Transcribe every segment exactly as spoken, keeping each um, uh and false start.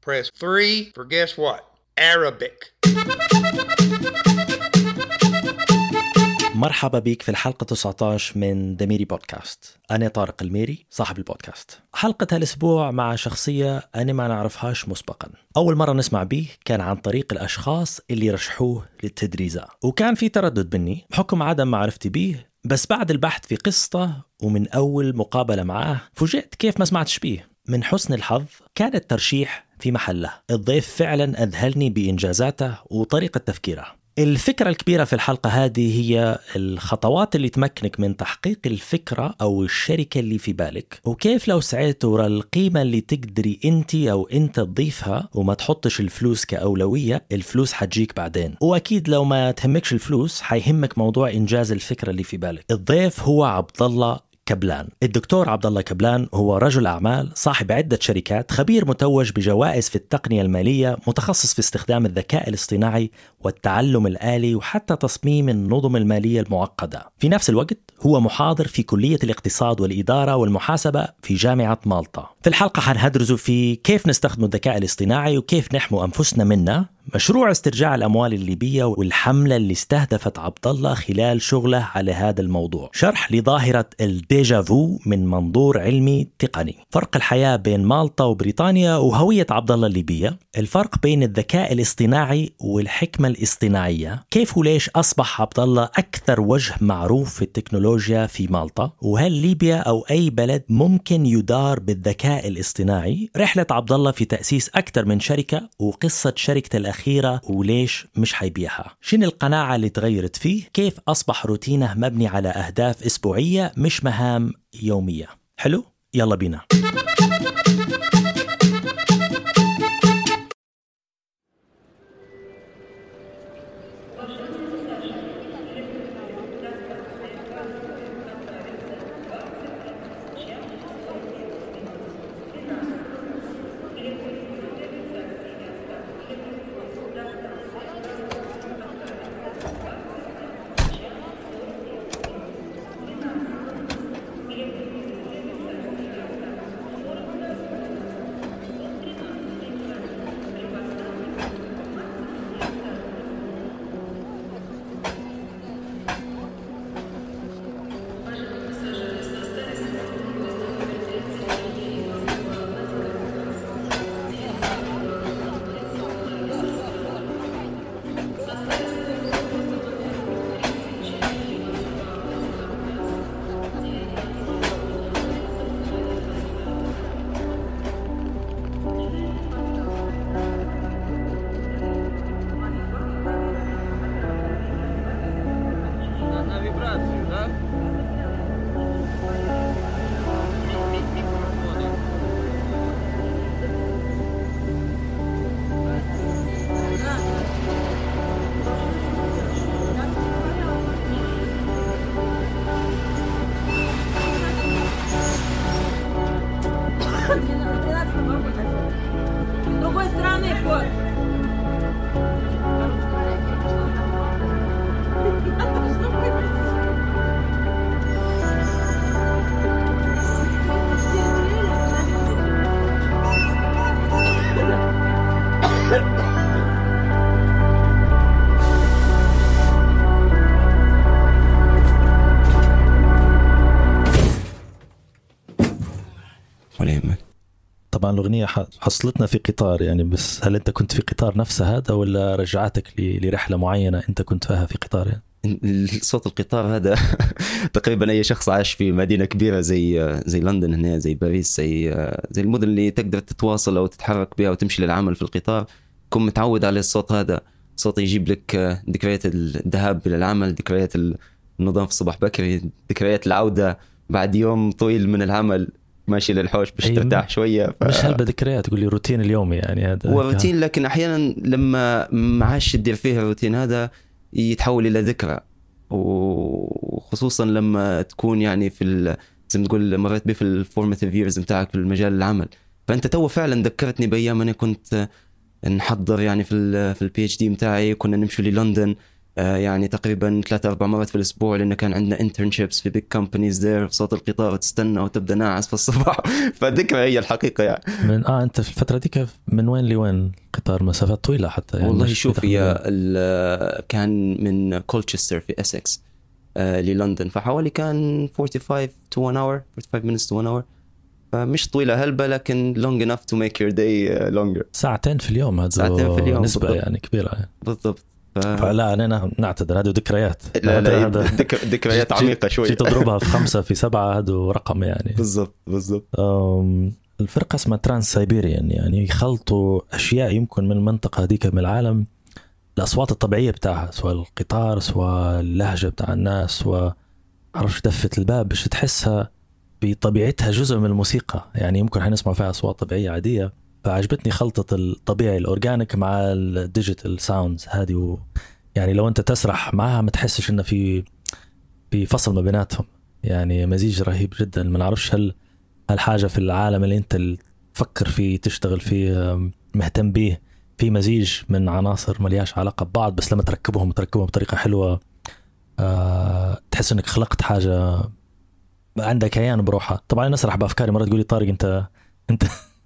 Press three for guess what? Arabic. مرحبا بيك في الحلقة تسعة عشر من دميري بودكاست. أنا طارق الميري صاحب البودكاست. حلقة هالأسبوع مع شخصية أنا ما نعرفهاش مسبقا. أول مرة نسمع بيه كان عن طريق الأشخاص اللي رشحوه للتدريزة، وكان في تردد مني بحكم عدم معرفتي بيه، بس بعد البحث في قصته ومن أول مقابلة معاه فوجئت كيف ما سمعتش بيه. من حسن الحظ كان الترشيح في محله. الضيف فعلا أذهلني بإنجازاته وطريقة تفكيره. الفكرة الكبيرة في الحلقة هذه هي الخطوات اللي تمكنك من تحقيق الفكرة أو الشركة اللي في بالك، وكيف لو سعيت ورا القيمة اللي تقدري أنت أو أنت تضيفها وما تحطش الفلوس كأولوية، الفلوس حتجيك بعدين. وأكيد لو ما تهمكش الفلوس حيهمك موضوع إنجاز الفكرة اللي في بالك. الضيف هو عبد الله كبلان. الدكتور عبد الله كبلان هو رجل أعمال صاحب عدة شركات، خبير متوج بجوائز في التقنية المالية، متخصص في استخدام الذكاء الاصطناعي والتعلم الآلي وحتى تصميم النظم المالية المعقدة. في نفس الوقت هو محاضر في كلية الاقتصاد والإدارة والمحاسبة في جامعة مالطا. في الحلقة حندرسوا في كيف نستخدم الذكاء الاصطناعي وكيف نحمي أنفسنا منه، مشروع استرجاع الأموال الليبية والحملة اللي استهدفت عبد الله خلال شغله على هذا الموضوع، شرح لظاهرة الديجافو من منظور علمي تقني، فرق الحياة بين مالطا وبريطانيا وهوية عبد الله الليبية، الفرق بين الذكاء الاصطناعي والحكمة الاصطناعية، كيف وليش أصبح عبد الله أكثر وجه معروف في التكنولوجيا في مالطا، وهل ليبيا أو أي بلد ممكن يدار بالذكاء الاصطناعي، رحلة عبد الله في تأسيس أكثر من شركة وقصة شركة الأخيرة أخيرة وليش مش حيبيعها، شنو القناعة اللي تغيرت فيه، كيف أصبح روتينه مبني على أهداف أسبوعية مش مهام يومية. حلو؟ يلا بينا. طبعا الأغنية حصلتنا في قطار يعني، بس هل أنت كنت في قطار نفس هذا ولا رجعتك لرحلة معينة أنت كنت فيها في قطار يعني؟ صوت القطار هذا تقريبا أي شخص عاش في مدينة كبيرة زي زي لندن هنا، زي باريس، زي زي المدن اللي تقدر تتواصل أو تتحرك بها وتمشي للعمل في القطار، كن متعود على الصوت هذا. صوت يجيب لك ذكريات الذهاب إلى العمل، ذكريات النظام في الصباح بكري، ذكريات العودة بعد يوم طويل من العمل ماشي للحوش باش ترتاح شوية. ف... مش هالبذكريات، تقول لي روتين اليومي يعني هذا هو روتين، لكن أحيانا لما ما عادش تدير فيها الروتين هذا يتحول إلى ذكرى، وخصوصا لما تكون يعني في زي ما تقول مريت بيه في الفورماتيف ييرز نتاعك في المجال العمل. فأنت تو فعلا ذكرتني بأيام أنا كنت نحضر يعني في ال في البي اتش دي نتاعي، كنا نمشي للندن يعني تقريبا ثلاثة أربع مرات في الأسبوع، لأن كان عندنا internships في big companies there. صوت القطار تستنى وتبدأ ناعس في الصباح. فذكرى هي الحقيقة يعني. من آه أنت في الفترة دي كيف من وين لوين قطار؟ مسافات طويلة حتى يعني. والله شوف هي كان من كولتشستر في إسكس آه للندن، فحوالي كان خمسة وأربعين to one hour forty-five minutes to one hour. فمش طويلة هلبة، لكن long enough to make your day longer. ساعتين في اليوم، هذا ساعتين في اليوم نسبة بالضبط. يعني كبيرة يعني. بالضبط. ف... فلا أنا نعتذر، هذه ذكريات. لا لا هذا ذك... ذكريات عميقة شوي. تضربها في خمسة في سبعة، هذا رقم يعني. بالضبط بالضبط. الفرقة اسمها ترانس سايبيريان، يعني يخلطوا أشياء يمكن من المنطقة هذيك من العالم، الأصوات الطبيعية بتاعها، سواء القطار سواء اللهجة بتاع الناس، سواء عرفش دفة الباب، باش تحسها بطبيعتها جزء من الموسيقى. يعني يمكن حنسمع فيها أصوات طبيعية عادية، فعجبتني خلطة الطبيعي الأورجانيك مع الديجيتال ساوندز هذه و... يعني لو أنت تسرح معها ما تحسش إنه في في فصل ما بيناتهم، يعني مزيج رهيب جدا. ما نعرفش هل هالحاجة في العالم اللي أنت تفكر فيه تشتغل فيه مهتم به، في مزيج من عناصر ملياش علاقة ببعض، بس لما تركبهم تركبهم بطريقة حلوة أه تحس إنك خلقت حاجة عندك كيان بروحها. طبعا أنا أسرح بأفكاري مرات، تقولي طارق أنت أنت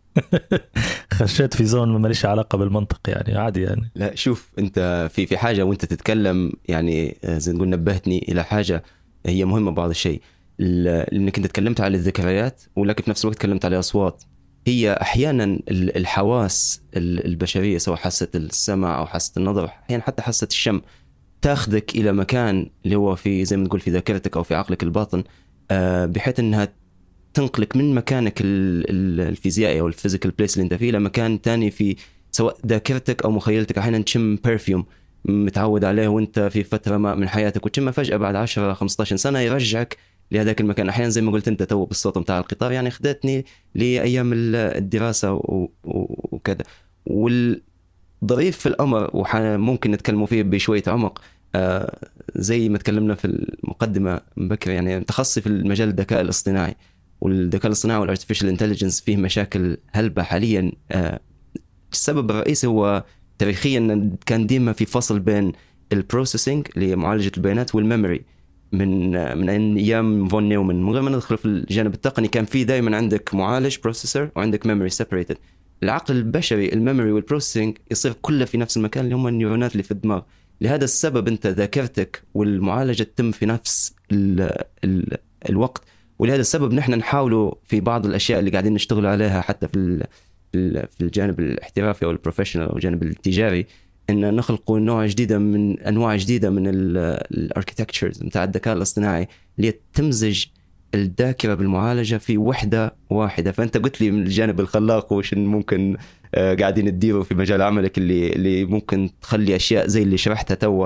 خشيت في زون ما ليش علاقة بالمنطق، يعني عادي يعني. لا شوف أنت في في حاجة وأنت تتكلم، يعني زي نقول نبهتني إلى حاجة هي مهمة بعض الشيء، لأنك أنت تكلمت على الذكريات ولكن في نفس الوقت تكلمت على أصوات. هي أحيانا الحواس البشرية سواء حاسة السمع أو حاسة النظر، أحيانا حتى حاسة الشم، تاخذك إلى مكان اللي هو في زي ما نقول في ذاكرتك أو في عقلك الباطن، بحيث أنها تنقلك من مكانك الفيزيائي أو الفيزيكال بليس اللي أنت فيه لمكان تاني في سواء ذاكرتك أو مخيلتك. أحيانا تشم برفيوم متعود عليه وأنت في فترة ما من حياتك، وتشمه فجأة بعد عشرة خمسة عشر سنة يرجعك لهذاك المكان. أحيانا زي ما قلت أنت تو بالصوت متاع القطار، يعني خدتني لأيام الدراسة وكذا. والظريف في الأمر وممكن نتكلموا فيه بشوية عمق، آه زي ما تكلمنا في المقدمة بكر، يعني تخصصي في المجال الذكاء الاصطناعي، والذكاء الاصطناعي والارتفيشال انتليجنس فيه مشاكل هلبة حاليا. آه السبب الرئيسي هو تاريخيا كان ديما في فصل بين البروسيسنج لمعالجة البيانات والميموري من من ايام فون نيومان. من غير ما ندخل في الجانب التقني، كان في دائما عندك معالج بروسيسور وعندك ميموري سيبريتد. العقل البشري الميموري والبروسيسنج يصير كله في نفس المكان اللي هم النيورونات اللي في الدماغ. لهذا السبب انت ذاكرتك والمعالجة تتم في نفس ال ال الوقت. ولهذا السبب نحن نحاولوا في بعض الاشياء اللي قاعدين نشتغل عليها حتى في في الجانب الاحترافي او البروفيشنال او الجانب التجاري، ان نخلقوا نوع جديده من انواع جديده من الاركيتكتشرز نتاع الذكاء الاصطناعي اللي تمزج الذاكره بالمعالجه في وحده واحده. فانت قلت لي من الجانب الخلاق وش ممكن آه قاعدين تديروا في مجال عملك اللي اللي ممكن تخلي اشياء زي اللي شرحتها توا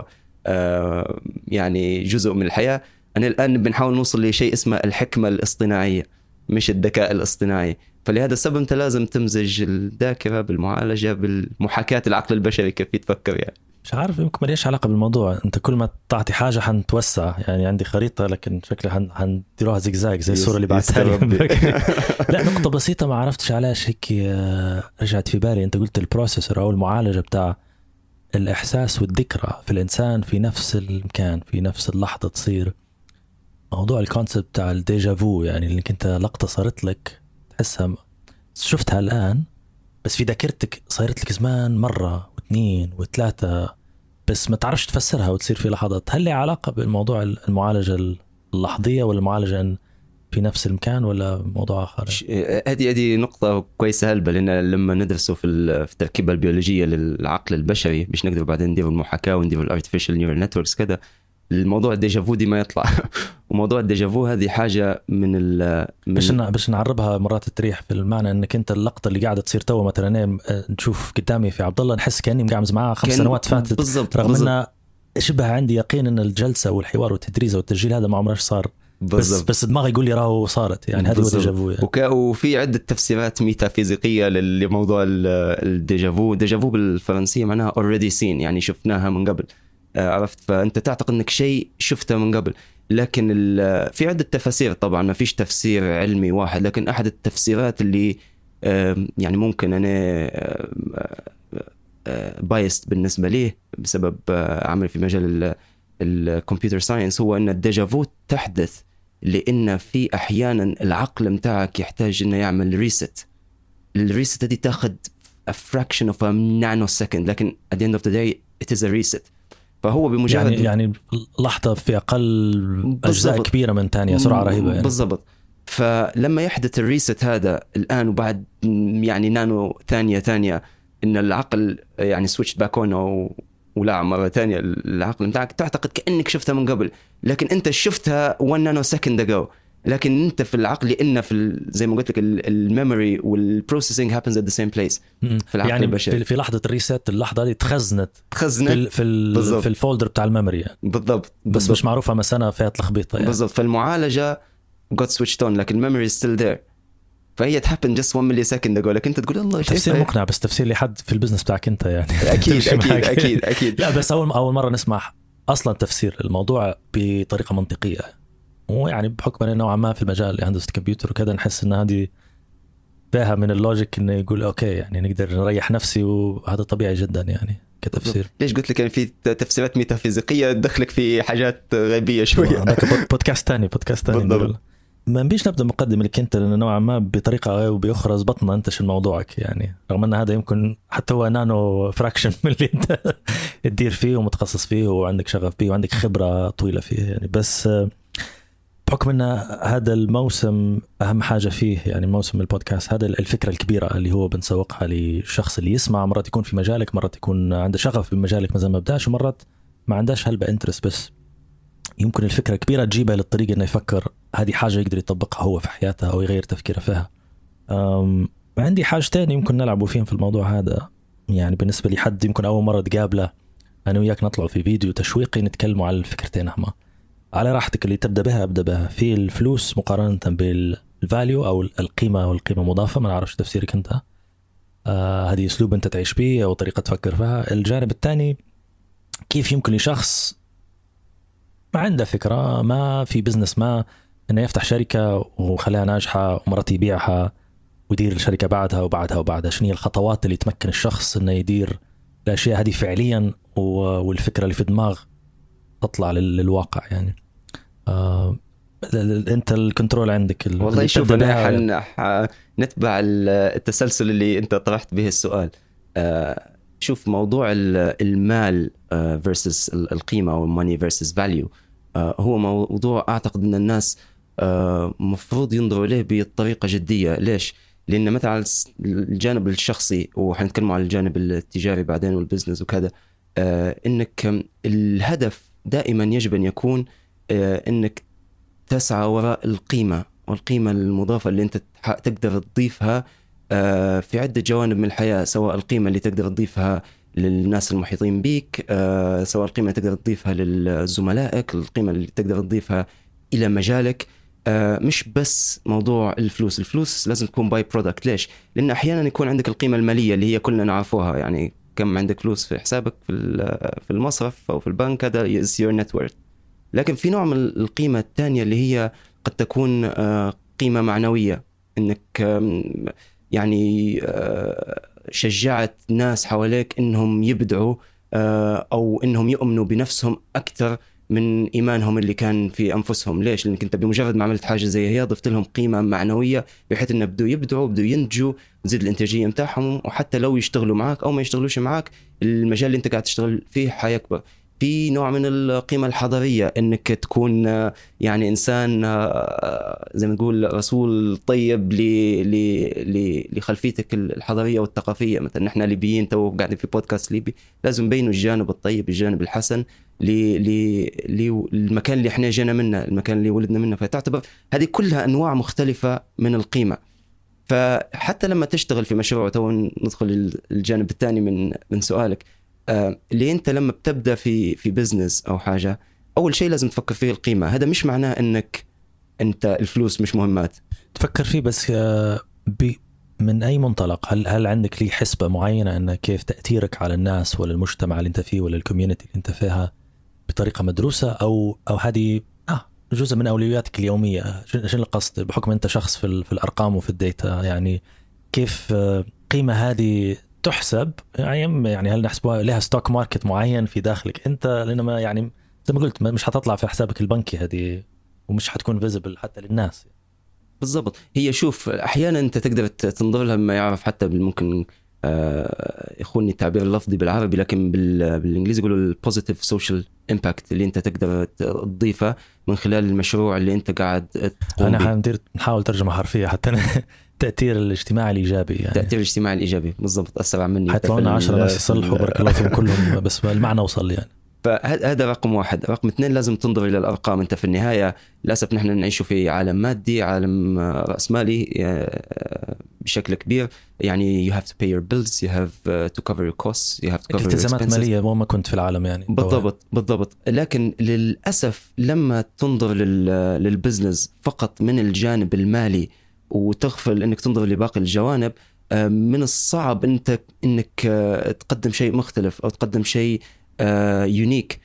آه يعني جزء من الحياه. انا الان بنحاول نوصل لشيء اسمه الحكمه الاصطناعيه مش الذكاء الاصطناعي. فلهذا السبب انت لازم تمزج الذاكره بالمعالجه بالمحاكاه العقل البشري كيف يتفكر. يعني مش عارف يمكن ما ليش علاقه بالموضوع، انت كل ما تعطي حاجه حنتوسع. يعني عندي خريطه لكن شكلها حنديروها زيكزاك زي الصوره اللي بعتها لي. لا نقطه بسيطه ما عرفتش علاش هيك رجعت في بالي. انت قلت البروسيسور او المعالجه بتاع الاحساس والذكرى في الانسان في نفس المكان في نفس اللحظه تصير. موضوع الكونسبت بتاع الديجافو، يعني اللي انت لقطه صارت لك تحسها شفتها الآن بس في ذاكرتك صارت لك زمان مرة واثنين وثلاثة بس ما تعرفش تفسرها وتصير في لحظات. هل لها علاقة بالموضوع المعالجة اللحظية ولا المعالجة في نفس المكان ولا موضوع آخر؟ هذه هذه نقطة كويسة هلبة، لأن لما ندرسه في التركيبة البيولوجية للعقل البشري باش نقدر بعدين ندير المحاكاة وندير الارتفيشال نيورال نتوركس كذا، الموضوع الديجافو دي ما يطلع. وموضوع الديجافو هذه حاجة من ال من باش باش نعربها مرات التريح في المعنى انك انت اللقطة اللي قاعدة تصير توا مثلا نشوف قدامي في عبد الله نحس كأني مقعمز معاه خمس سنوات فاتت بالزبط. رغم انه شبه عندي يقين ان الجلسة والحوار والتدريس والتسجيل هذا ما عمرش صار بس بس دماغي يقول لي راهو صارت. يعني هذا هو الديجافو. يعني. وك... وفي عدة تفسيرات ميتافيزيقية لموضوع الديجافو. ديجافو بالفرنسية معناها already seen، يعني شفناها من قبل. عرفت؟ فأنت تعتقد أنك شيء شفته من قبل. لكن في عدة تفاسير طبعا، ما فيش تفسير علمي واحد، لكن أحد التفسيرات اللي يعني ممكن أنا بايست بالنسبة ليه بسبب عملي في مجال الكمبيوتر ساينس هو أن الديجافو تحدث لأن في أحيانا العقل متاعك يحتاج أنه يعمل ريست. الريست دي تاخد a fraction of a nanosecond لكن at the end of the day it is a reset. فهو بمجرد يعني يعني لحظة في أقل أجزاء كبيرة من تانية سرعة رهيبة يعني. بالضبط. فلما يحدث الريست هذا الآن وبعد يعني نانو ثانية ثانية إن العقل يعني switched back on أو ولا مرة ثانية العقل متاعك تعتقد كأنك شفتها من قبل لكن أنت شفتها one nanosecond ago. لكن أنت في العقل لأن في زي ما قلت لك الميموري والبروسيسنج happens at the same place في العقل يعني البشري. في لحظة الريست اللحظة دي تخزنت تخزنت في في, في الفولدر بتاع الميموري يعني. بالضبط. بس بالضبط. مش معروفة مسألة فيها تلخبيطة يعني. بالضبط. فالمعالجة got switched on لكن الميموري is still there. فهي تحبن just one millisecond ago لكن أنت تقول الله شيء تفسير مقنع بس تفسير لحد في البزنس بتاعك أنت يعني. أكيد أكيد أكيد أكيد. لا بس أول أول مرة نسمع أصلا تفسير الموضوع بطريقة منطقية ويعني بحكم أنه نوعا ما في المجال هندسة الكمبيوتر وكذا نحس إن هذه فيها من اللوجيك إنه يقول أوكي يعني نقدر نريح نفسي وهذا طبيعي جدا يعني كتفسير. ليش قلت لك يعني في تفسيرات ميتافيزيقية تدخلك في حاجات غيبية شوية. بودكاست تاني بودكاست تاني. ما نبيش نبدأ مقدم لك أنت لأن نوعا ما بطريقة أو بأخرى زبطنا أنت شو موضوعك يعني رغم أن هذا يمكن حتى هو نانو فراكشن من اللي أنت تدير فيه ومتخصص فيه وعندك شغف فيه وعندك خبرة طويلة فيه يعني. بس بحكم أن هذا الموسم أهم حاجة فيه يعني موسم البودكاست هذا الفكرة الكبيرة اللي هو بنسوقها للشخص اللي يسمع مرات يكون في مجالك مرات يكون عنده شغف بمجالك مثلا ما بداش ومرات ما عندهاش هلبة انترست بس يمكن الفكرة الكبيرة تجيبها للطريقة إنه يفكر هذه حاجة يقدر يطبقها هو في حياته أو يغير تفكيره فيها. عندي حاجتين يمكن نلعبوا فيهم في الموضوع هذا يعني بالنسبة لي حد يمكن أول مرة تقابله أنا وياك نطلع في فيديو تشويقي نتكلموا على الفكرتين هما على راحتك اللي تبدأ بها أبدأ بها في الفلوس مقارنة بالفاليو أو القيمة والقيمة مضافة ما نعرفش تفسيرك أنت آه هذه أسلوب أنت تعيش به أو طريقة تفكر فيها. الجانب الثاني كيف يمكن لشخص ما عنده فكرة ما في بزنس ما إنه يفتح شركة وخليها ناجحة ومرات يبيعها ويدير الشركة بعدها وبعدها وبعدها شنو هي الخطوات اللي تمكن الشخص إنه يدير الأشياء هذه فعليا والفكرة اللي في دماغ تطلع للواقع يعني. آه أنت الكنترول عندك والله شوف أنا حن... نتبع التسلسل اللي أنت طرحت به السؤال. آه شوف موضوع المال versus القيمة أو money versus value هو موضوع أعتقد أن الناس مفروض ينظروا إليه بطريقة جدية. ليش؟ لأن مثلا الجانب الشخصي وحنتكلم على الجانب التجاري بعدين والبزنس وكذا إنك الهدف دائما يجب أن يكون إنك تسعى وراء القيمة والقيمة المضافة اللي أنت تقدر تضيفها في عدة جوانب من الحياة سواء القيمة اللي تقدر تضيفها للناس المحيطين بيك سواء القيمة اللي تقدر تضيفها لزملائك القيمة اللي تقدر تضيفها إلى مجالك. مش بس موضوع الفلوس الفلوس لازم تكون باي برودكت. ليش؟ لأن أحيانا يكون عندك القيمة المالية اللي هي كلنا نعرفوها يعني كم عندك فلوس في حسابك في المصرف أو في البنك هذا is your net worth. لكن في نوع من القيمة الثانية اللي هي قد تكون قيمة معنوية إنك يعني شجعت ناس حواليك إنهم يبدعوا أو إنهم يؤمنوا بنفسهم أكثر من إيمانهم اللي كان في أنفسهم. ليش؟ لأنك أنت بمجرد ما عملت حاجة زي هي ضفت لهم قيمة معنوية بحيث إنه بدوا يبدعوا بدوا ينتجوا تزيد الإنتاجية متاعهم وحتى لو يشتغلوا معاك أو ما يشتغلوا معاك المجال اللي أنت قاعد تشتغل فيه حيكبر. في نوع من القيمة الحضارية إنك تكون يعني إنسان زي ما نقول رسول طيب لخلفيتك الحضارية والثقافية. مثلا نحن ليبيين تو قاعدين في بودكاست ليبي لازم نبينوا الجانب الطيب الجانب الحسن للمكان اللي احنا جينا منه المكان اللي ولدنا منه. فتعتبر هذه كلها أنواع مختلفة من القيمة. فحتى لما تشتغل في مشروع تو ندخل الجانب الثاني من من سؤالك اللي أنت لما بتبدأ في في بزنس أو حاجة أول شيء لازم تفكر فيه القيمة. هذا مش معناه أنك أنت الفلوس مش مهمات تفكر فيه بس من أي منطلق. هل هل عندك لي حسبة معينة أن كيف تأثيرك على الناس ولا المجتمع اللي أنت فيه ولا الكوميونتي اللي أنت فيها بطريقة مدروسة أو أو هذه آه جزء من أولوياتك اليومية؟ شنو القصد بحكم أنت شخص في في الأرقام وفي الداتا يعني كيف قيمة هذه تحسب يعني يعني هل نحسبها لها ستوك ماركت معين في داخلك انت، لانه ما يعني زي ما قلت مش حتطلع في حسابك البنكي هذه ومش حتكون فيزبل حتى للناس. بالضبط. هي شوف احيانا انت تقدر تنظر لها ما يعرف حتى ممكن آه يخوني التعبير اللفظي بالعربي لكن بالانجليزي يقولوا البوزيتيف سوشيال امباكت اللي انت تقدر تضيفه من خلال المشروع اللي انت قاعد تقوم انا حندير نحاول ترجمه حرفيه حتى التأثير الاجتماعي الإيجابي يعني. التأثير الاجتماعي الإيجابي بالضبط. أسرع مني حيطلعونا عشرة ناس يصلحوا بارك الله فيهم كلهم بس المعنى وصل يعني. فهذا رقم واحد. رقم اثنين لازم تنظر إلى الأرقام. أنت في النهاية للأسف نحن نعيش في عالم مادي، عالم رأسمالي بشكل كبير. يعني you have to pay your bills, you have to cover your costs, you have to cover your التزامات expenses. مالية وما كنت في العالم يعني. بالضبط بالضبط. لكن للأسف لما تنظر للبزنس فقط من الجانب المالي وتغفل انك تنظر لباقي الجوانب، من الصعب انت انك تقدم شيء مختلف او تقدم شيء يونيك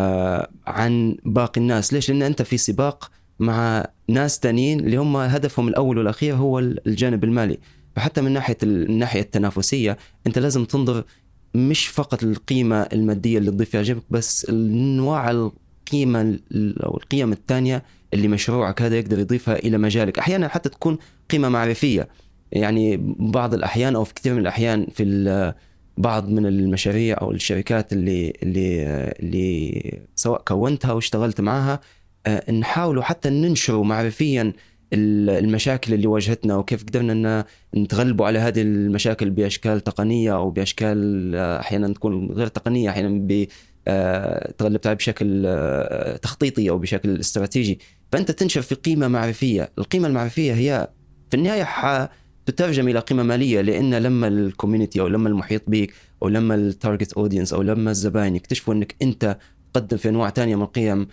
عن باقي الناس. ليش؟ لان انت في سباق مع ناس تانيين اللي هم هدفهم الاول والاخير هو الجانب المالي. فحتى من ناحيه الناحيه التنافسيه انت لازم تنظر مش فقط القيمه الماديه اللي تضيف فيها جيبك، بس انواع القيمه او القيم الثانيه اللي مشروعك هذا يقدر يضيفها إلى مجالك. أحيانا حتى تكون قيمة معرفية. يعني بعض الأحيان أو في كثير من الأحيان في بعض من المشاريع أو الشركات اللي اللي اللي سواء كونتها واشتغلت معها نحاولوا حتى ننشروا معرفيا المشاكل اللي واجهتنا وكيف قدرنا أن نتغلبوا على هذه المشاكل بأشكال تقنية أو بأشكال أحيانا تكون غير تقنية، أحيانا ب تغلبت عليه بشكل تخطيطي أو بشكل استراتيجي. فأنت تنشر في قيمة معرفية. القيمة المعرفية هي في النهاية تترجم إلى قيمة مالية، لأن لما الكوميونيتي أو لما المحيط بيك أو لما التارجت أودينس أو لما الزبائن يكتشفوا أنك أنت تقدم في أنواع تانية من القيم،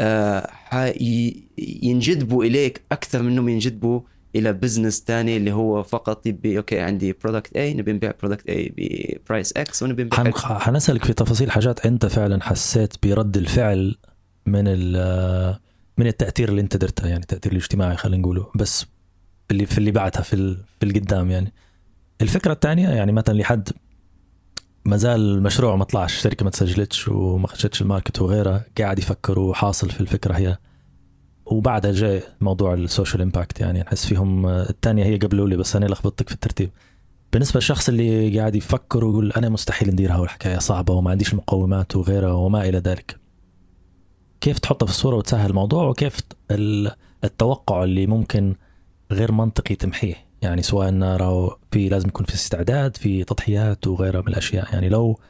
ينجذبوا إليك أكثر من أنهم ينجذبوا إلى بزنس تاني اللي هو فقط يبي أوكي عندي برودكت A نبي نبيع برودكت A ببرايس X ونبي نبيع. حنسألك في تفاصيل حاجات أنت فعلا حسيت برد الفعل من من التأثير اللي أنت درته، يعني التأثير الاجتماعي خلينا نقوله، بس اللي في اللي بعدها في في القدام. يعني الفكرة الثانية يعني مثلا لحد ما زال المشروع ما طلعش، الشركة ما تسجلتش وما خشتش الماركت وغيرها، قاعد يفكروا حاصل في الفكرة هي، وبعدها جاء موضوع السوشيال امباكت. يعني نحس فيهم الثانية هي قبلوا لي بس أنا لخبطتك في الترتيب. بالنسبة للشخص اللي قاعد يفكر ويقول أنا مستحيل نديرها والحكاية صعبة وما عنديش المقومات وغيرها وما إلى ذلك، كيف تحطها في الصورة وتسهل الموضوع، وكيف التوقع اللي ممكن غير منطقي تمحيه؟ يعني سواء أنه في لازم يكون في استعداد، في تضحيات وغيرها من الأشياء. يعني لو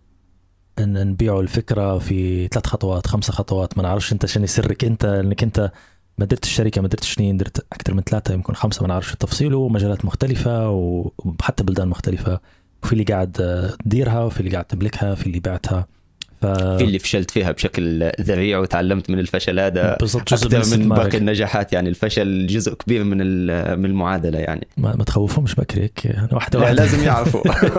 أن نبيعوا الفكرة في ثلاث خطوات خمسة خطوات، ما نعرفش أنت شنو سرك أنت، أنك أنت ما درت الشركة ما درت سنين، درت أكثر من ثلاثة يمكن خمسة، ما نعرفش التفصيل، ومجالات مختلفة وحتى بلدان مختلفة، وفي اللي قاعد تديرها وفي اللي قاعد تملكها، في اللي بعتها، ف... في اللي فشلت فيها بشكل ذريع وتعلمت من الفشل هذا أكثر من باقي النجاحات. يعني الفشل جزء كبير من من المعادلة. يعني ما, ما تخوفهمش بكريك واحدة واحدة لازم يعرفوا.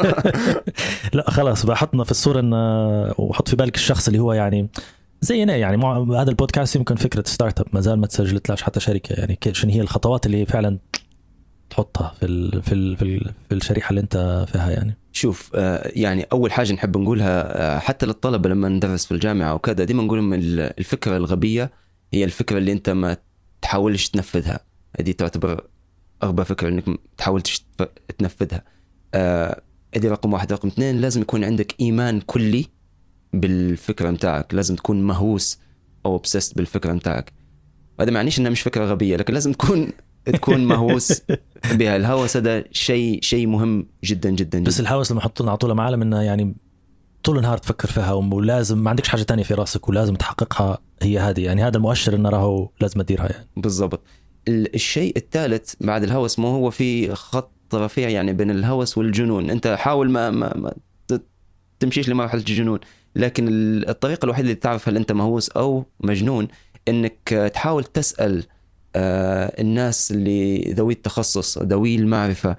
لا خلاص بحطنا في الصورة إن وحط في بالك الشخص اللي هو يعني زينا. يعني مع هذا البودكاست يمكن فكرة ستارت اب ما زال ما تسجلت لاش حتى شركة. يعني شنو هي الخطوات اللي فعلا تحطها في ال في ال في, ال في الشريحة اللي أنت فيها؟ يعني شوف يعني أول حاجة نحب نقولها حتى للطلبة لما ندرس في الجامعة وكذا، ديما نقول لهم الفكرة الغبية هي الفكرة اللي أنت ما تحاولش تنفذها. هذه تعتبر أغبى فكرة إنك تحاولش تنفذها. هذه رقم واحد. رقم اثنين لازم يكون عندك إيمان كلي بالفكرة متاعك، لازم تكون مهووس أو obsessed بالفكرة متاعك. هذا معنيش إنها مش فكرة غبية، لكن لازم تكون تكون مهووس بها. الهوس هذا شيء شيء مهم جدا جدا جدا. بس الهوس لما حطونا عطوله معلم انه يعني طول النهار تفكر فيها ولازم ما عندكش حاجة تانية في راسك ولازم تحققها، هي هذه يعني هذا المؤشر انه راهو لازم تديرها. يعني بالضبط. الشيء الثالث بعد الهوس ما هو في خط رفيع يعني بين الهوس والجنون. انت حاول ما, ما, ما تمشيش لمرحلة الجنون، لكن الطريقة الوحيدة اللي تعرف هل انت مهووس او مجنون انك تحاول تسأل آه الناس اللي ذوي التخصص ذوي المعرفة،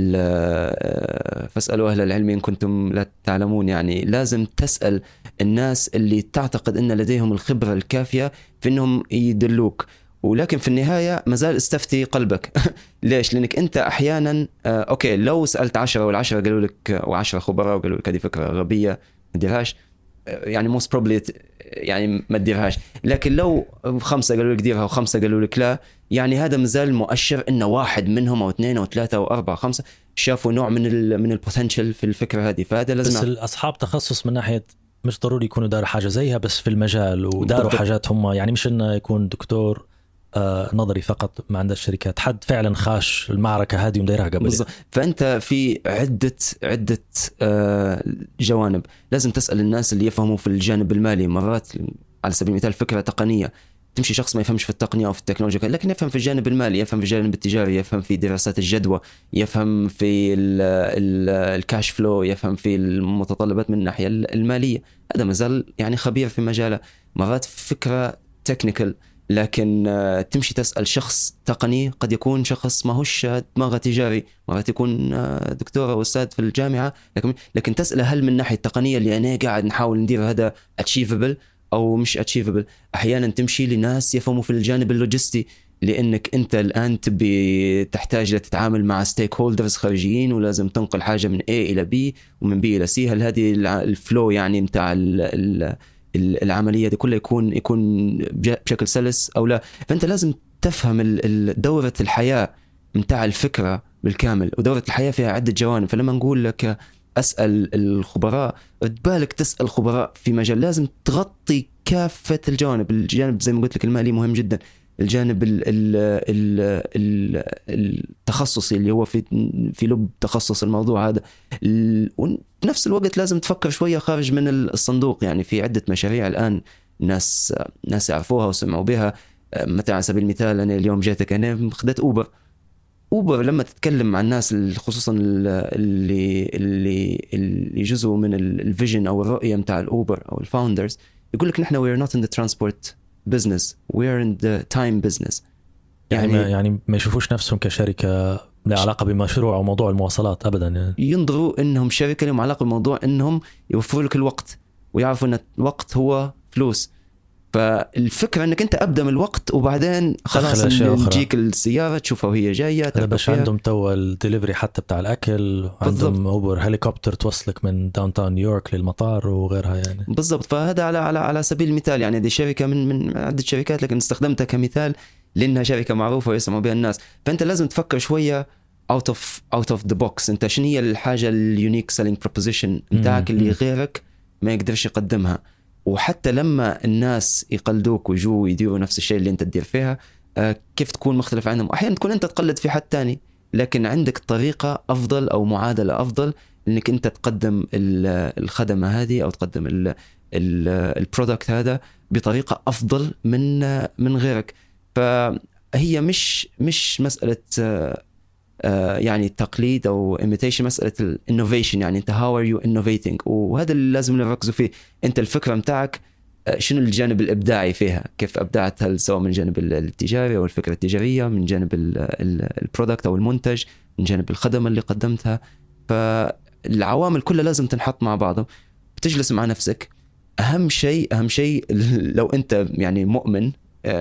فاسألوا أهل العلم إن كنتم لا تعلمون. يعني لازم تسأل الناس اللي تعتقد أن لديهم الخبرة الكافية في أنهم يدلوك. ولكن في النهاية مازال استفتي قلبك. ليش؟ لأنك أنت أحيانا آه أوكي لو سألت عشرة والعشرة قالوا لك وعشرة خبراء وقالوا لك هذه فكرة غبية ما تديرهاش، يعني most probably يعني ما تديرهاش. لكن لو خمسة قالوا لك ديرها وخمسة قالوا لك لا، يعني هذا مازال مؤشر إنه واحد منهم أو اثنين أو ثلاثة أو أربعة خمسة شافوا نوع من ال من البوتنشل في الفكرة هذه. فهذا لازم. بس الأصحاب تخصص من ناحية مش ضروري يكونوا داروا حاجة زيها بس في المجال وداروا بالضبط. حاجات هم يعني مش إنه يكون دكتور آه نظري فقط ما عند الشركات، حد فعلا خاش المعركة هذه ومديرها قبل. بالضبط. فأنت في عدة عدة آه جوانب لازم تسأل الناس اللي يفهموا في الجانب المالي. مرات على سبيل المثال فكرة تقنية تمشي شخص ما يفهمش في التقنية أو في التكنولوجيا لكن يفهم في الجانب المالي، يفهم في الجانب التجاري، يفهم في دراسات الجدوى، يفهم في الكاش فلو، يفهم في المتطلبات من الناحية المالية. هذا مازال يعني خبير في مجاله. مرات فكرة تكنيكال لكن تمشي تسأل شخص تقني قد يكون شخص ما هوش دماغه تجاري، مرات يكون دكتور أو أستاذ في الجامعة لكن, لكن تسأله هل من ناحية التقنية اللي أنا قاعد نحاول ندير هذا achievable أو مش achievable. أحيانا تمشي لناس يفهموا في الجانب اللوجستي لأنك أنت الآن تبي تحتاج لتتعامل مع ستيك هولدرز خارجيين ولازم تنقل حاجة من A إلى B ومن B إلى C. هل هذه الفلو يعني متاع العملية دي كلها يكون يكون بشكل سلس أو لا؟ فأنت لازم تفهم دورة الحياة متاع الفكرة بالكامل، ودورة الحياة فيها عدة جوانب. فلما نقول لك أسأل الخبراء، بالك تسأل خبراء في مجال لازم تغطي كافة الجوانب. الجانب زي ما قلت لك المالي مهم جدا، الجانب ال ال ال التخصصي اللي هو في في لب تخصص الموضوع هذا، وفي نفس الوقت لازم تفكر شوية خارج من الصندوق. يعني في عدة مشاريع الآن ناس ناس يعرفوها وسمعوا بها. مثلا على سبيل المثال أنا اليوم جاتك أنا خدت أوبر. أوبر لما تتكلم مع الناس خصوصا اللي اللي اللي جزء من الفيجن أو الرؤية متاع الأوبر أو الفاوندرز، يقول لك نحن we are not in the transport business, we are in the time business. يعني يعني, يعني ما يشوفوش نفسهم كشركة لها علاقة بمشروع أو موضوع المواصلات أبدا. يعني ينظروا إنهم شركة لهم علاقة بموضوع إنهم يوفروا لك الوقت ويعرفوا إن الوقت هو فلوس. فالفكرة انك انت ابدا من الوقت وبعدين خلاص تجيك السيارة تشوفها وهي جاية. بس عندهم تو الدليفري حتى بتاع الاكل، عندهم اوبر هليكوبتر توصلك من داون تاون نيويورك للمطار وغيرها يعني. بالضبط. فهذا على على على سبيل المثال يعني دي شركة من من عدة شركات لكن استخدمتها كمثال لانها شركة معروفة ويسمعوا بها الناس. فانت لازم تفكر شوية out of out of the box. انت شنو هي الحاجة اليونيك سيلينج بروبوزيشن بتاعك اللي غيرك ما يقدرش يقدمها. وحتى لما الناس يقلدوك ويجوا يديروا نفس الشيء اللي انت تدير فيها كيف تكون مختلف عنهم. احيانا تكون انت تقلد في حد تاني لكن عندك طريقة افضل او معادلة افضل انك انت تقدم الخدمة هذه او تقدم البرودكت هذا بطريقة افضل من من غيرك. فهي مش مش مسألة يعني التقليد أو imitation، مسألة الانوفيشن. يعني أنت how are you innovating، وهذا اللي لازم نركزوا فيه. أنت الفكرة متاعك شنو الجانب الإبداعي فيها، كيف أبدعت، هل سواء من الجانب التجاري أو الفكرة التجارية، من جانب البرودكت أو المنتج، من جانب الخدمة اللي قدمتها. فالعوامل كلها لازم تنحط مع بعضهم. بتجلس مع نفسك. أهم شيء أهم شيء لو أنت يعني مؤمن،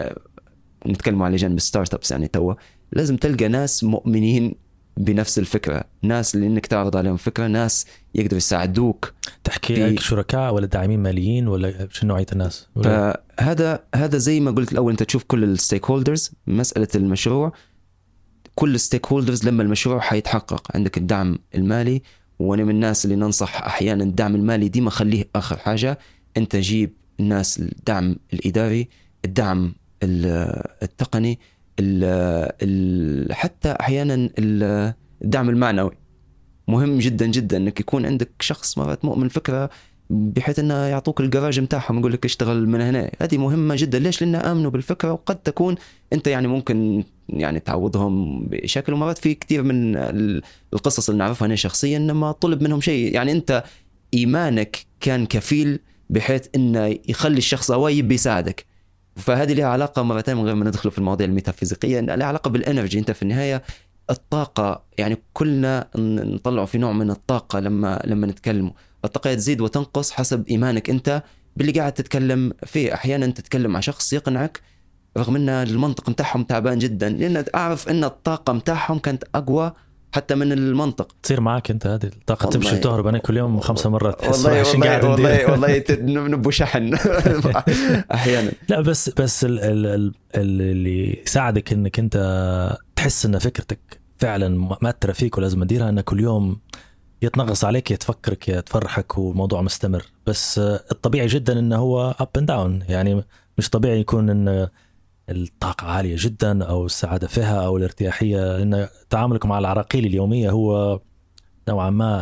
نتكلم على جانب ستارت ابس يعني توا لازم تلقى ناس مؤمنين بنفس الفكرة، ناس اللي انك تعرض عليهم فكرة، ناس يقدروا يساعدوك. تحكي لك شركاء ولا داعمين ماليين ولا شنو نوعية الناس؟ فهذا هذا زي ما قلت الأول، انت تشوف كل الستيك هولدرز. مسألة المشروع كل الستيك هولدرز لما المشروع حيتحقق عندك الدعم المالي. وانا من الناس اللي ننصح احيانا الدعم المالي دي ما خليه اخر حاجة. انت جيب الناس الدعم الاداري، الدعم التقني، ال ال حتى احيانا الدعم المعنوي مهم جدا جدا. انك يكون عندك شخص مرات مؤمن فكره بحيث انه يعطوك الجراج متاعهم يقول لك اشتغل من هنا. هذه مهمه جدا. ليش؟ لانه امنوا بالفكره، وقد تكون انت يعني ممكن يعني تعوضهم بشكل. ومرات في كثير من القصص اللي نعرفها انا شخصيا انما طلب منهم شيء، يعني انت ايمانك كان كفيل بحيث انه يخلي الشخص هو يبي يساعدك. فهذه لها علاقة مرتين من غير ما ندخل في المواضيع الميتافيزيقية، لها علاقة بالانرجي. انت في النهاية الطاقة، يعني كلنا نطلع في نوع من الطاقة لما لما نتكلم. الطاقة تزيد وتنقص حسب إيمانك انت باللي قاعد تتكلم فيه. احيانا تتكلم مع شخص يقنعك رغم ان المنطق متاعهم تعبان جدا، لان اعرف ان الطاقه متاعهم كانت اقوى حتى من المنطق. تصير معك انت هذه الطاقه تمشي وتهرب؟ انا كل يوم خمسة مرات والله والله والله, والله نبو شحن احيانا. لا بس بس ال ال اللي يساعدك انك انت تحس ان فكرتك فعلا مأثرة فيك ولازم تديرها، ان كل يوم يتنغص عليك، يتفكرك، يتفرحك، والموضوع مستمر. بس الطبيعي جدا انه هو up and down، يعني مش طبيعي يكون ان الطاقة عالية جدا أو السعادة فيها أو الارتياحية، لأن تعاملك مع العراقيل اليومية هو نوعا ما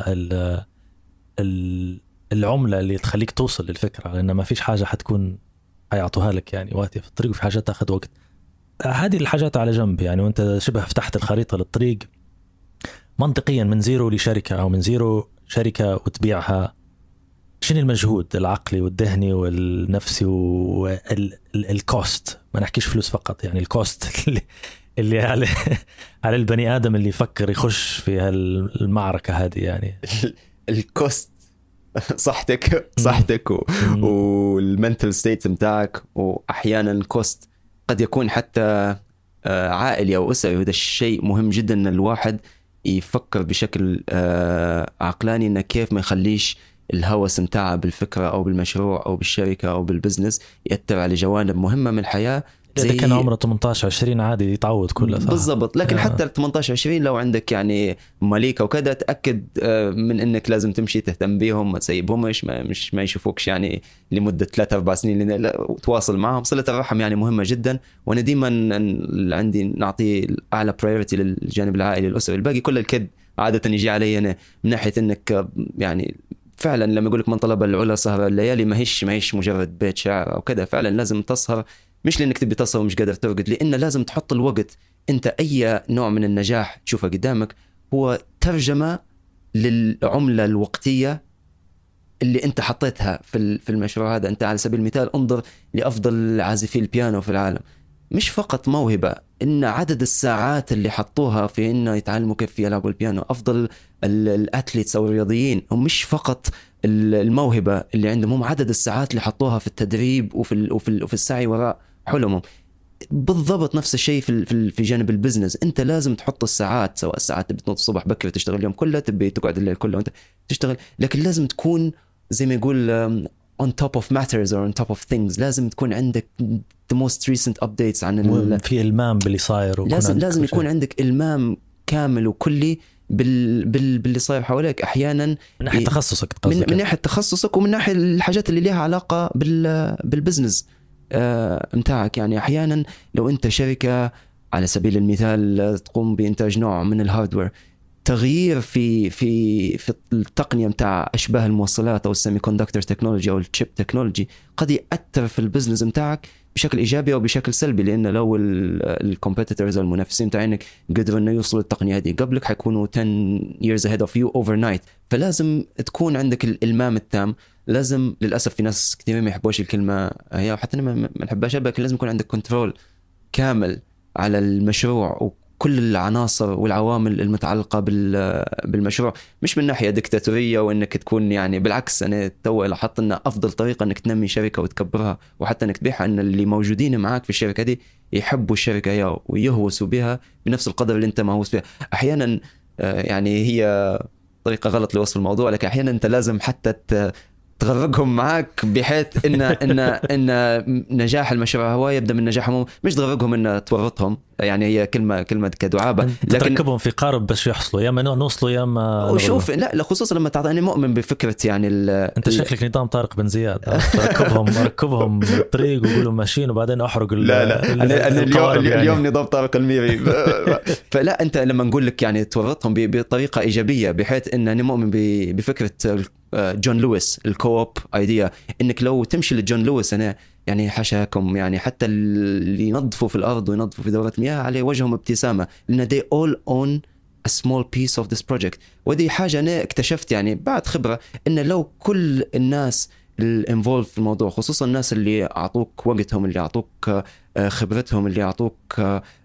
العملة اللي تخليك توصل للفكرة، لأن ما فيش حاجة حتكون هيعطوها لك يعني وقت في الطريق، وفي حاجات تأخذ وقت. هذه الحاجات على جنب يعني، وأنت شبه فتحت الخريطة للطريق منطقيا من زيرو لشركة أو من زيرو شركة وتبيعها. شنو المجهود العقلي والذهني والنفسي والكوست؟ ما نحكيش فلوس فقط، يعني الكوست اللي, اللي على على البني آدم اللي يفكر يخش في هالمعركة هذه يعني. الكوست صحتك صحتك والمنتل ستيت متاعك، وأحيانا كوست قد يكون حتى عائلي أو أسري. وهذا الشيء مهم جدا أن الواحد يفكر بشكل عقلاني، إنه كيف ما يخليش الهوس متاعه بالفكرة أو بالمشروع أو بالشركة أو بالبزنس يأثر على جوانب مهمة من الحياة. إذا كان عمره ثمانية عشر عشرين عادي يتعود كله بالضبط. لكن آه. حتى ثمانية عشر عشرين لو عندك يعني مليكة وكذا، تأكد من إنك لازم تمشي تهتم بيهم، ما تسيبهمش، ما مش ما يشوفوكش يعني لمدة ثلاثة أربع سنين، لا تواصل معهم. صلة الرحم يعني مهمة جدا، وأنا ديما عندي نعطي أعلى برايورتي للجانب العائلي الأسري. الباقي كل الكد عادة يجي علي أنا من ناحية إنك يعني فعلا لما يقولك من طلب العلا سهر الليالي، ما هيش ما هيش مجرد بيت شعر أو كذا. فعلا لازم تسهر، مش لأنك تبي تسهر ومش قادر ترقد، لأن لازم تحط الوقت. أنت أي نوع من النجاح تشوفه قدامك هو ترجمة للعملة الوقتية اللي أنت حطيتها في في المشروع هذا. أنت على سبيل المثال انظر لأفضل عازفي البيانو في العالم، مش فقط موهبة، إن عدد الساعات اللي حطوها في إنه يتعلموا كيف يلعبوا البيانو. أفضل الأتليتس أو الرياضيين هم مش فقط الموهبة اللي عندهم، هم عدد الساعات اللي حطوها في التدريب وفي وفي وفي السعي وراء حلمهم. بالضبط نفس الشيء في في في جانب البزنس. أنت لازم تحط الساعات، سواء الساعات تبي تنوض الصبح بكرة تشتغل اليوم كله، تبي تقعد الليل كله وأنت تشتغل، لكن لازم تكون زي ما يقول on top of matters or on top of things. لازم تكون عندك the most recent updates عن ال... في إلمام باللي صاير، لازم لازم يكون شيء. عندك إلمام كامل وكلي بال... بال... باللي صاير حواليك. أحيانا من ناحية تخصصك من... من ناحية تخصصك ومن ناحية الحاجات اللي لها علاقة بال... بالبزنس آه... متاعك. يعني أحيانا لو أنت شركة على سبيل المثال تقوم بإنتاج نوع من الهاردوير، تغيير في في في التقنيه متاع اشباه الموصلات او السيمي كوندكتور تكنولوجي او الشيب تكنولوجي قد ياثر في البزنس متاعك بشكل ايجابي او بشكل سلبي. لان لو الكومبيتيتورز او المنافسين تاعك قدروا انه يوصلوا للتقنيه هذه قبلك، حيكونوا عشرة years ahead of you overnight. فلازم تكون عندك الالمام التام. لازم للاسف في ناس كثير ما يحبوش الكلمه هي، حتى انا ما نحبهاش، لكن لازم يكون عندك كنترول كامل على المشروع كل العناصر والعوامل المتعلقة بالمشروع، مش من ناحية ديكتاتورية وإنك تكون يعني بالعكس. أنا تو لاحظت إن أفضل طريقة إنك تنمي شركة وتكبرها وحتى إنك تبيعها إن اللي موجودين معاك في الشركة دي يحبوا الشركة هي ويهوسوا بها بنفس القدر اللي أنت مهووس بها. أحيانا يعني هي طريقة غلط لوصف الموضوع، لكن أحيانا أنت لازم حتى تغرقهم معك بحيث ان ان ان نجاح المشروع هو يبدا من نجاحهم، مش تغرقهم ان تورطهم. يعني هي كلمه كلمه كدعابه، لكن تركبهم في قارب باش يحصلوا يا ما نوصلوا يا ما. وشوف لا خصوصا لما تعطيني مؤمن بفكره يعني انت شكلك نظام طارق بن زياد، تركبهم ركبهم الطريق ويقولوا ماشيين وبعدين احرق. لا لا انا, أنا اليوم يعني. اليوم نظام طارق الميري. فلا انت لما نقول لك يعني تورطهم بطريقه ايجابيه، بحيث ان انا مؤمن بفكره جون لويس الكوب ايديا، انك لو تمشي لجون لويس انا يعني حاشاكم يعني حتى اللي ينظفوا في الارض وينظفوا في دورات مياه على وجههم ابتسامه، لان they all own a small piece of this project. ودي حاجه انا اكتشفت يعني بعد خبره ان لو كل الناس الانفولف في الموضوع، خصوصا الناس اللي اعطوك وقتهم، اللي اعطوك خبرتهم، اللي اعطوك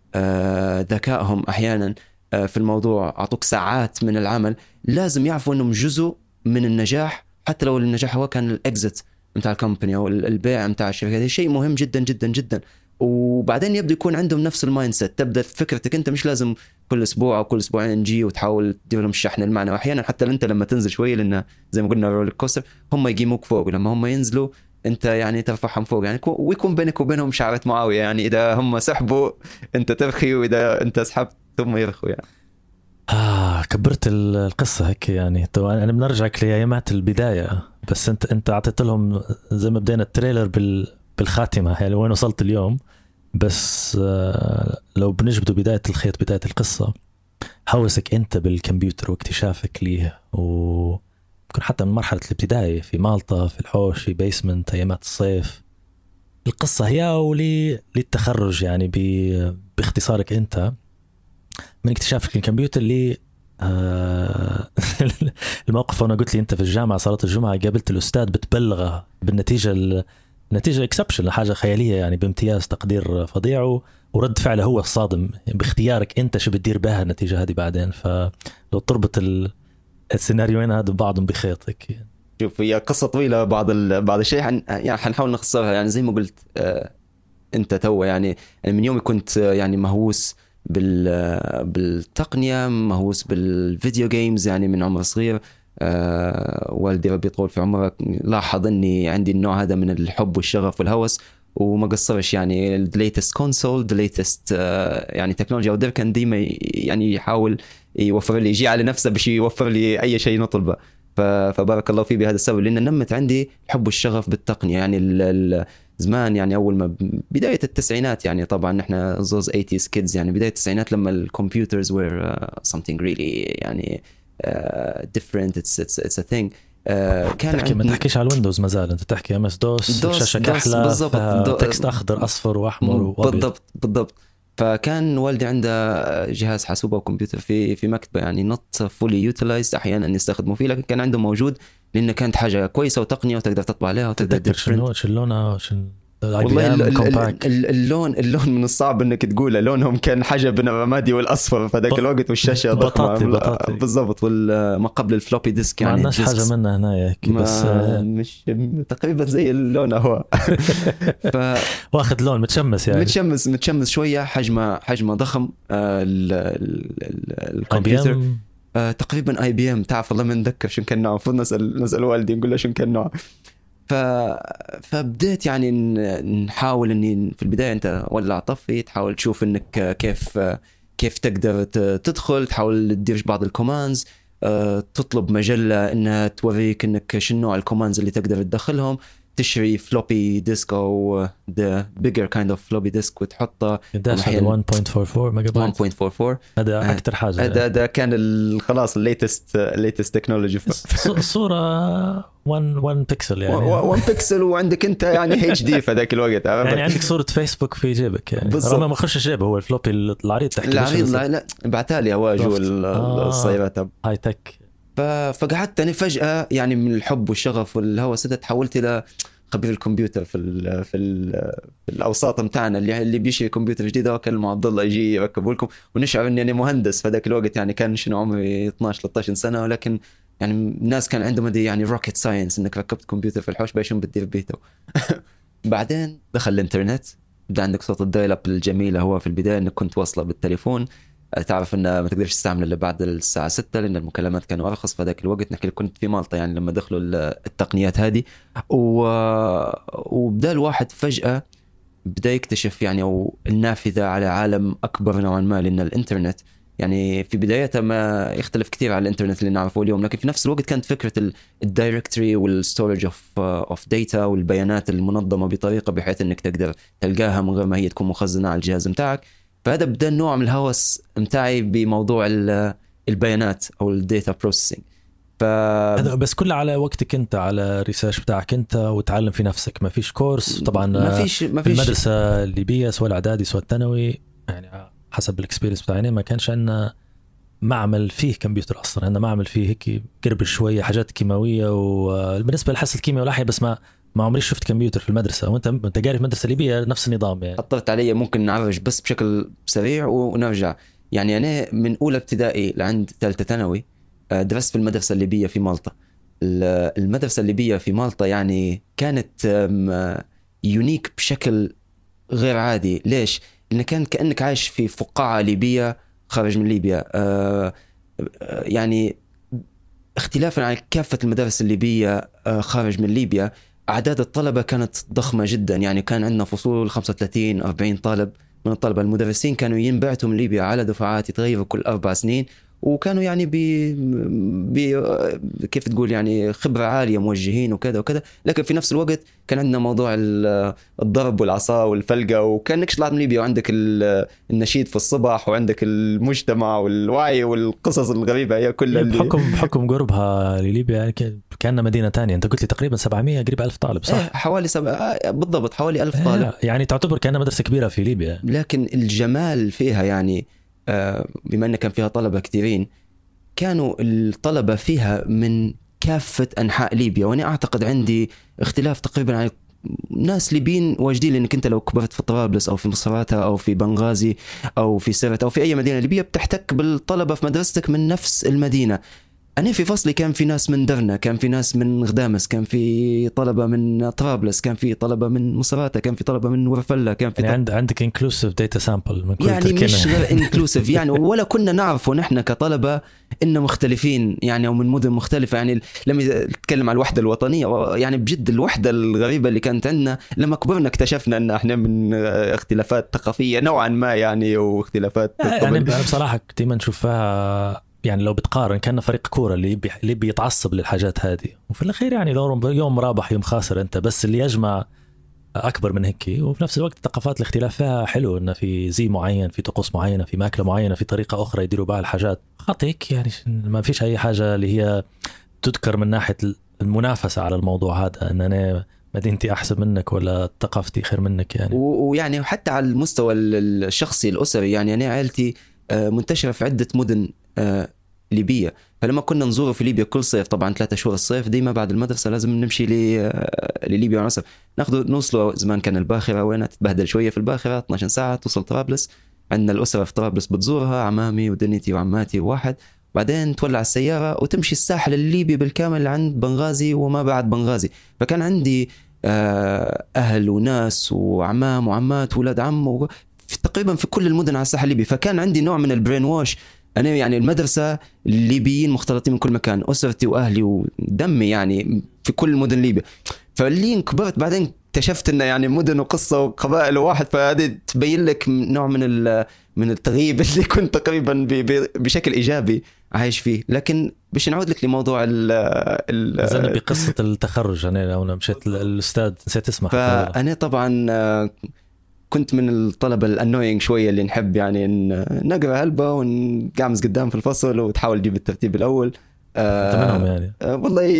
ذكائهم احيانا في الموضوع، اعطوك ساعات من العمل، لازم يعرفوا انهم جزء من النجاح. حتى لو النجاح هو كان الاكزيت متاع الكومباني او البيع متاع الشركه، هذا شيء مهم جدا جدا جدا. وبعدين يبدو يكون عندهم نفس المايند سيت. تبدا فكرتك انت مش لازم كل اسبوع او كل اسبوعين نجي وتحاول تدير لهم الشحن المعنى، واحيانا حتى انت لما تنزل شويه، لان زي ما قلنا رول كوستر هم يقيموك فوق، ولما هم ينزلوا انت يعني ترفعهم فوق يعني، ويكون بينك وبينهم شعرة معاوية يعني، اذا هم سحبوا انت ترخي، واذا انت سحبت هم يرخوا يعني. آه كبرت القصة هيك يعني. طبعا أنا بنرجعك لأيامات البداية، بس أنت أنت أعطيت لهم زي ما بدينا التريلر بال بالخاتمة يعني وين وصلت اليوم. بس آه لو بنجبدوا بداية الخيط، بداية القصة، هوسك أنت بالكمبيوتر واكتشافك ليه، ويمكن حتى من مرحلة الابتدائي في مالطا، في الحوش، في بيسمنت، أيامات الصيف، القصة هي ولي للتخرج يعني باختصارك أنت من اكتشافك الكمبيوتر اللي آه الموقف. وانا قلت لي انت في الجامعه صلاه الجمعه قابلت الاستاذ بتبلغه بالنتيجه، النتيجه اكسبشن، حاجه خياليه يعني، بامتياز، تقدير فظيع، ورد فعله هو الصادم باختيارك انت شو بتدير بها النتيجه هذه بعدين. فلو تربط السيناريوين هذا ببعضهم بخيطك. شوف هي قصه طويله، بعض ال... بعض الشيء حن... يعني حنحاول نختصرها يعني. زي ما قلت آه انت تو يعني, يعني من يومي كنت آه يعني مهووس بال بالتقنيه، مهووس بالفيديو جيمز يعني من عمر صغير. أه والدي ربي يطول في عمره لاحظ اني عندي النوع هذا من الحب والشغف والهوس، وما قصرش يعني الليتست كونسول، الليتست يعني تكنولوجيا، ودر كان ديما يعني يحاول يوفر لي، يجي على نفسه باش يوفر لي اي شيء نطلبه. فبارك الله فيه بهذا السبب، لان نمت عندي حب والشغف بالتقنيه يعني. ال زمان يعني اول ما بدايه التسعينات يعني، طبعا احنا زوز ثمانينات كيدز يعني، بدايه التسعينات لما الكمبيوترز were uh, something really يعني uh, different it's it's it's a thing. uh, كان تحكي ما تحكيش على الويندوز مازال، انت تحكي ام اس دوس، شاشه كحله، بالضبط، تكست اخضر اصفر واحمر وابيض. بالضبط بالضبط. فكان والدي عنده جهاز حاسوب وكمبيوتر في في مكتبه يعني not fully utilized، احيانا يستخدموا فيه، لكن كان عنده موجود لأنه كانت حاجة كويسة وتقنية وتقدر تطبع عليها وتقدر تذكر شنو شو لونها شن والله اللون اللون من الصعب انك تقوله. لونهم كان حاجه بين الرمادي والاصفر في ذاك الوقت، والشاشه ضخمه بالضبط، والما قبل الفلوبي ديسك يعني ما عندناش حاجه منها هنا بس مش تقريبا زي اللون هو ف... واخذ لون متشمس يعني، متشمس متشمس شويه، حجمه حجمه ضخم. الكمبيوتر آه تقريبا اي بي ام، تعرف والله ما نتذكر شنو كان نوعه، المفروض نسال نسال والدي نقول له شنو كان نوعه. ف... فبديت يعني نحاول اني في البدايه انت ولع طفي، تحاول تشوف انك كيف كيف تقدر تدخل، تحاول تدير بعض الكوماندز، تطلب مجله انها توريك انك شنو نوع الكوماندز اللي تقدر تدخلهم، تشري فلوبي ديسك او ذا بيجر كايند اوف فلوبي ديسك وتحطه هذا واحد فاصلة أربعة وأربعين ميجا بايت. واحد فاصلة أربعة وأربعين هذا اكثر حاجه، هذا ده كان خلاص الليتست الليتست تكنولوجي. صوره واحد واحد بكسل يعني، واحد بكسل، وعندك انت يعني اتش دي في ذاك الوقت يعني عندك صوره فيسبوك في جيبك يعني، رغم ما خش جيبه هو الفلوبي العريض تحكي العريض. لا لا بعتها لي اواجه الصيرات هاي تك. فقعدت انا فجاه يعني من الحب والشغف والهوس ده تحولت الى خبير الكمبيوتر في ال في ال في الاوساط بتاعنا، اللي اللي بيشتري كمبيوتر جديد وكلمه عبد الله يجي يركبه لكم، ونشعر اني انا مهندس في ذاك الوقت يعني. كان شنو عمري اثناشر ثلاثة عشر سنه، ولكن يعني الناس كان عندهم دي يعني روكيت ساينس، انك ركبت كمبيوتر في الحوش بايش بتدير بيته. بعدين دخل الانترنت، بدا عندك صوت الدايل اب الجميله. هو في البدايه انك كنت واصله بالتليفون، تعرف انه ما تقدرش تستعمل الا بعد الساعه ستة لان المكالمات كانوا ارخص في ذاك الوقت. نحكي كنت في مالطا يعني لما دخلوا التقنيات هذه، وبدا الواحد فجاه بدا يكتشف يعني او النافذه على عالم اكبر نوعا ما، لان الانترنت يعني في بدايته ما يختلف كثير عن الانترنت اللي نعرفه اليوم، لكن في نفس الوقت كانت فكره الدايركتوري والستورج اوف اوف داتا والبيانات المنظمه بطريقه بحيث انك تقدر تلقاها من غير ما هي تكون مخزنه على الجهاز متاعك. فهذا بدا النوع من الهوس متاعي بموضوع البيانات او الداتا بروسيسنج. ف بس كله على وقتك انت، على ريسيرش بتاعك انت، وتعلم في نفسك، ما فيش كورس طبعا. ما فيش ما فيش المدرسه الليبيه سواء الاعدادي سواء الثانوي يعني حسب الاكسبيرينس بتاعنا ما كانش عندنا معمل فيه كمبيوتر اصلا، عندنا معمل فيه هيك قرب شويه حاجات كيماويه، وبالنسبه لحصه الكيمياء والاحياء بس ما ما عمري شفت كمبيوتر في المدرسه. وانت انت قاري في مدرسه ليبيه نفس النظام يعني. خطرت علي ممكن نعرج بس بشكل سريع ونرجع يعني. انا من اولى ابتدائي لعند ثالثه ثانوي درست في المدرسه الليبيه في مالطا. المدرسه الليبيه في مالطا يعني كانت يونيك بشكل غير عادي. ليش؟ لأن كان كأنك عايش في فقاعة ليبية خارج من ليبيا. آه يعني اختلافا عن كافة المدارس الليبية آه خارج من ليبيا، أعداد الطلبة كانت ضخمة جدا. يعني كان عندنا فصول خمسة وثلاثين أربعين طالب من الطلبة. المدرسين كانوا ينبعثوا من ليبيا على دفعات يتغيروا كل أربع سنين، وكانوا يعني ب ب كيف تقول يعني خبرة عالية موجهين وكذا وكذا. لكن في نفس الوقت كان عندنا موضوع الضرب والعصا والفلقة، وكأنك طلعت من ليبيا وعندك النشيد في الصباح وعندك المجتمع والوعي والقصص الغريبة هي كلها. بحكم بحكم قربها لليبيا يعني كأنها مدينة تانية. أنت قلت لي تقريبا سبعمية قريب ألف طالب صح؟ ايه حوالي سبعة بالضبط، حوالي ألف طالب. يعني تعتبر كأنها مدرسة كبيرة في ليبيا. لكن الجمال فيها يعني بما أن كان فيها طلبة كثيرين، كانوا الطلبة فيها من كافة أنحاء ليبيا. وأنا أعتقد عندي اختلاف تقريبا عن ناس ليبيين واجدين، لأنك أنت لو كبرت في طرابلس أو في مصراتة أو في بنغازي أو في سرت أو في أي مدينة ليبية بتحتك بالطلبة في مدرستك من نفس المدينة. أنا في فصلي كان في ناس من درنا، كان في ناس من غدامس، كان في طلبة من طرابلس، كان في طلبة من مصراتة، كان في طلبة من ورفلة، كان في يعني عند عندك inclusive data sample من كل يعني تركينا. مش غير inclusive يعني ولا كنا نعرف ونحن كطلبة إننا مختلفين يعني أو من مدن مختلفة. يعني لما نتكلم عن الوحدة الوطنية، يعني بجد الوحدة الغريبة اللي كانت عندنا لما كبرنا اكتشفنا إن إحنا من اختلافات ثقافية نوعا ما يعني، واختلافات يعني بصراحة دائما نشوفها. يعني لو بتقارن كان فريق كورة اللي بي... اللي بيتعصب للحاجات هذه، وفي الأخير يعني يوم رابح يوم خاسر أنت، بس اللي يجمع أكبر من هيك. وفي نفس الوقت الثقافات الاختلاف فيها حلو، إنه في زي معين، في طقوس معينة، في ماكلة معينة، في طريقة أخرى يديروا بها الحاجات. خاطيك يعني ما فيش أي حاجة اللي هي تذكر من ناحية المنافسة على الموضوع هذا، إن أنا مدينتي أحسن منك ولا ثقافتي خير منك يعني. ويعني حتى على المستوى الشخصي الأسري، يعني أنا عائلتي منتشرة في عدة مدن ليبية. فلما كنا نزور في ليبيا كل صيف، طبعا ثلاثة شهور الصيف ديما بعد المدرسة لازم نمشي لليبيا ونصر، ناخذ نوصلوا. زمان كان الباخرة وين تتبهدل شوية في الباخرة اثنتي عشرة ساعة توصل طرابلس. عندنا الأسرة في طرابلس بتزورها، عمامي ودنيتي وعماتي وواحد. بعدين تولع السيارة وتمشي الساحل الليبي بالكامل عند بنغازي وما بعد بنغازي. فكان عندي أهل وناس وعمام وعمات وولاد عم في تقريبا في كل المدن على الساحل الليبي. فكان عندي نوع من البرين واش. أنا يعني المدرسة الليبيين مختلطين من كل مكان، أسرتي وأهلي ودمي يعني في كل مدن ليبيا. فاللي كبرت بعدين اكتشفت إنه يعني مدن وقصة وقبائل واحد، فهذه تبين لك نوع من من التغييب اللي كنت تقريبا بشكل إيجابي عايش فيه. لكن باش نعود لك لموضوع ال زلنا بقصة التخرج. أنا لو مشيت الأستاذ نسيت اسمه. فأنا طبعا كنت من الطلبة الانوينج شوية اللي نحب يعني نقرأ هلبة ونقامز قدام في الفصل وتحاول تجيب الترتيب الأول. أنت منهم يعني؟ آه والله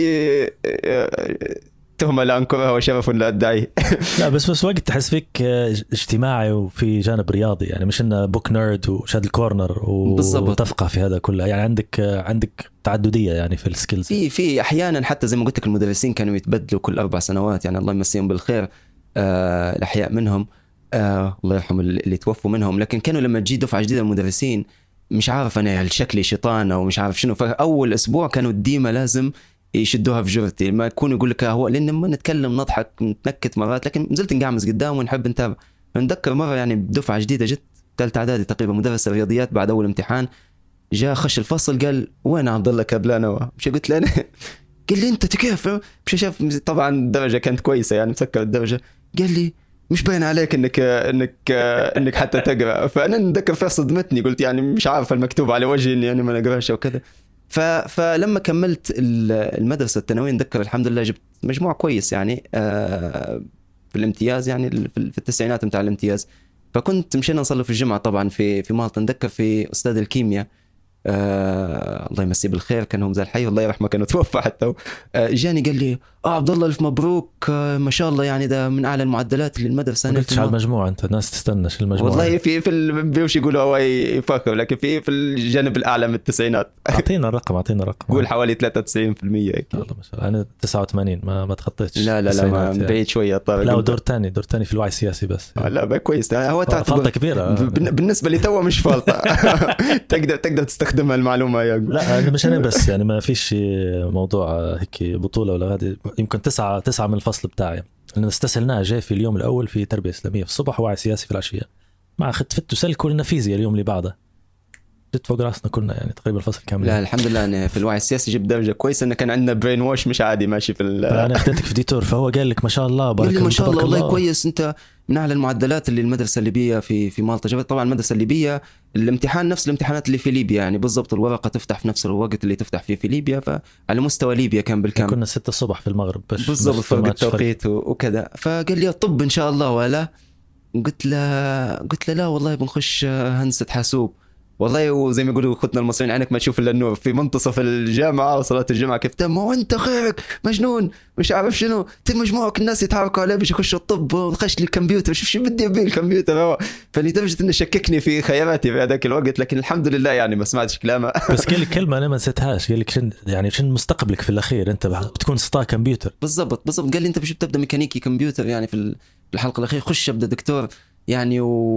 تهمة لا أنكرها وشرف لا أدعي. لا بس بس وقت تحس فيك اجتماعي وفي جانب رياضي، يعني مش إنه بوك نيرد وشاد الكورنر وتفقه في هذا كله. يعني عندك عندك تعددية يعني في السكيلز. في في أحيانا حتى زي ما قلت لك المدرسين كانوا يتبدلوا كل أربع سنوات، يعني الله يمسيهم بالخير. آه الأحياء منهم آه الله يرحم اللي توفوا منهم. لكن كانوا لما تجي دفعة جديدة المدرسين مش عارف أنا الشكل شيطان أو مش عارف شنو، فأول أسبوع كانوا ديما لازم يشدوها في جرتي، ما يكون يقول لك هو لأن ما نتكلم نضحك نتنكت مرات، لكن نزلت نقامز قدام ونحب نتابع. نتذكر مرة يعني بدفعة جديدة جت ثالثة إعدادي تقريبا، مدرس الرياضيات بعد أول امتحان جاء خش الفصل قال وين عبد الله كابلانة؟ مش قلت له أنا قال لي أنت كيف؟ مش شاف طبعا الدرجة كانت كويسة يعني مسكر الدرجة. قال لي مش باين عليك انك انك انك حتى تقرا. فانا نذكر فيها صدمتني، قلت يعني مش عارف المكتوب على وجهي اني يعني ما نقراش وكذا. فلما كملت المدرسه الثانويه نذكر الحمد لله جبت مجموع كويس يعني في الامتياز، يعني في التسعينات بتاع الامتياز. فكنت مشينا نصلي في الجمعه طبعا في في مالطا. نذكر في استاذ الكيمياء آه الله يمسيه بالخير، كان هم زي الحي الله يرحمه كانوا توفى حتى. آه جاني قال لي اه عبد الله الف مبروك آه ما شاء الله يعني ده من اعلى المعدلات للمدرسه. ما قلتش على المجموعه انت، الناس تستنى شو المجموعه. والله في في البيوش يقولوا هو يفكر، لكن في في الجانب الاعلى من التسعينات. اعطينا الرقم اعطينا الرقم. قول حوالي ثلاثة وتسعين بالمية هيك. والله ما شاء الله. انا تسعة وثمانين ما ما تخطيتش. لا لا لا ما يعني. بعيد شويه طارق. لا دور ثاني دور ثاني في الوعي السياسي بس. آه لا بقى كويس. هو فلطه كبيره بالنسبه لي تو مش فلطه. تقدر تقدر تستخدمها المعلومه يا لا أنا مش أنا بس يعني ما فيش موضوع هيك بطولة ولا غادي. يمكن تسعة تسعة من الفصل بتاعي لأن استسهلناها جاي في اليوم الأول في تربية إسلامية في الصبح ووعي سياسي في العشية، مع خدت فت وسلك ولنا فيزياء اليوم اللي بعده، جت فوق راسنا كلنا يعني تقريبا الفصل كامل. لا الحمد لله أنا في الوعي السياسي جبت درجة كويسة، إنه كان عندنا برين واش مش عادي ماشي في ال أنا اخذتك في ديتور، فهو قال لك ما شاء الله بارك الله ما شاء الله والله الله. كويس، أنت من أعلى المعدلات اللي المدرسة الليبية في في مالطا جابت. طبعا المدرسة الليبية الامتحان نفس الامتحانات اللي في ليبيا يعني بالضبط، الورقة تفتح في نفس الوقت اللي تفتح فيه في ليبيا، فعلى مستوى ليبيا كان بالكامل. كنا ستة الصبح في المغرب بالضبط فرق التوقيت وكذا. فقال لي طب إن شاء الله ولا؟ قلت له قلت له لا والله بنخش هندسة حاسوب. والله وزي ما يقولوا اخوتنا المصريين عينك ما تشوف الا النور، في منتصف الجامعه وصلاه الجامعه كيف تم وانت خيرك مجنون مش عارف شنو، تم مجموعك الناس يتحركوا عليه باش يخشوا الطب وخش لي الكمبيوتر، شوف شو بدي ابي الكمبيوتر هو. فلدرجه انه شككني في خياراتي في هذاك الوقت، لكن الحمد لله يعني ما سمعتش كلامه. بس قال لك كلمه انا ما نسيتهاش، قال لك شن يعني شن مستقبلك في الاخير انت بتكون سطا كمبيوتر. بالضبط بالضبط قال لي انت باش تبدا ميكانيكي كمبيوتر يعني في الحلقه الاخيره، خش ابدا دكتور يعني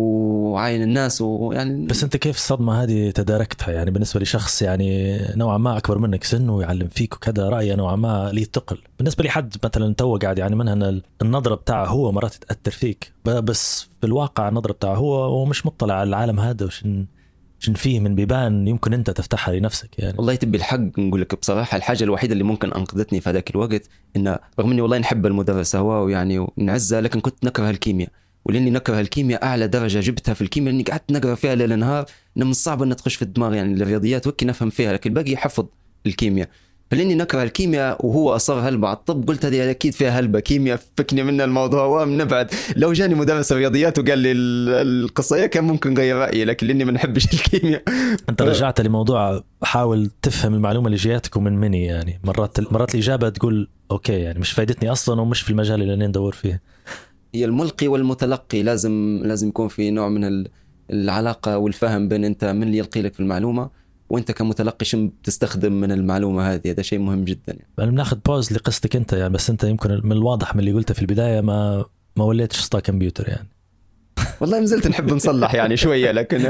وعاين الناس ويعني. بس انت كيف الصدمه هذه تداركتها يعني بالنسبه لشخص يعني نوعا ما اكبر منك سن ويعلم فيك وكذا، رايه نوعا ما ليه ثقل بالنسبه لحد مثلا تو قاعد يعني منها النظره بتاعه هو مرات تاثر فيك، بس في الواقع النظره بتاعه هو ومش مطلع على العالم هذا وشن شن فيه من بيبان يمكن انت تفتحها لنفسك يعني. والله تبي الحق نقول لك بصراحه الحاجه الوحيده اللي ممكن انقذتني في هذاك الوقت ان رغم اني والله نحب المدرس هو يعني ونعزه، لكن كنت نكره الكيمياء، ولاني نكره الكيمياء اعلى درجه جبتها في الكيمياء لاني قعدت نقرا فيها ليل نهار، انه من الصعب ان تخش في الدماغ يعني الرياضيات وكي نفهم فيها، لكن الباقي حفظ الكيمياء. فلاني نكره الكيمياء وهو اصر هلبة على الطب، قلت هذه اكيد فيها هلبة كيمياء، فكني من الموضوع ومن نبعد. لو جاني مدرس الرياضيات وقال لي القصه كان ممكن غير رايي، لكن لاني ما نحبش الكيمياء. انت رجعت لموضوع حاول تفهم المعلومه اللي جاتك ومن مني يعني، مرات مرات الاجابه تقول اوكي يعني مش فايدتني اصلا ومش في المجال اللي انا ندور فيه. هي الملقي والمتلقي لازم لازم يكون في نوع من العلاقه والفهم بين انت من اللي يلقي لك في المعلومه وانت كمتلقي شو بتستخدم من المعلومه هذه، هذا شيء مهم جدا يعني. انا بناخذ باوز لقصتك انت يعني، بس انت يمكن من الواضح من اللي قلته في البدايه ما ما وليتش سطا كمبيوتر يعني. والله ما زلت نحب نصلح يعني شويه، لكن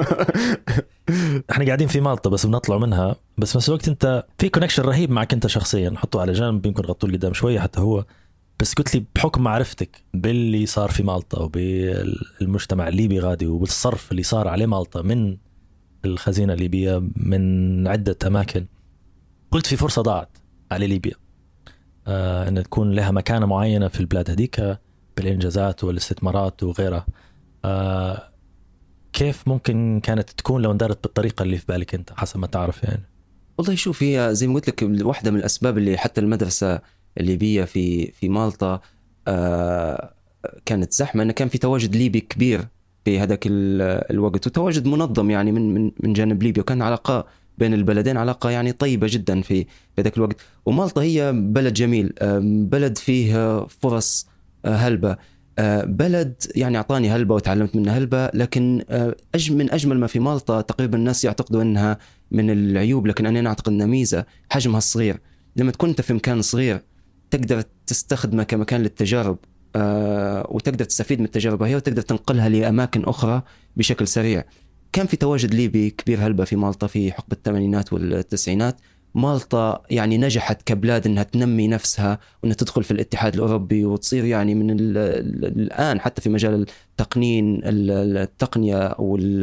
احنا قاعدين في مالطا بس بنطلع منها، بس نفس الوقت انت في كونكشن رهيب معك انت شخصيا، نحطه على جنب يمكن غطوه قدام شويه حتى هو. بس قلت لي بحكم معرفتك باللي صار في مالطا وبالمجتمع الليبي غادي وبالصرف اللي صار عليه مالطا من الخزينة الليبية من عدة أماكن، قلت في فرصة ضاعت على ليبيا آه أن تكون لها مكانة معينة في البلاد هذيك بالإنجازات والاستثمارات وغيرها. آه كيف ممكن كانت تكون لو اندارت بالطريقة اللي في بالك أنت حسب ما تعرف يعني؟ والله شوف هي زي ما قلت لك واحدة من الأسباب اللي حتى المدرسة الليبية في في مالطا آه كانت زحمة، أن كان في تواجد ليبي كبير في هذاك الوقت وتواجد منظم يعني من من من جانب ليبيا، وكان علاقة بين البلدين علاقة يعني طيبة جدا في هذاك الوقت. ومالطا هي بلد جميل، بلد فيه فرص هلبة، بلد يعني أعطاني هلبة وتعلمت منها هلبة، لكن من أجمل ما في مالطا تقريبا الناس يعتقدوا أنها من العيوب، لكن أنا أعتقد أنها ميزة، حجمها الصغير. لما تكون أنت في مكان صغير تقدر تستخدمه كمكان للتجارب آه وتقدر تستفيد من التجربة هي وتقدر تنقلها لأماكن أخرى بشكل سريع. كان في تواجد ليبي كبير هلبة في مالطا في حقبة الثمانينات والتسعينات. مالطا يعني نجحت كبلاد أنها تنمي نفسها وأنها تدخل في الاتحاد الأوروبي وتصير يعني من الآن حتى في مجال التقنين التقنية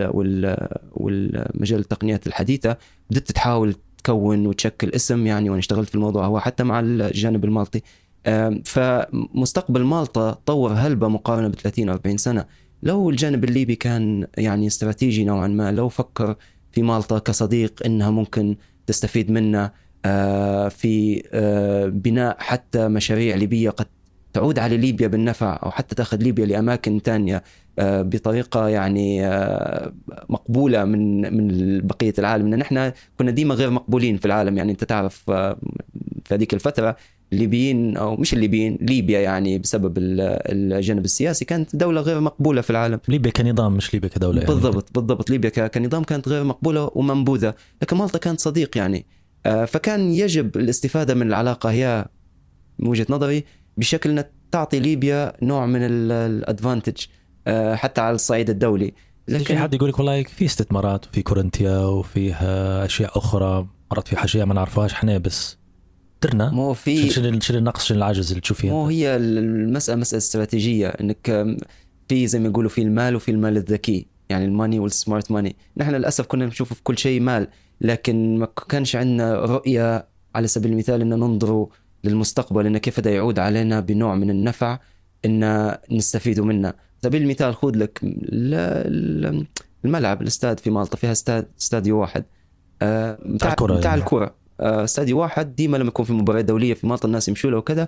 والمجال التقنيات الحديثة بدأت تحاول تكون وتشكل اسم يعني، وأنا اشتغلت في الموضوع هو حتى مع الجانب المالطي. فمستقبل مالطا طور هلبة مقارنة بثلاثين أو أربعين سنة. لو الجانب الليبي كان يعني استراتيجي نوعا ما، لو فكر في مالطا كصديق إنها ممكن تستفيد منه في بناء حتى مشاريع ليبية قد تعود على ليبيا بالنفع، أو حتى تأخذ ليبيا لأماكن تانية بطريقة يعني مقبولة من من بقية العالم، لأن نحن كنا ديما غير مقبولين في العالم يعني. أنت تعرف في هذيك الفترة الليبيين أو مش الليبيين ليبيا يعني بسبب الجانب السياسي كانت دولة غير مقبولة في العالم. ليبيا كنظام مش ليبيا كدولة يعني. بالضبط بالضبط ليبيا كنظام كانت غير مقبولة ومنبوذة، لكن مالطا كانت صديق يعني. فكان يجب الاستفادة من العلاقة هي من وجهة نظري بشكل أن تعطي ليبيا نوع من الادفانتج حتى على الصعيد الدولي. لكن في حد يقول لك والله في استثمارات وفي كورنتيا وفيها أشياء أخرى مرات في حاجة ما نعرفهاش احنا، بس درنا مو في شنو شنو النقص شنو العجز اللي تشوفيه؟ مو هي المسألة مسألة استراتيجية، انك في زي ما يقولوا في المال وفي المال الذكي، يعني الماني والسمارت ماني. نحن للأسف كنا نشوف في كل شيء مال، لكن ما كانش عندنا رؤية على سبيل المثال ان ننظر للمستقبل، ان كيف ده يعود علينا بنوع من النفع ان نستفيد منه. سبيل المثال خذ لك الملعب الاستاد في مالطا، فيها استاد استاديو واحد بتاع الكرة بتاع يعني. الكرة استاديو واحد، ديما لما يكون في مباريات دولية في مالطا الناس يمشوا له وكذا.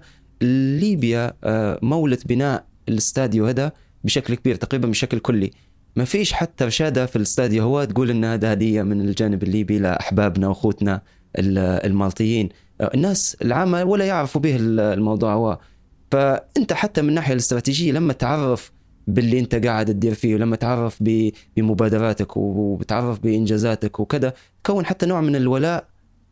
ليبيا مولت بناء الاستاديو هذا بشكل كبير تقريبا بشكل كلي، ما فيش حتى رشادة في الاستاديو هو تقول ان هذا هدية من الجانب الليبي لأحبابنا وأخوتنا المالطيين. الناس العامة ولا يعرفوا به الموضوع هو. فأنت حتى من الناحية الاستراتيجية لما تعرف باللي أنت قاعد تدير فيه، ولما تعرف بمبادراتك وتعرف بإنجازاتك وكذا، تكون حتى نوع من الولاء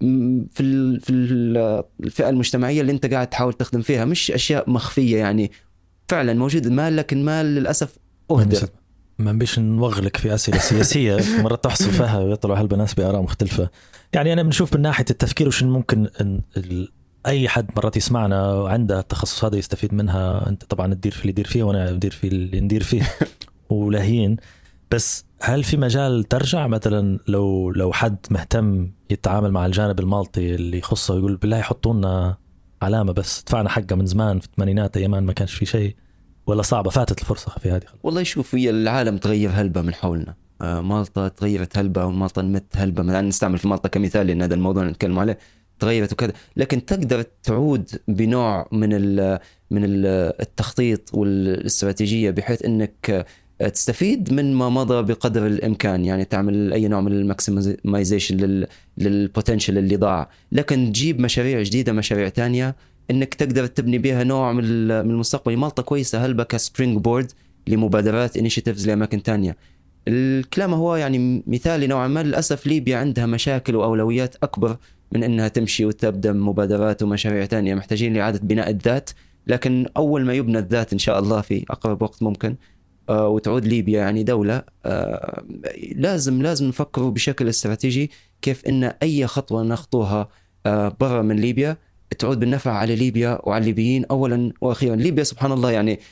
في في الفئة المجتمعية اللي أنت قاعد تحاول تخدم فيها، مش أشياء مخفية. يعني فعلا موجود المال، لكن المال للأسف أهدر. ما بيش نوغلك في أسئلة سياسية مرات تحصل فيها ويطلعوا هالبناس بآراء مختلفة. يعني أنا بنشوف من ناحية التفكير وش ممكن إن أي حد مرات يسمعنا وعنده التخصص هذا يستفيد منها. أنت طبعا تدير في اللي يدير فيه وأنا أدير في اللي ندير فيه ولاهين. بس هل في مجال ترجع مثلا لو لو حد مهتم يتعامل مع الجانب المالطي اللي يخصه يقول بالله يحطونا علامة بس دفعنا حقه من زمان في الثمانينات أيام ما كانش في شيء، ولا صعبة فاتت الفرصة في هذه؟ والله شوف، هي العالم تغير هلبة من حولنا. آه مالطا تغيرت هلبة، ومالطا نمت هلبة. مثلا نستعمل في مالطا كمثال لأن هذا الموضوع نتكلم عليه، تغيرت وكذا. لكن تقدر تعود بنوع من ال من ال التخطيط والاستراتيجية بحيث أنك تستفيد من ما مضى بقدر الإمكان. يعني تعمل أي نوع من الماكسيمايزيشن للبوتنشل اللي ضاع، لكن تجيب مشاريع جديدة، مشاريع تانية انك تقدر تبني بها نوع من المستقبل. مالطا كويسه هلبة كسبرينج بورد لمبادرات انيشيتيفز لاماكن تانية. الكلام هو يعني مثالي نوعا ما. للاسف ليبيا عندها مشاكل واولويات اكبر من انها تمشي وتبدا مبادرات ومشاريع تانية. محتاجين لاعاده بناء الذات، لكن اول ما يبنى الذات ان شاء الله في اقرب وقت ممكن آه وتعود ليبيا يعني دوله، آه لازم لازم نفكروا بشكل استراتيجي كيف ان اي خطوه نخطوها آه برا من ليبيا تعود بالنفع على ليبيا وعلى الليبيين أولا وأخيرا. ليبيا سبحان الله يعني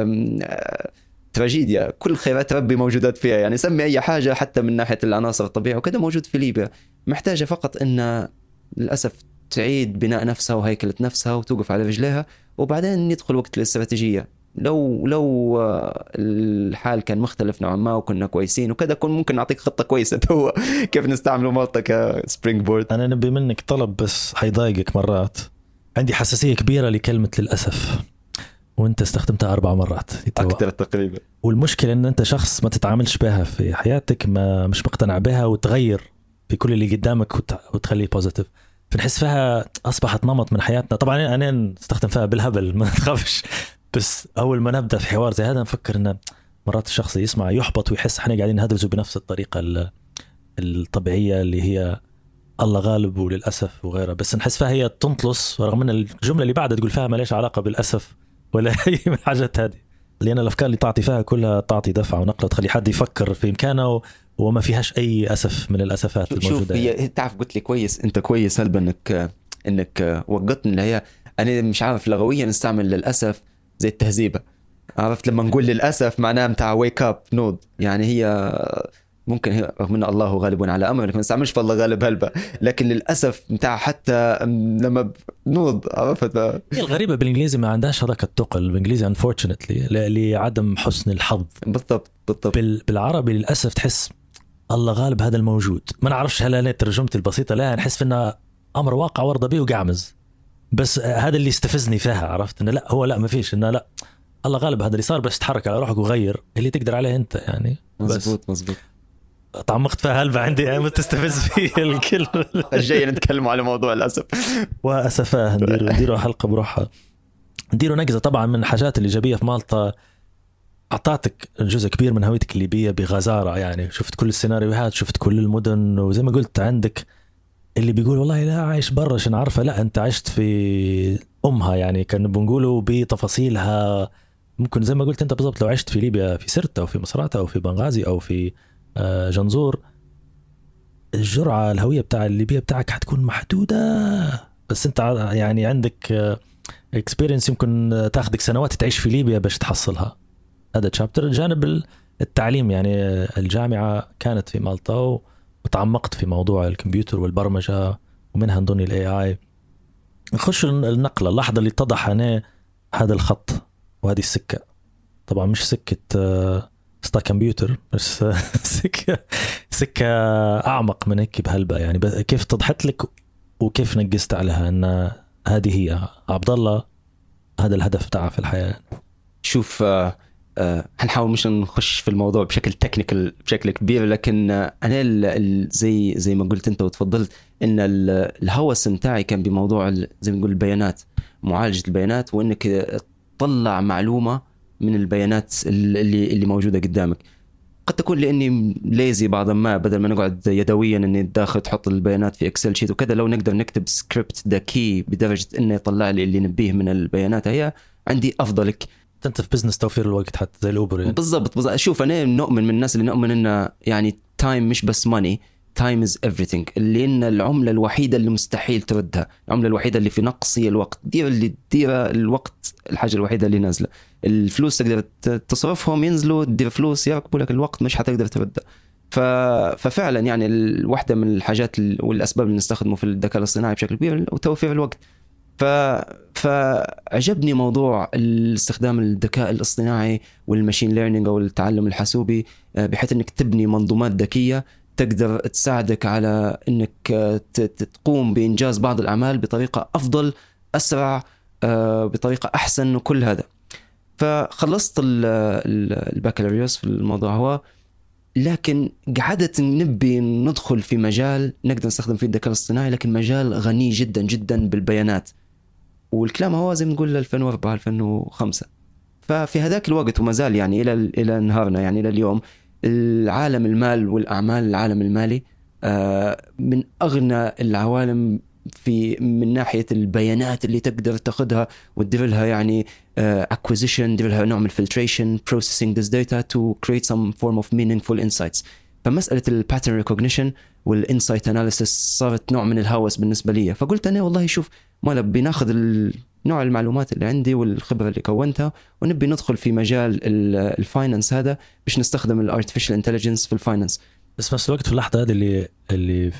تراجيديا، كل خيرات ربي موجودات فيها. يعني سمي أي حاجة حتى من ناحية العناصر الطبيعية وكذا موجود في ليبيا. محتاجة فقط أن للأسف تعيد بناء نفسها وهيكلة نفسها وتوقف على رجليها، وبعدين ندخل وقت الاستراتيجية. لو لو الحال كان مختلف نوعا ما وكنا كويسين وكذا، كن ممكن نعطيك خطة كويسة هو كيف نستعمله مالطا كسبرينج بورد. أنا نبي منك طلب بس حيضايقك مرات. عندي حساسية كبيرة لكلمة للأسف، وانت استخدمتها أربع مرات أكثر تقريبا. والمشكلة ان انت شخص ما تتعاملش بها في حياتك، ما مش مقتنع بها، وتغير في كل اللي قدامك وتخليه بوزيتيف. فنحس فيها أصبحت نمط من حياتنا. طبعا أنا استخدم فيها بالهبل ما تخافش، بس أول ما نبدأ في حوار زي هذا نفكر إن مرات الشخص يسمع يحبط ويحس إحنا قاعدين نهدرزوا بنفس الطريقة الطبيعية اللي هي الله غالب وللأسف وغيرها. بس نحس فيها هي تنطلس، رغم أن الجملة اللي بعدها تقول فيها ما ليش علاقة بالأسف ولا أي من الحاجات هذه. لأن الأفكار اللي تعطي فيها كلها تعطي دفعة ونقلة وتخلي حد يفكر في إمكانه، وما فيهاش أي أسف من الأسفات الموجودة. شوف هي تعرف قلت لي كويس أنت كويس هلبا إنك إنك وقتني اللي هي أنا مش عارف لغويا نستعمل للأسف زي التهذيبة. عرفت لما نقول للأسف معناها متاع wake up نود، يعني هي ممكن هي رغم ان الله غالب على امره، لكن ما نستعملش فالله غالب هلبة. لكن للاسف متاع حتى لما نوض عرفت. هي الغريبه بالانجليزي ما عندهاش هذاك الثقل بالانجليزي unfortunately لعدم حسن الحظ. بالضبط بالضبط. بالعربي للاسف تحس الله غالب هذا الموجود. ما نعرفش هل انا ترجمتي البسيطه لا نحس انه امر واقع ورضى به وقعمز، بس هذا اللي استفزني فيها. عرفت انه لا هو لا ما فيش انه لا الله غالب هذا اللي صار، بس تحرك على روحك وغير اللي تقدر عليه انت. يعني مزبوط مزبوط. تعمقت فيها هلبة عندي يعني متستفز في الكل. الجاي نتكلم على موضوع الأسف وأسفاه نديروا نديروا حلقة بروحها، نديروا نقزة. طبعا من الحاجات الإيجابية في مالطا أعطاتك جزء كبير من هويتك الليبية بغزارة. يعني شفت كل السيناريوهات، شفت كل المدن، وزي ما قلت عندك اللي بيقول والله لا عايش برا شن عارفة، لا أنت عشت في أمها. يعني كان بنقولوا بتفاصيلها. ممكن زي ما قلت أنت بالضبط لو عشت في ليبيا في سرتا أو في مصراتة أو في بنغازي أو في جنزور، الجرعة الهوية بتاع الليبية بتاعك حتكون محدودة، بس انت يعني عندك اكسبيرينس يمكن تاخدك سنوات تعيش في ليبيا باش تحصلها. هذا تشابتر. الجانب التعليم يعني الجامعة كانت في مالطا وتعمقت في موضوع الكمبيوتر والبرمجة ومنها نظن الاي اي. نخش النقلة اللحظة اللي اتضح أنا هذا الخط وهذه السكة. طبعا مش سكة ستا كمبيوتر بس سكة سكة أعمق من هيك بهلبة يعني. كيف اتضحت لك وكيف نقست عليها أن هذه هي عبد الله هذا الهدف بتاعه في الحياة؟ شوف آه آه هنحاول مش نخش في الموضوع بشكل تكنيكال بشكل كبير، لكن آه أنا ال ال زي زي ما قلت أنت وتفضلت إن الهوس متاعي كان بموضوع زي ما نقول البيانات، معالجة البيانات، وإنك تطلع معلومة من البيانات اللي اللي موجودة قدامك. قد تكون لأني ليزي بعضا ما، بدل ما نقعد يدويا إني داخل تحط البيانات في إكسل شيت وكذا، لو نقدر نكتب سكريبت ذكي بدرجة إنه يطلع لي اللي نبيه من البيانات هي عندي أفضلك. أنت في بزنس توفير الوقت حتى زي الأوبر يعني. بالضبط بالضبط. شوف أنا نؤمن من الناس اللي نؤمن إنه يعني تايم مش بس ماني، time is everything. لأن العملة الوحيدة اللي مستحيل تردها، العملة الوحيدة اللي في نقص هي الوقت. دير اللي دير الوقت الحاجة الوحيدة اللي نازلة. الفلوس تقدر تصرفهم ينزلوا، تدير فلوس يركبوا لك، الوقت مش حتقدر تردها. ف... ففعلا يعني الواحدة من الحاجات والأسباب اللي نستخدمه في الذكاء الاصطناعي بشكل كبير وتوفير الوقت. ف... فعجبني موضوع الاستخدام الذكاء الاصطناعي والماشين ليرنينج أو التعلم الحاسوبي، بحيث أنك تبني منظومات ذكية تقدر تساعدك على أنك تقوم بإنجاز بعض الأعمال بطريقة أفضل، أسرع، بطريقة أحسن وكل هذا. فخلصت البكالوريوس في الموضوع هو، لكن قعدت نبي ندخل في مجال نقدر نستخدم فيه الذكاء الاصطناعي، لكن مجال غني جدا جدا بالبيانات، والكلام هو زي ما نقول ألفين وأربعة ألفين وخمسة. ففي هذاك الوقت وما زال يعني إلى إلى نهارنا يعني إلى اليوم، العالم المال والأعمال، العالم المالي من أغنى العوالم في من ناحية البيانات اللي تقدر تأخذها وتدير لها يعني acquisition، تدير لها نوع من filtration, processing this data to create some form of meaningful insights. فمسألة ال pattern recognition وال insight analysis صارت نوع من الهوس بالنسبة لي. فقلت أنا والله شوف ما نبي ناخذ نوع المعلومات اللي عندي والخبرة اللي كونتها ونبي ندخل في مجال الفاينانس هذا باش نستخدم ال artificial intelligence في الفاينانس. بس نفس الوقت في اللحظة هذه اللي اللي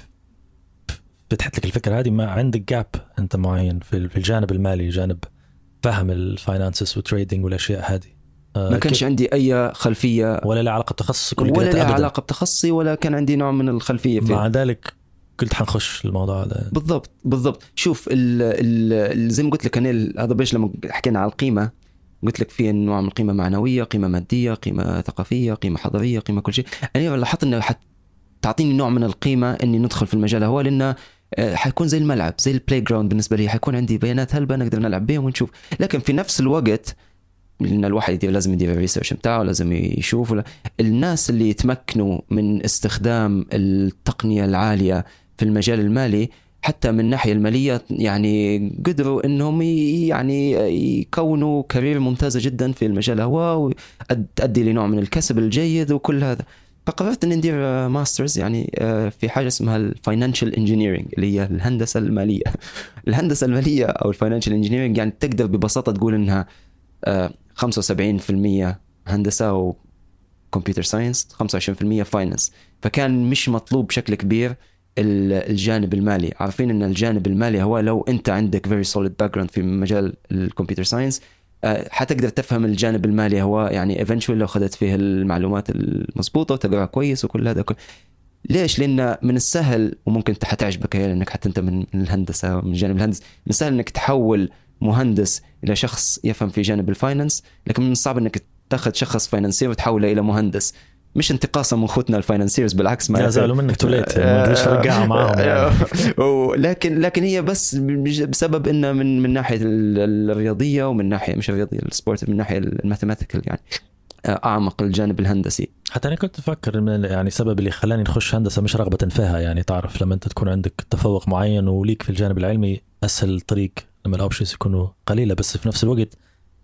فتحت لك الفكرة هذه، ما عندك جاب أنت معين في الجانب المالي، جانب فهم الفاينانسز والتريدينج والأشياء هذه؟ ما كانش عندي أي خلفية ولا له علاقة بتخصصي ولا له علاقة بتخصصي ولا كان عندي نوع من الخلفية فيه. مع ذلك قلت حنخش الموضوع هذا. بالضبط بالضبط. شوف ال ال زي ما قلت لك أنا هذا بيش لما حكينا على القيمة قلت لك في نوع من القيمة معنوية، قيمة مادية، قيمة ثقافية، قيمة حضارية، قيمة كل شيء. أنا لاحظت إنه تعطيني نوع من القيمة إني ندخل في المجال هو، لأنه حيكون زي الملعب زي البلاي جراوند بالنسبة لي، حيكون عندي بيانات هلبة نقدر نلعب بيهم ونشوف. لكن في نفس الوقت لأن الواحد يدير لازم يدير الريسيرش بتاعه، لازم يشوف ولا الناس اللي يتمكنوا من استخدام التقنية العالية في المجال المالي حتى من الناحية المالية يعني قدروا إنهم يعني يكونوا كارير ممتازة جدا في المجال هو وتؤدي لنوع من الكسب الجيد وكل هذا. فقررت إن ندير ماسترز يعني في حاجة اسمها الفاينانشال انجينيرينج اللي هي الهندسة المالية. الهندسة المالية أو الفاينانشال انجينيرينج يعني تقدر ببساطة تقول إنها خمسة وسبعين بالمئة هندسة وكمبيوتر ساينس، خمسة وعشرين بالمئة فاينانس. فكان مش مطلوب بشكل كبير الجانب المالي. عارفين إن الجانب المالي هو لو أنت عندك very solid background في مجال الكمبيوتر ساينس حتقدر تفهم الجانب المالي هو يعني eventually لو خدت فيه المعلومات المضبوطة وتقرأ كويس وكل هذا كل. ليش؟ لأن من السهل وممكن حتعجبك هي لأنك حتى أنت من الهندسة من جانب الهندسة، من السهل إنك تحول مهندس إلى شخص يفهم في جانب الفاينانس، لكن من الصعب إنك تأخذ شخص فاينانسير وتحوله إلى مهندس. مش انتقاصا من خوتنا الفاينانسيرز، بالعكس ما زعلوا منك توليت ما قدرش رجعها معاهم يعني. لكن لكن هي بس بسبب إنه من من ناحية الرياضية ومن ناحية مش الرياضية السبورت، من ناحية الماثيماتيكال يعني أعمق الجانب الهندسي. حتى أنا كنت أفكر يعني سبب اللي خلاني نخش هندسة مش رغبة فيها، يعني تعرف لما أنت تكون عندك تفوق معين وليك في الجانب العلمي أسهل طريق لما الأوبشنز يكونوا قليلة. بس في نفس الوقت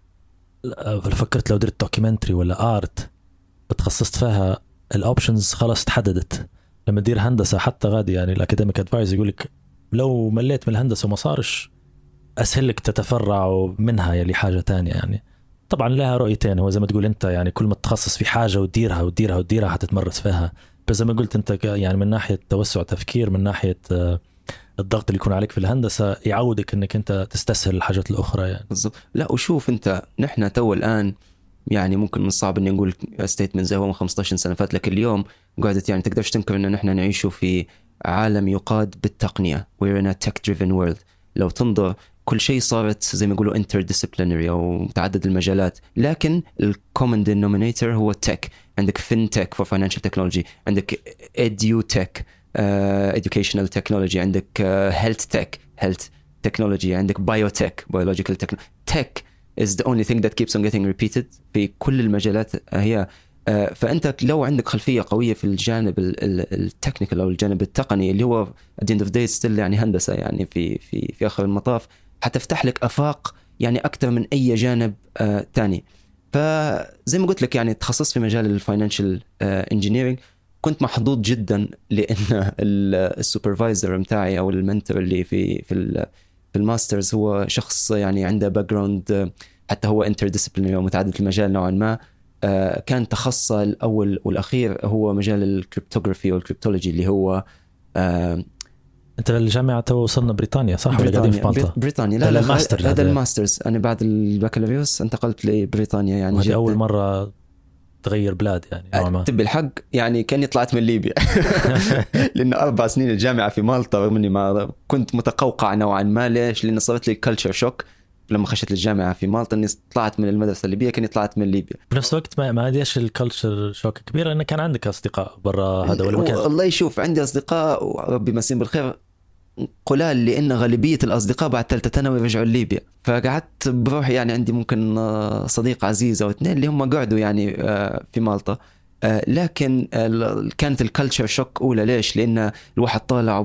فكرت لو درت دوكيومنتري ولا آرت بتخصصت فيها الأوبشنز خلاص تحددت. لما تدير هندسة حتى غادي يعني الأكاديميك أدفايز يقولك لو مليت من الهندسة وما صارش أسهل لك تتفرع منها يلي حاجة تانية يعني. طبعا لها رؤيتين، هو زي ما تقول أنت يعني كل ما تتخصص في حاجة وتديرها وتديرها وتديرها هتتمرس فيها، بس زي ما قلت أنت يعني من ناحية توسع تفكير، من ناحية الضغط اللي يكون عليك في الهندسة يعودك أنك أنت تستسهل الحاجات الأخرى يعني. بالضبط. لا وشوف أنت نحن تو الآن يعني ممكن من الصعب إني نقول ستيتمنت زي هو من خمسة عشر سنة فات، لكن اليوم قاعدة يعني تقدرش تنكر إن نحن نعيشه في عالم يقاد بالتقنية. we're in a tech driven world. لو تنظر كل شيء صارت زي ما يقولوا interdisciplinary أو متعدد المجالات، لكن ال common denominator هو tech. عندك fintech for financial technology، عندك edutech uh, educational technology، عندك uh, health tech health technology، عندك biotech biological technology. tech is the only thing that keeps on getting repeated في كل المجالات هي. uh, فأنت لو عندك خلفية قوية في الجانب التكنيكال أو الجانب التقني اللي هو at the end of the day still يعني هندسة يعني في في في آخر المطاف، حتفتح لك أفاق يعني أكثر من أي جانب آه تاني. فزي ما قلت لك يعني تخصصت في مجال الفاينانشال انجينيرينج، كنت محظوظ جدا لأن السوبرفايزر متاعي أو المنتور اللي في في في الماسترز هو شخص يعني عنده باك جراوند حتى هو انترديسيبلينري ومتعدد المجال نوعا ما. آه كان تخصصه الأول والأخير هو مجال الكريبتوغرافي والكريبتولوجي اللي هو آه انت الجامعه تو وصلنا بريطانيا صح ولا قاعدين في مالطا؟ بريطانيا. لا لا الماستر هذا الماسترز. انا بعد البكالوريوس انتقلت لبريطانيا يعني. وهذه اول مره تغير بلاد يعني نوعا. تبي الحق يعني كاني طلعت من ليبيا لان اربع سنين الجامعه في مالطا رغم اني ما كنت متقوقع نوعا ما. ليش؟ لان صارت لي كلتشر شوك لما خشيت الجامعه في مالطا اني طلعت من المدرسه الليبيه كاني طلعت من ليبيا. بنفس الوقت ما ما اديش الكلتشر شوك كبيره لان كان عندك اصدقاء برا هذا ولا مكان؟ الله يشوف عندي اصدقاء وربي يمسيهم بالخير قلال، لأن غالبية الأصدقاء بعد ثالثة ثانوي رجعوا لليبيا. فقعدت بروحي يعني عندي ممكن صديق عزيز أو اثنين اللي هم قعدوا يعني في مالطا. لكن كانت الكالتشر شوك أولى. ليش؟ لأن الواحد طالع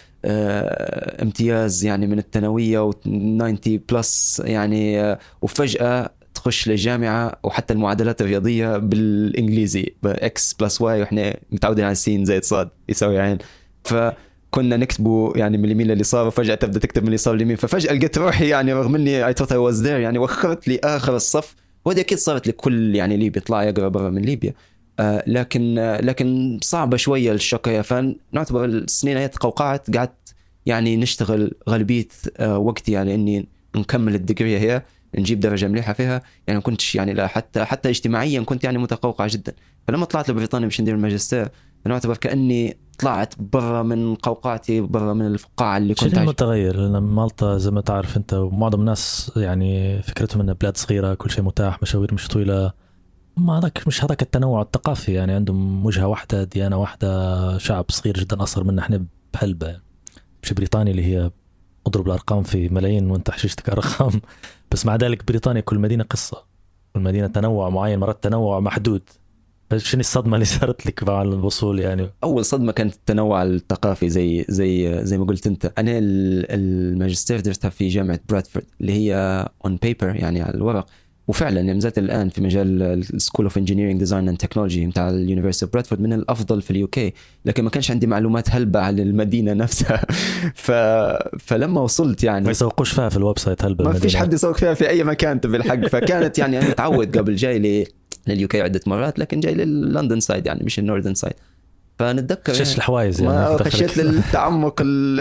بامتياز يعني من الثانوية و90 بلس يعني، وفجأة تخش للجامعة وحتى المعادلات الرياضية بالإنجليزي بإكس بلس واي وإحنا متعودين على سين زائد صاد يساوي عين. ف كنا نكتبه يعني من اليمين لليسار وفجأة تبدأ تكتب من اليسار لليمين. ففجأة لقيت روحي يعني رغم اني I thought I was there يعني وخرت لي آخر الصف. وهذه أكيد صارت لكل يعني ليبيا طلع يقرأ برا من ليبيا. آه لكن آه لكن صعبة شوية الشقة. فنعتبر السنين هي تقوقعت قعدت يعني نشتغل غالبية آه وقتي يعني اني نكمل الدقرية هي نجيب درجة مليحة فيها يعني. ما كنتش يعني لا حتى حتى اجتماعيا كنت يعني متقوقع جدا. فلما طلعت لبريطانيا مش ندير الماجستير نعتبر كأني طلعت برا من قوقعتي برا من الفقاعة اللي كنت عايش. متغير لأن مالطا زي ما تعرف أنت ومعظم الناس يعني فكرتهم أنها بلاد صغيرة كل شيء متاح مشاوير مش طويلة. ما هذاك مش هذاك التنوع الثقافي يعني. عندهم وجهة واحدة ديانة واحدة شعب صغير جدا أصغر منا إحنا بهلبة. مش بريطانيا اللي هي أضرب الأرقام في ملايين وأنت حشيشتك أرقام. بس مع ذلك بريطانيا كل مدينة قصة، كل مدينة تنوع معين، مرات تنوع محدود. شنو الصدمة اللي صارت لك بعد الوصول يعني؟ أول صدمة كانت التنوع الثقافي زي زي زي ما قلت أنت. أنا الماجستير درستها في جامعة برادفورد اللي هي on paper يعني على الورق، وفعلا نزلت الآن في مجال School of Engineering Design and Technology متاع اليونيفرسيتي برادفورد من الأفضل في اليوكي. لكن ما كانش عندي معلومات هلبة عن المدينة نفسها. ف... فلما وصلت يعني ما يسوقوش فيها في الويب سايت هلبة. ما فيش حد يسوق فيها في أي مكان بالحق. فكانت يعني أنا متعود قبل جاي لي لليوكي عدة مرات لكن جاي للندن سايد يعني مش النوردن سايد. فنتذكر خشيت يعني الحوايز يعني خشيت للتعمق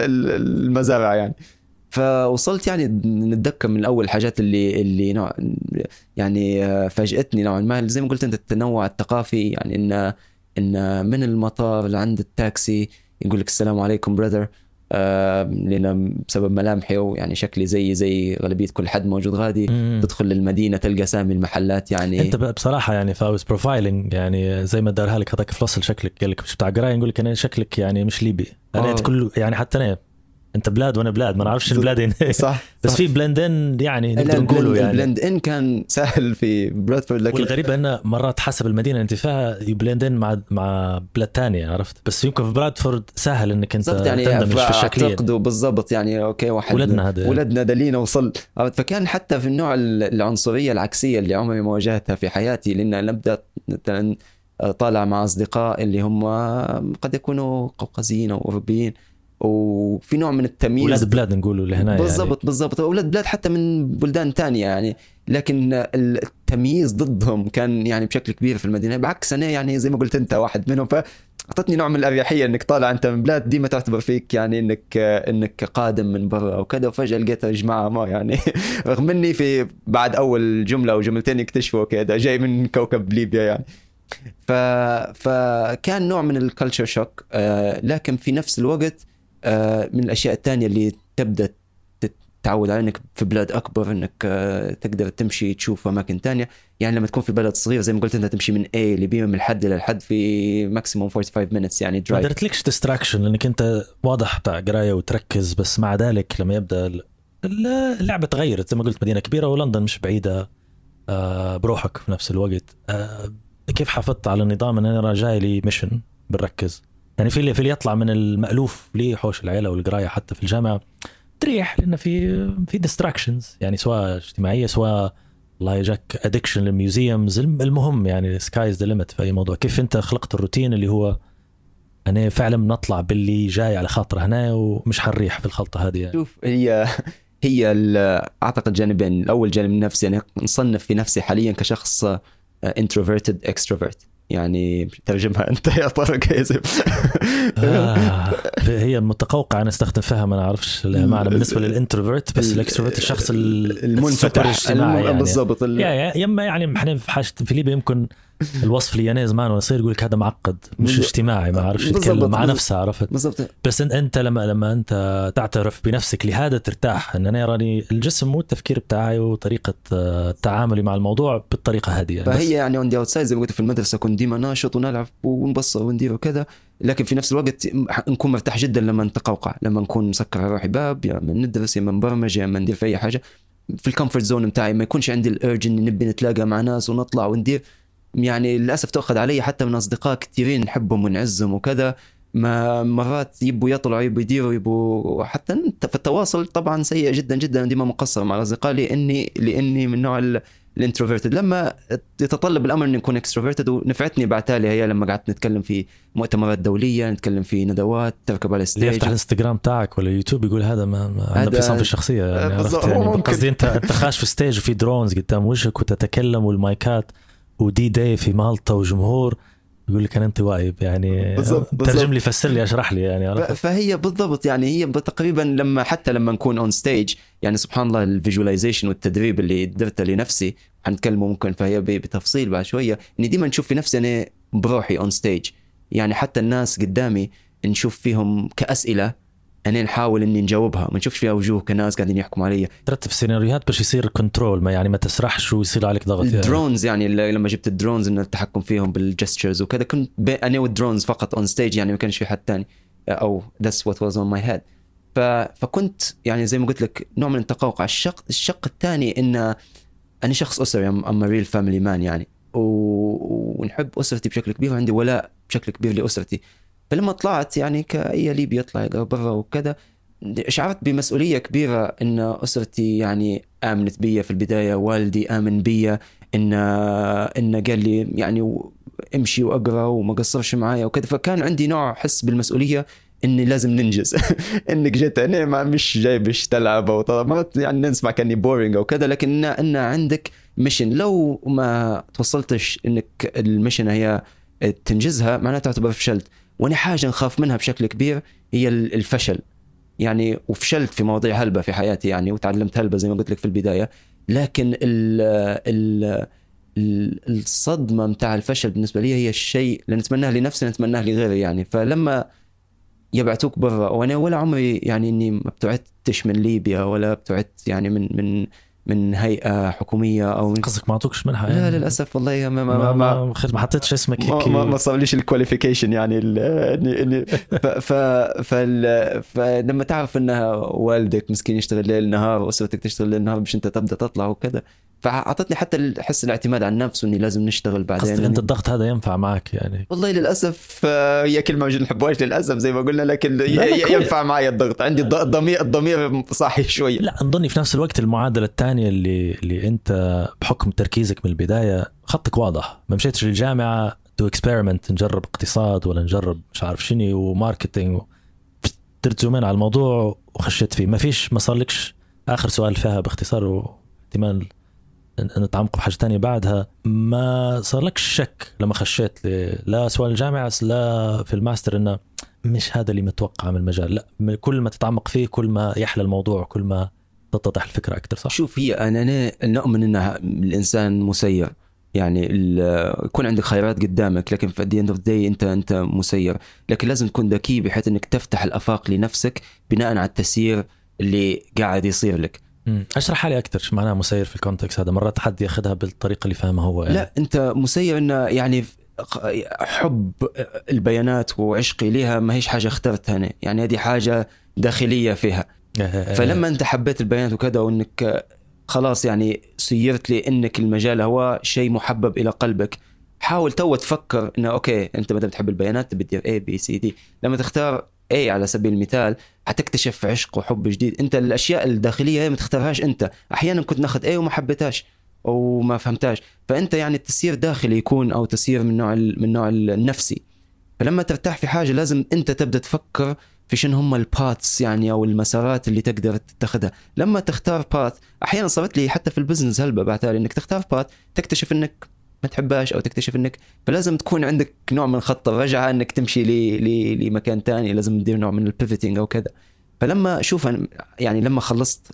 المزارع يعني. فوصلت يعني نتذكر من أول حاجات اللي اللي نوع يعني فاجأتني نوعا ما زي ما قلت أنت التنوع الثقافي يعني إن إن من المطار لعند التاكسي يقول لك السلام عليكم برادر آه لأن بسبب ملامحي ويعني شكلي زي زي غالبية كل حد موجود غادي. مم. تدخل للمدينة تلقى سامي المحلات يعني. أنت بصراحة يعني فاوز بروفايلينج يعني زي ما دارها لك هذاك فلوس شكلك قال لك مش بتاع قراية نقول لك أنا شكلك يعني مش ليبي. أنا كل يعني حتى أنا انت بلاد وانا بلاد ما نعرفش البلاد صح, صح بس في بلندن يعني نقدر نقوله يعني البلندن كان سهل في برادفورد. لكن والغريب انه مرات حسب المدينه انت فيها يبلندن مع مع بلاد تانية عرفت. بس يمكن في برادفورد سهل انك انت يعني تندمج في الشكليه اعتقدوا بالضبط يعني اوكي واحد ولدنا هذا ولدنا دلينا وصل. فكان حتى في النوع العنصريه العكسيه اللي عمري ما واجهتها في حياتي لان نبدا مثلا طالع مع اصدقاء اللي هم قد يكونوا قوقازيين او اوروبيين وفي نوع من التمييز. أولاد بلاد نقولوا لهنا بالضبط يعني. بالضبط أولاد بلاد حتى من بلدان تانية يعني، لكن التمييز ضدهم كان يعني بشكل كبير في المدينة. بعكس أنا يعني زي ما قلت أنت واحد منهم، فأعطتني نوع من الأريحية إنك طالع أنت من بلاد دي ما تعتبر فيك يعني إنك إنك قادم من برا أو كذا، وفجأة لقيت جماعة ما يعني رغم إني في بعد أول جملة وجملتين اكتشفوا كذا جاي من كوكب ليبيا يعني. ف... فكان نوع من الكالتشر شوك. آه لكن في نفس الوقت آه من الأشياء الثانية اللي تبدأ تتعود على إنك في بلاد أكبر إنك آه تقدر تمشي تشوف أماكن تانية. يعني لما تكون في بلد صغير زي ما قلت أنت تمشي من A ل B من الحد إلى الحد في ماكسيموم خمسة وأربعين minutes يعني ما درايف. درتلكش ديستراكشن لأنك أنت واضح بتاع قراية وتركز، بس مع ذلك لما يبدأ اللعبة تغيرت زي ما قلت مدينة كبيرة ولندن مش بعيدة آه بروحك في نفس الوقت. آه كيف حافظت على النظام ان انا جاي لي ميشن بركز يعني في اللي في اللي يطلع من المألوف لي حوش العيله والقرايه حتى في الجامعه تريح لان في في ديستراكشنز يعني سواء اجتماعيه سواء الله يجاك ادكشن للميوزيومز. المهم يعني سكايز ذا ليميت في اي موضوع. كيف انت خلقت الروتين اللي هو انا فعلا بنطلع باللي جاي على خاطر هنا ومش حنريح في الخلطه هذه يعني. شوف هي هي اعتقد جانبين. الاول جانب نفسي يعني نصنف في نفسي حاليا كشخص introverted extrovert يعني ترجمها انت يا طارق يا زلمه. آه هي متقوقعه انا استخدم فيها ما نعرفش المعنى بالنسبه للانتروفيرت، بس الاكستروفيرت الشخص المنفتح الاجتماعي يعني. بالضبط يا يما يعني احنا في حاجه في ليبيا يمكن الوصف ليانيز معنا يصير يقول لك هذا معقد مش اجتماعي ما عارفش يتكلم مع نفسه عرفت بالضبط. بس انت لما لما انت تعترف بنفسك لهذا ترتاح ان انا يراني الجسم والتفكير بتاعي وطريقه تعاملي مع الموضوع بالطريقه هذه. فهي يعني اون ذا اوتسايد زي ما قلت في المدرسه كنت ديما ناشط ونلعب ونبصر وندير وكذا، لكن في نفس الوقت نكون مرتاح جدا لما نتقوقع، لما نكون مسكر على روحي باب يا من ندرس يا من برمج يا من ندير في اي حاجه في الكومفورت زون بتاعي، ما يكونش عندي الارج اني نبي نتلاقى مع ناس ونطلع وندير. يعني للأسف تأخذ علي حتى من أصدقاء كثيرين نحبهم ونعزهم وكذا، ما مرات يبوا يطلعوا يبوا يديروا يبوا حتى في التواصل طبعا سيء جدا جدا. دي ما مقصر مع الأصدقاء لأني لأني من نوع الانتروفيرتد. لما يتطلب الأمر أن نكون اكستروفيرتد، ونفعتني بعتالي هي لما قعدت نتكلم في مؤتمرات دولية، نتكلم في ندوات، تركب على ستيج. يفتح الانستغرام تاعك ولا يوتيوب يقول هذا ما, ما عنده انفصام في الشخصية يعني عرفت يعني قصدي أنت أنت خاش في ستيج وفي درونز قدام وجهك وتتكلم والمايكات ودي داي في مالطا وجمهور يقول لك أنا انطوائي يعني بالضبط ترجم لي فسر لي اشرح لي يعني. فهي بالضبط يعني هي تقريبا لما حتى لما نكون اون ستيج يعني سبحان الله الفيجواليزيشن والتدريب اللي درته لنفسي حنتكلمه ممكن فهي بتفصيل بعد شويه، اني ديما نشوف في نفسي انا بروحي اون ستيج يعني حتى الناس قدامي نشوف فيهم كأسئله أنا نحاول إني نجاوبها، ما نشوفش فيها وجوه كناس قاعدين يحكموا عليا. ترتب سيناريوهات باش يصير كنترول ما يعني ما تسرحش ويصير عليك ضغط. الدرونز يعني لما جبت الدرونز إن التحكم فيهم بالجستشرز وكذا كنت أنا والدرونز فقط on stage يعني ما كانش في حد تاني أو that's what was on my head. ف... فكنت يعني زي ما قلت لك نوع من التقوقع. الشق الشق الثاني إن أنا شخص أسري I'm a real family man يعني و... ونحب أسرتي بشكل كبير وعندي ولاء بشكل كبير لأسرتي. فلما طلعت يعني كأي ليبي يطلع برا وكذا شعرت بمسؤولية كبيرة إن أسرتي يعني آمنت بي في البداية، والدي آمن بي إن إن قال لي يعني امشي وأقرأ وما قصرش معايا وكذا. فكان عندي نوع حس بالمسؤولية إني لازم ننجز إنك جيت أنا ما مش جاي بش تلعب أو طبعا مرات يعني نسمع كأني بورينج أو كذا، لكن إن عندك ميشن لو ما توصلتش إنك الميشن هي تنجزها معناتها تعتبر فشلت. وانا حاجه نخاف منها بشكل كبير هي الفشل يعني، وفشلت في مواضيع هلبة في حياتي يعني وتعلمت هلبة زي ما قلت لك في البدايه، لكن ال ال الصدمه متاع الفشل بالنسبه لي هي الشيء اللي نتمناه لنفسي نتمناه لغيري يعني. فلما يبعتوك برا وانا ولا عمري يعني اني ما ابتعدتش من ليبيا ولا ابتعدت يعني من من من هيئة حكومية أو قصدك ما عطوكش منها يعني؟ يعني لا للأسف والله ما ما ما ما, ما حطيتش اسمك هيك ما, ما صارليش الكواليفيكيشن يعني إني ف ف فلما تعرف إنها والدك مسكين يشتغل ليل نهار وأسرتك تشتغل ليل نهار مش أنت تبدأ تطلع وكذا، فعطتني حتى حس الاعتماد على النفس وإني لازم نشتغل بعدين. قصدي أنت الضغط هذا ينفع معك يعني؟ والله للأسف هي كلمة مش نحبوهاش للأسف زي ما قلنا، لكن ينفع معي الضغط. عندي الضمير الضمير صاحي شوية. لا نظني في نفس الوقت المعادلة الثانية اللي اللي أنت بحكم تركيزك من البداية خطك واضح، ما مشيتش للجامعة تو اكسبيرمنت نجرب اقتصاد ولا نجرب مش عارف شنو وماركتينج و... درت زومين على الموضوع وخشيت فيه. ما فيش ما صارلكش آخر سؤال فيها باختصار واحتمال نتعمق بحاجة تانية بعدها، ما صارلكش شك لما خشيت لا سؤال الجامعة لا في الماستر إنه مش هذا اللي متوقع من المجال؟ لا، كل ما تتعمق فيه كل ما يحلى الموضوع، كل ما تتضح الفكرة أكتر. صح؟ شوف، هي أنا نؤمن إن الإنسان مسير، يعني يكون عندك خيارات قدامك، لكن في the end of the day أنت أنت مسير، لكن لازم تكون ذكي بحيث إنك تفتح الآفاق لنفسك بناء على التسيير اللي قاعد يصير لك. أشرح حالي أكتر شو معناها مسير في الكونتكست هذا. مرات حد يأخذها بالطريقة اللي فاهمها هو يعني. لا، أنت مسير إنه يعني حب البيانات وعشقي ليها ما هيش حاجة اخترتها أنا، يعني هذه حاجة داخلية فيها. فلما أنت حبيت البيانات وكذا وإنك خلاص يعني سيرت لي إنك المجال هو شيء محبب إلى قلبك، حاول تو تفكر إنه أوكي أنت بدأت تحب البيانات بتدير A B C D. لما تختار A على سبيل المثال هتكتشف عشق وحب جديد. أنت الأشياء الداخلية ما تختارهاش أنت. أحيانا كنت ناخد A وما حبيتهاش أو ما فهمتهاش، فأنت يعني التسيير داخلي يكون أو تسيير من نوع من نوع النفسي. فلما ترتاح في حاجة لازم أنت تبدأ تفكر في شنو هم الباتس يعني أو المسارات اللي تقدر تتخذها. لما تختار بات، أحيانا صارت لي حتى في البزنس هلبة بعتالي إنك تختار بات تكتشف إنك ما تحبهاش أو تكتشف إنك، فلازم تكون عندك نوع من خط الرجعة إنك تمشي لي لمكان تاني، لازم تدير نوع من البيفتينج أو كذا. فلما شوف يعني لما خلصت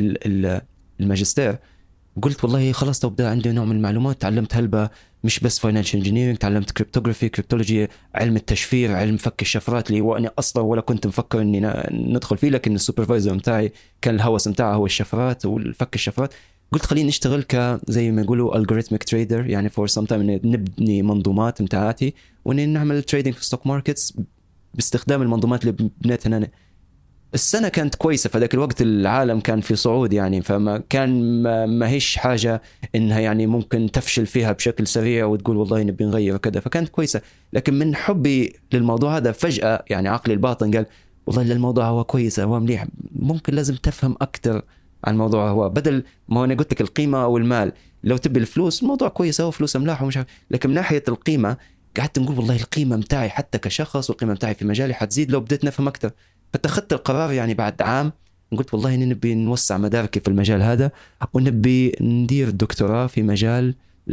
الماجستير قلت والله خلاص تبدأ عندي نوع من المعلومات، تعلمت هلبة مش بس فاينانشال انجينيرنج، تعلمت كريبتوغرافي، كريبتولوجي، علم التشفير، علم فك الشفرات اللي وانا اصلا ولا كنت مفكر اني ندخل فيه، لكن السوبرفايزر متاعي كان الهوس متاعه هو الشفرات والفك الشفرات. قلت خليني نشتغل ك زي ما يقولوا algorithmic trader، يعني for some time نبني منظومات متاعاتي وإن نعمل trading في stock markets باستخدام المنظومات اللي بنيتها أنا. السنة كانت كويسة، في ذاك الوقت العالم كان في صعود يعني، فما كان ما, ما هيش حاجة إنها يعني ممكن تفشل فيها بشكل سريع وتقول والله نبي نغير وكذا، فكانت كويسة. لكن من حبي للموضوع هذا فجأة يعني عقلي الباطن قال والله الموضوع هو كويس، هو مليح، ممكن لازم تفهم أكتر عن الموضوع. هو بدل ما أنا قلت لك القيمة أو المال، لو تبي الفلوس الموضوع كويس أو فلوس ملاح ومش عارف، لكن من ناحية القيمة قعدت نقول والله القيمة متاعي حتى كشخص والقيمة متاعي في مجالي حتزيد لو بديت نفهم أكتر. فاتخذت القرار يعني بعد عام، قلت والله إني نبي نوسع مداركي في المجال هذا ونبي ندير دكتوراه في مجال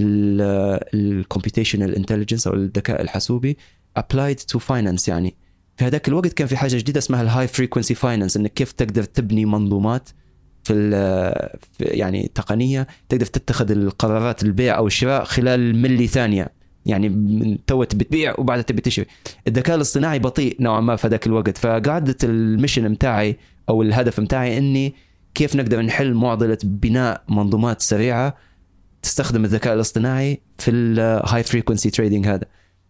الكمبيوتيشنال انتليجنس أو الذكاء الحاسوبي applied to finance. يعني في هذاك الوقت كان في حاجة جديدة اسمها الهاي فريكونسي فاينانس، إنك كيف تقدر تبني منظومات في, في يعني تقنية تقدر تتخذ القرارات البيع أو الشراء خلال ملي ثانية، يعني توت بتبيع وبعدها تبي تشتري. الذكاء الاصطناعي بطيء نوعا ما في ذاك الوقت، فقعدت الميشن متاعي أو الهدف متاعي إني كيف نقدر نحل معضلة بناء منظومات سريعة تستخدم الذكاء الاصطناعي في الهاي فريكونسي تريدينج هذا.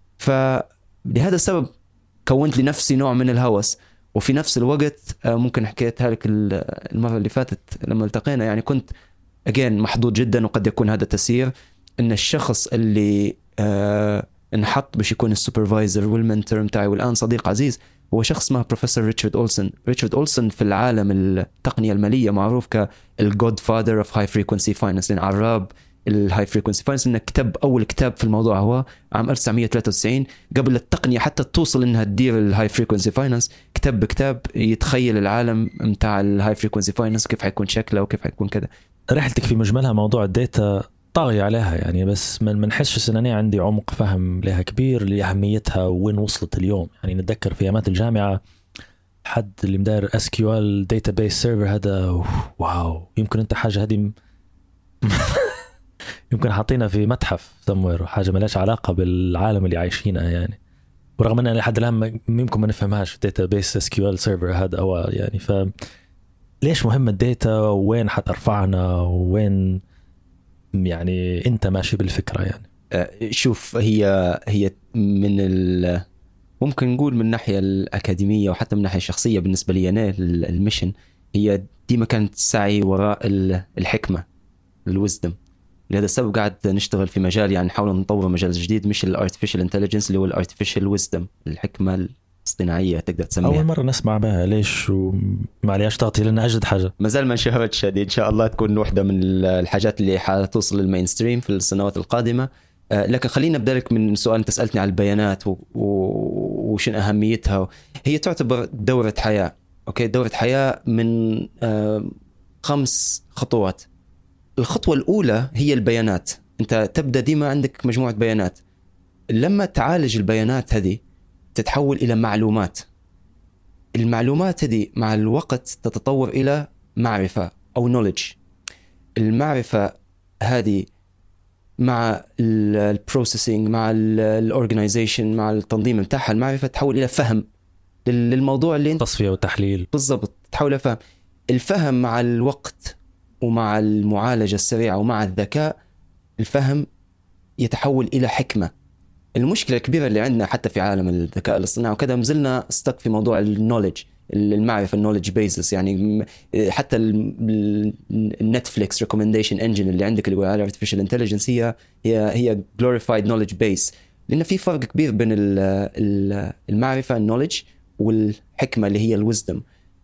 فلهذا السبب كونت لنفسي نوع من الهوس، وفي نفس الوقت ممكن حكيتها لك المرة اللي فاتت لما التقينا، يعني كنت again محظوظ جدا، وقد يكون هذا تسيير إن الشخص اللي آه انحط باش يكون السوبرفايزر والمنتور متاعي والآن صديق عزيز هو شخص اسمه بروفيسور ريتشارد أولسون. ريتشارد أولسون في العالم التقنية المالية معروف كالجود فادر اوف هاي فريكونسي فاينانس، لأن عراب الهاي فريكونسي فاينانس، إنه كتب أول كتاب في الموضوع هو عام ألف وتسعمية وثلاثة وتسعين قبل التقنية حتى توصل إنها تدير الهاي فريكونسي فاينانس. كتب بكتاب يتخيل العالم متاع الهاي فريكونسي فاينانس كيف حيكون شكله وكيف حيكون كذا. رحلتك في مجملها موضوع الداتا طاغي عليها يعني، بس من منحسش ان انا عندي عمق فهم لها كبير لاهميتها وين وصلت اليوم. يعني نتذكر في ايامات الجامعه حد اللي مدار اس كيو ال داتابيس سيرفر هذا، واو، يمكن انت حاجه هذه م... يمكن حاطينها في متحف سموير، حاجه ما لهاش علاقه بالعالم اللي عايشينها يعني، ورغم ان لحد الان ممكن ما نفهمهاش داتابيس اس كيو ال سيرفر هذا او يعني. ف ليش مهم الداتا وين حترفعنا وين يعني انت ماشي بالفكره يعني؟ شوف، هي هي من ال ممكن نقول من الناحيه الاكاديميه وحتى من الناحيه الشخصيه بالنسبه لي انا الميشن هي ديما كانت سعي وراء الحكمه الويزدم. لهذا السبب قاعد نشتغل في مجال يعني نحاول نطور مجال جديد، مش الارتفيشال انتليجنس اللي هو الارتفيشال ويزدم، الحكمه اصطناعية تقدر تسميها. أول مرة نسمع بها، ليش ومعليش تعطي لنا أجد حاجة؟ ما زال ما انشهرتش هذه، إن شاء الله تكون واحدة من الحاجات اللي حتوصل للمين ستريم في السنوات القادمة. لكن خلينا نبدأ لك من سؤال أنت سألتني على البيانات و... وشن أهميتها. هي تعتبر دورة حياة. أوكي، دورة حياة من آه خمس خطوات. الخطوة الأولى هي البيانات. أنت تبدأ ديما عندك مجموعة بيانات، لما تعالج البيانات هذه تتحول إلى معلومات. المعلومات هذه مع الوقت تتطور إلى معرفة أو knowledge. المعرفة هذه مع البروسيسنج مع الاورجنايزيشن مع التنظيم متاعها، المعرفة تحول إلى فهم للموضوع اللي انت تصفية وتحليل. بالضبط، تحول إلى فهم. الفهم مع الوقت ومع المعالجة السريعة ومع الذكاء، الفهم يتحول إلى حكمة. المشكلة الكبيرة اللي عندنا حتى في عالم الذكاء الاصطناعي وكذا، مزلنا استك في موضوع النوليدج، المعرفة، النوليدج بيزس. يعني حتى النتفليكس ريكومنديشن انجن اللي عندك اللي هو على artificial intelligence هي هي هي glorified knowledge base. لأن في فرق كبير بين المعرفة النوليدج والحكمة اللي هي الwisdom.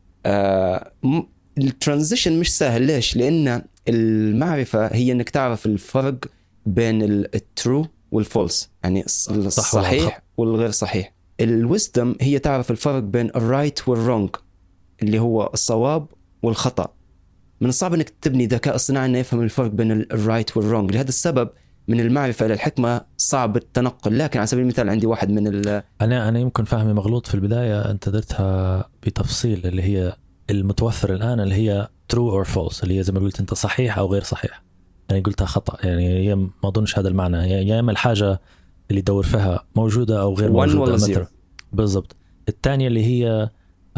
الترانزيشن مش سهل. ليش؟ لأن المعرفة هي انك تعرف الفرق بين الترو والفولس، يعني الصحيح والغير صحيح. الويزدم هي تعرف الفرق بين الرايت والرونج، اللي هو الصواب والخطأ. من الصعب انك تبني ذكاء اصطناعي انه يفهم الفرق بين الرايت والرونج. لهذا السبب من المعرفة الى الحكمة صعب التنقل. لكن على سبيل المثال عندي واحد من ال انا انا يمكن فهمي مغلوط في البداية، انت درتها بتفصيل اللي هي المتوفر الان اللي هي true or false، اللي هي زي ما قلت انت صحيح او غير صحيح. يعني قلتها خطأ، يعني هي ما أظنش هذا المعنى. يا إما الحاجة اللي يدور فيها موجودة أو غير موجودة. بالضبط. الثانية اللي هي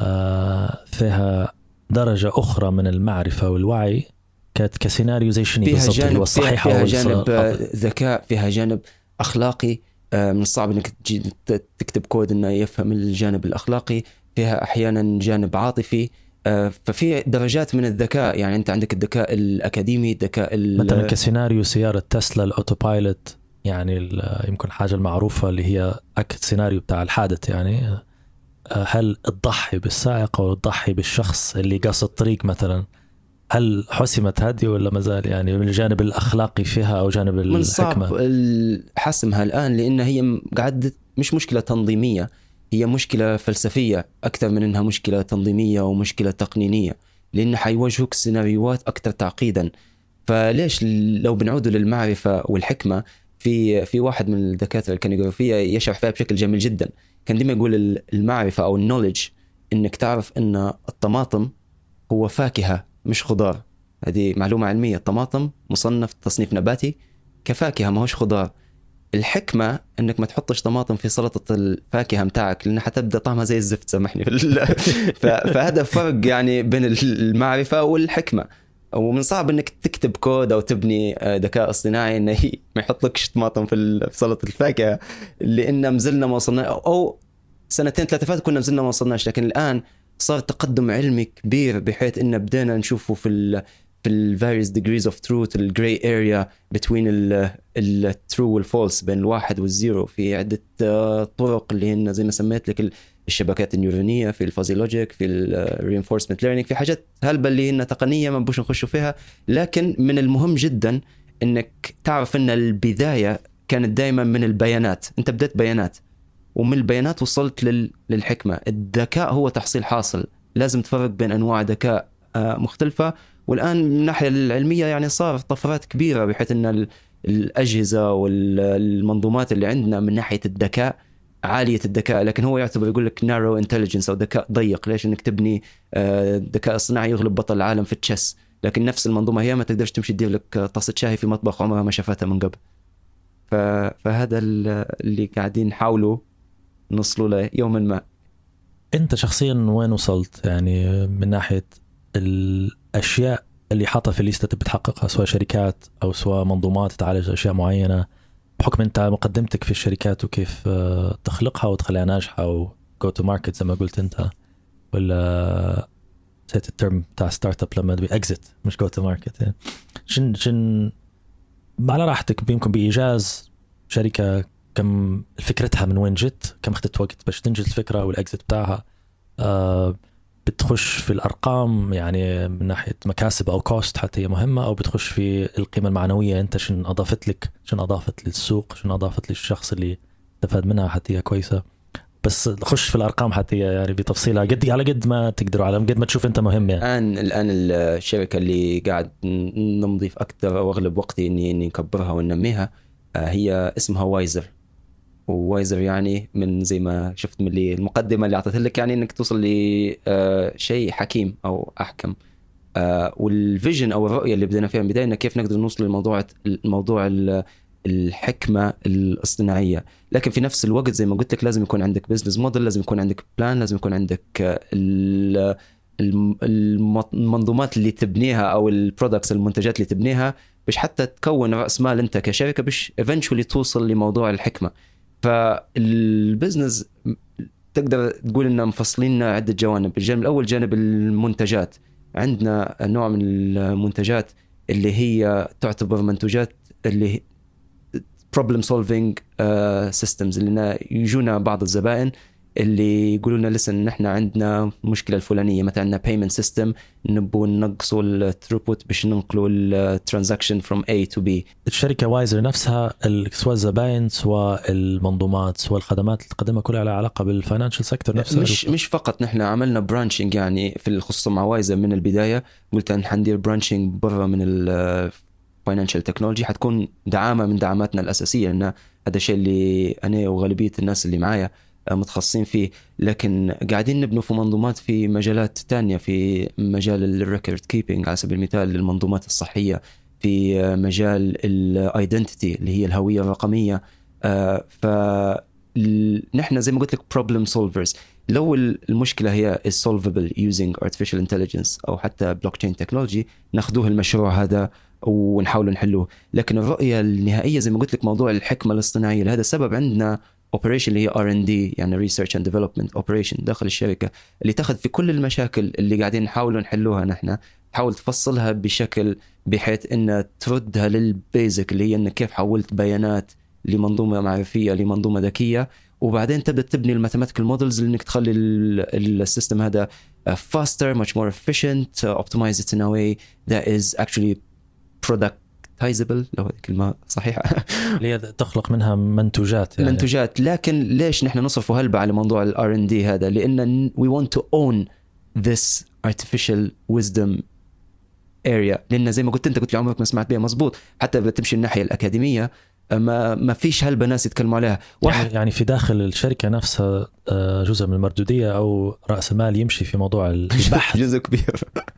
فيها درجة أخرى من المعرفة والوعي، كانت كسيناريوزيشن بالضبط، اللي هو الصحيح فيها جانب ذكاء، فيها جانب أخلاقي. من الصعب إنك تجي تكتب كود إنه يفهم الجانب الأخلاقي. فيها أحيانا جانب عاطفي. ففي درجات من الذكاء. يعني أنت عندك الذكاء الأكاديمي، الذكاء مثلا كسيناريو سيارة تسلا الأوتوبايلوت، يعني يمكن حاجة المعروفة اللي هي أكد سيناريو بتاع الحادث. يعني هل تضحي بالسائق أو تضحي بالشخص اللي قاص الطريق مثلا؟ هل حسمت هذه ولا مازال يعني من الجانب الأخلاقي فيها أو جانب الحكمة؟ من صعب حسمها الآن، لأن هي قاعدة مش مشكلة تنظيمية، هي مشكلة فلسفية أكثر من أنها مشكلة تنظيمية ومشكلة تقنينية، لأن حيواجهك سيناريوهات أكثر تعقيدا. فليش لو بنعود للمعرفة والحكمة، في في واحد من الدكاترة الكانيغرافية يشرح فيها بشكل جميل جدا. كان ديما يقول المعرفة أو النوليدج إنك تعرف إن الطماطم هو فاكهة مش خضار. هذه معلومة علمية. الطماطم مصنف تصنيف نباتي كفاكهة ما هوش خضار. الحكمة انك ما تحطش طماطم في سلطة الفاكهة متاعك، لان حتبدأ طعمها زي الزفت، سامحني. فهذا فرق يعني بين المعرفة والحكمة. ومن صعب انك تكتب كود او تبني ذكاء اصطناعي انه ما يحطلكش طماطم في سلطة الفاكهة، لان مزلنا ما وصلنا. او سنتين ثلاثة فاتوا كنا مزلنا ما وصلناش. لكن الان صار تقدم علمي كبير بحيث ان بدينا نشوفه في ال في ال various degrees of truth، ال gray area between ال ال true وال false، بين الواحد والزيرو، في عدة طرق اللي هن زي ما سميت لك الشبكات النيورونية، في الفازي لوجيك، في ال reinforcement learning، في حاجات هلبة اللي هن تقنية ما بوش نخشوا فيها. لكن من المهم جدا انك تعرف ان البداية كانت دائما من البيانات. انت بدأت بيانات، ومن البيانات وصلت لل للحكمة. الذكاء هو تحصيل حاصل. لازم تفرق بين انواع ذكاء مختلفة. والآن من الناحية العلمية يعني صار طفرات كبيرة، بحيث أن الأجهزة والمنظومات اللي عندنا من ناحية الذكاء عالية الذكاء، لكن هو يعتبر يقول لك narrow intelligence أو ذكاء ضيق. ليش؟ إنك تبني ذكاء اصطناعي يغلب بطل العالم في التشيس، لكن نفس المنظومة هي ما تقدرش تمشي تدير لك طاسة شاي في مطبخ عمرها ما شافتها من قبل. فهذا اللي قاعدين نحاولوا نوصلوا له يوما ما. أنت شخصيا وين وصلت يعني من ناحية الأشياء اللي حاطة في الليستة تبي تحققها، سواء شركات أو سواء منظومات تعالج أشياء معينة، بحكم أنت مقدمتك في الشركات وكيف تخلقها وتخليها ناجحة و go to market زي ما قلت أنت، ولا سيت الترم بتاع ستارت اب لما تبي exit مش go to market يعني. شن شن على راحتك، يمكن بإيجاز شركة كم فكرتها، من وين جت، كم أخذت وقت باش تنجز الفكرة والإكزيت بتاعها، أه بتخش في الأرقام يعني من ناحية مكاسب أو كوست حتى هي مهمة، أو بتخش في القيمة المعنوية، أنت شن أضافت لك، شن أضافت للسوق، شن أضافت للشخص اللي استفاد منها حتى هي كويسة. بس خش في الارقام حتى يعني بتفصيلها قد على قد ما تقدروا، على قد ما تشوف انت مهم يعني. الان الان الشركه اللي قاعد نضيف اكثر واغلب وقتي اني اني نكبرها وننميها هي اسمها وايزر. ووايزر يعني من زي ما شفت من اللي المقدمه اللي اعطيت لك، يعني انك توصل لشيء حكيم او احكم. والفيجن او الرؤيه اللي بدينا فيها من البدايه انه كيف نقدر نوصل للموضوع الموضوع الحكمه الاصطناعيه، لكن في نفس الوقت زي ما قلت لك لازم يكون عندك بزنس موديل، لازم يكون عندك بلان، لازم يكون عندك المنظومات اللي تبنيها او البرودكتس المنتجات اللي تبنيها باش حتى تكون راس مال انت كشركه باش eventually توصل لموضوع الحكمه. فالبزنس تقدر تقول اننا مفصلين عده جوانب. الجانب الاول جانب المنتجات، عندنا نوع من المنتجات اللي هي تعتبر منتجات اللي problem solving uh, systems، اللي يجونا بعض الزبائن اللي يقولوا لنا لسن نحن عندنا مشكله الفلانيه، مثلا عندنا payment system نبغى ننقصوا الثروبوت باش ننقلوا الترانزاكشن from A to B. الشركه وايزر نفسها سواء الزبائن سواء المنظومات سواء الخدمات اللي تقدمها كلها على علاقه بالفاينانشال سيكتور نفسه. مش مش فقط، نحن عملنا برانشنج يعني في الخصوص مع وايزر من البدايه، قلت ان حندير برانشنج برا من ال فاينانشال تكنولوجي، حتكون دعامه من دعاماتنا الاساسيه، ان هذا الشيء اللي انا وغالبيه الناس اللي معايا متخصصين فيه، لكن قاعدين نبنوا في منظومات في مجالات تانية، في مجال الريكورد كيبينج على سبيل المثال للمنظومات الصحيه، في مجال الايدنتيتي اللي هي الهويه الرقميه. فنحن زي ما قلت لك problem solvers. لو المشكله هي is solvable using artificial intelligence او حتى blockchain technology ناخذوه المشروع هذا ونحاول نحلوه، لكن الرؤيه النهائيه زي ما قلت لك موضوع الحكمه الاصطناعيه. لهذا السبب عندنا operation اللي هي آر إند دي يعني research and development operation داخل الشركه، اللي تاخذ في كل المشاكل اللي قاعدين نحاول نحلوها نحن، تحاول تفصلها بشكل بحيث ان تردها للبيزك اللي هي ان كيف حولت بيانات لمنظومه معرفيه لمنظومه ذكيه، وبعدين تبدا تبني الماثيماتيكال مودلز اللي انك تخلي السيستم هذا faster much more efficient optimize it in a way that is actually productizable لو هذه الكلمة صحيحة اللي هي تخلق منها منتوجات يعني. منتوجات. لكن ليش نحن نصرف هلبة على موضوع ال آر إند دي هذا؟ لأن we want to own this artificial wisdom area، لأن زي ما قلت أنت قلت لي عمرك ما سمعت بها مزبوط، حتى بتمشي الناحية الأكاديمية ما ما فيش هلبة ناس يتكلموا عليها. يعني, يعني في داخل الشركة نفسها جزء من المردودية أو رأس مال يمشي في موضوع البحث. جزء كبير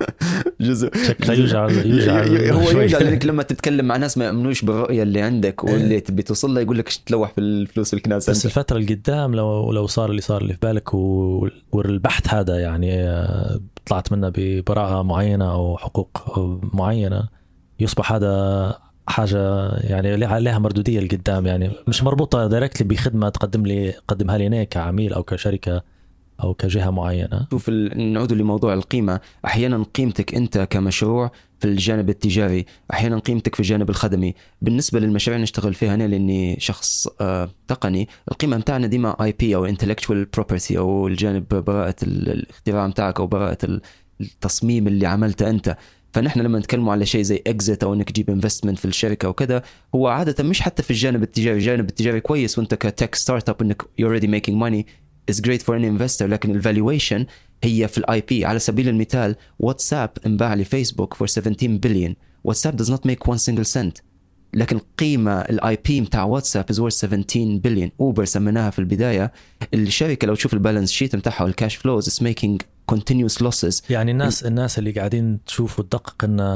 جزء شكله يوجع يوجع هو يوجع لأنك لما تتكلم مع ناس ما يأمنوش بالرؤية اللي عندك واللي تبي توصل له يقول لك تلوح في الفلوس الكناس. بس الفترة القدام لو لو صار اللي صار اللي في بالك والبحث هذا يعني طلعت منه ببراءة معينة أو حقوق معينة، يصبح هذا حاجة يعني لها مردودية القدام، يعني مش مربوطة دايركتلي بخدمة تقدم لي قدمها لي أنا كعميل أو كشركة أو كجهة معينة. شوف نعود لموضوع القيمة، أحيانا قيمتك أنت كمشروع في الجانب التجاري، أحيانا قيمتك في الجانب الخدمي. بالنسبة للمشاريع نشتغل فيها أنا لأني شخص آه تقني، القيمة متاعنا ديما آي بي أو intellectual property أو الجانب براءة الاختراع متاعك أو براءة التصميم اللي عملته أنت. فنحن لما نتكلموا على شيء زي اكزيت او انك تجيب انفستمنت في الشركه وكذا، هو عاده مش حتى في الجانب التجاري، الجانب التجاري كويس وانت كتك ستارت اب انك you're already making money is great for an investor، لكن الفالويشن هي في الاي بي. على سبيل المثال واتساب انباع لفيسبوك for seventeen billion، واتساب does not make one single cent، لكن قيمه الاي بي بتاع واتساب is worth seventeen billion. اوبر سميناها في البدايه الشركه لو تشوف البالانس شيت بتاعها والكاش فلوز is making continuous losses. يعني الناس الناس اللي قاعدين تشوفوا تدقق ان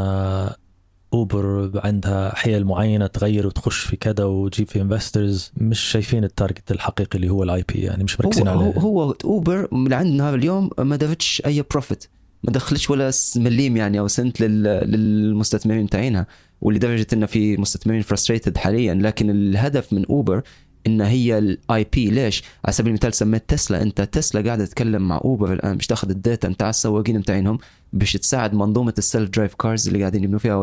اوبر عندها حيل معينه تغير وتخش في كذا وتجيب في انفسترز، مش شايفين التارجت الحقيقي اللي هو الاي بي، يعني مش مركزين عليه. هو, هو اوبر لعند نهار اليوم ما دفتش اي بروفيت، ما دخلش ولا مليم يعني او سنت للمستثمرين بتاعينها، ولدرجه ان في مستثمرين فرستريتد حاليا. لكن الهدف من اوبر ان هي الاي بي. ليش؟ على سبيل المثال سميت تسلا، انت تسلا قاعده تتكلم مع اوبر الان باش تاخذ الداتا نتاع السواقين بتاعينهم باش تساعد منظومه السيلف درايف كارز اللي قاعدين يبنوا فيها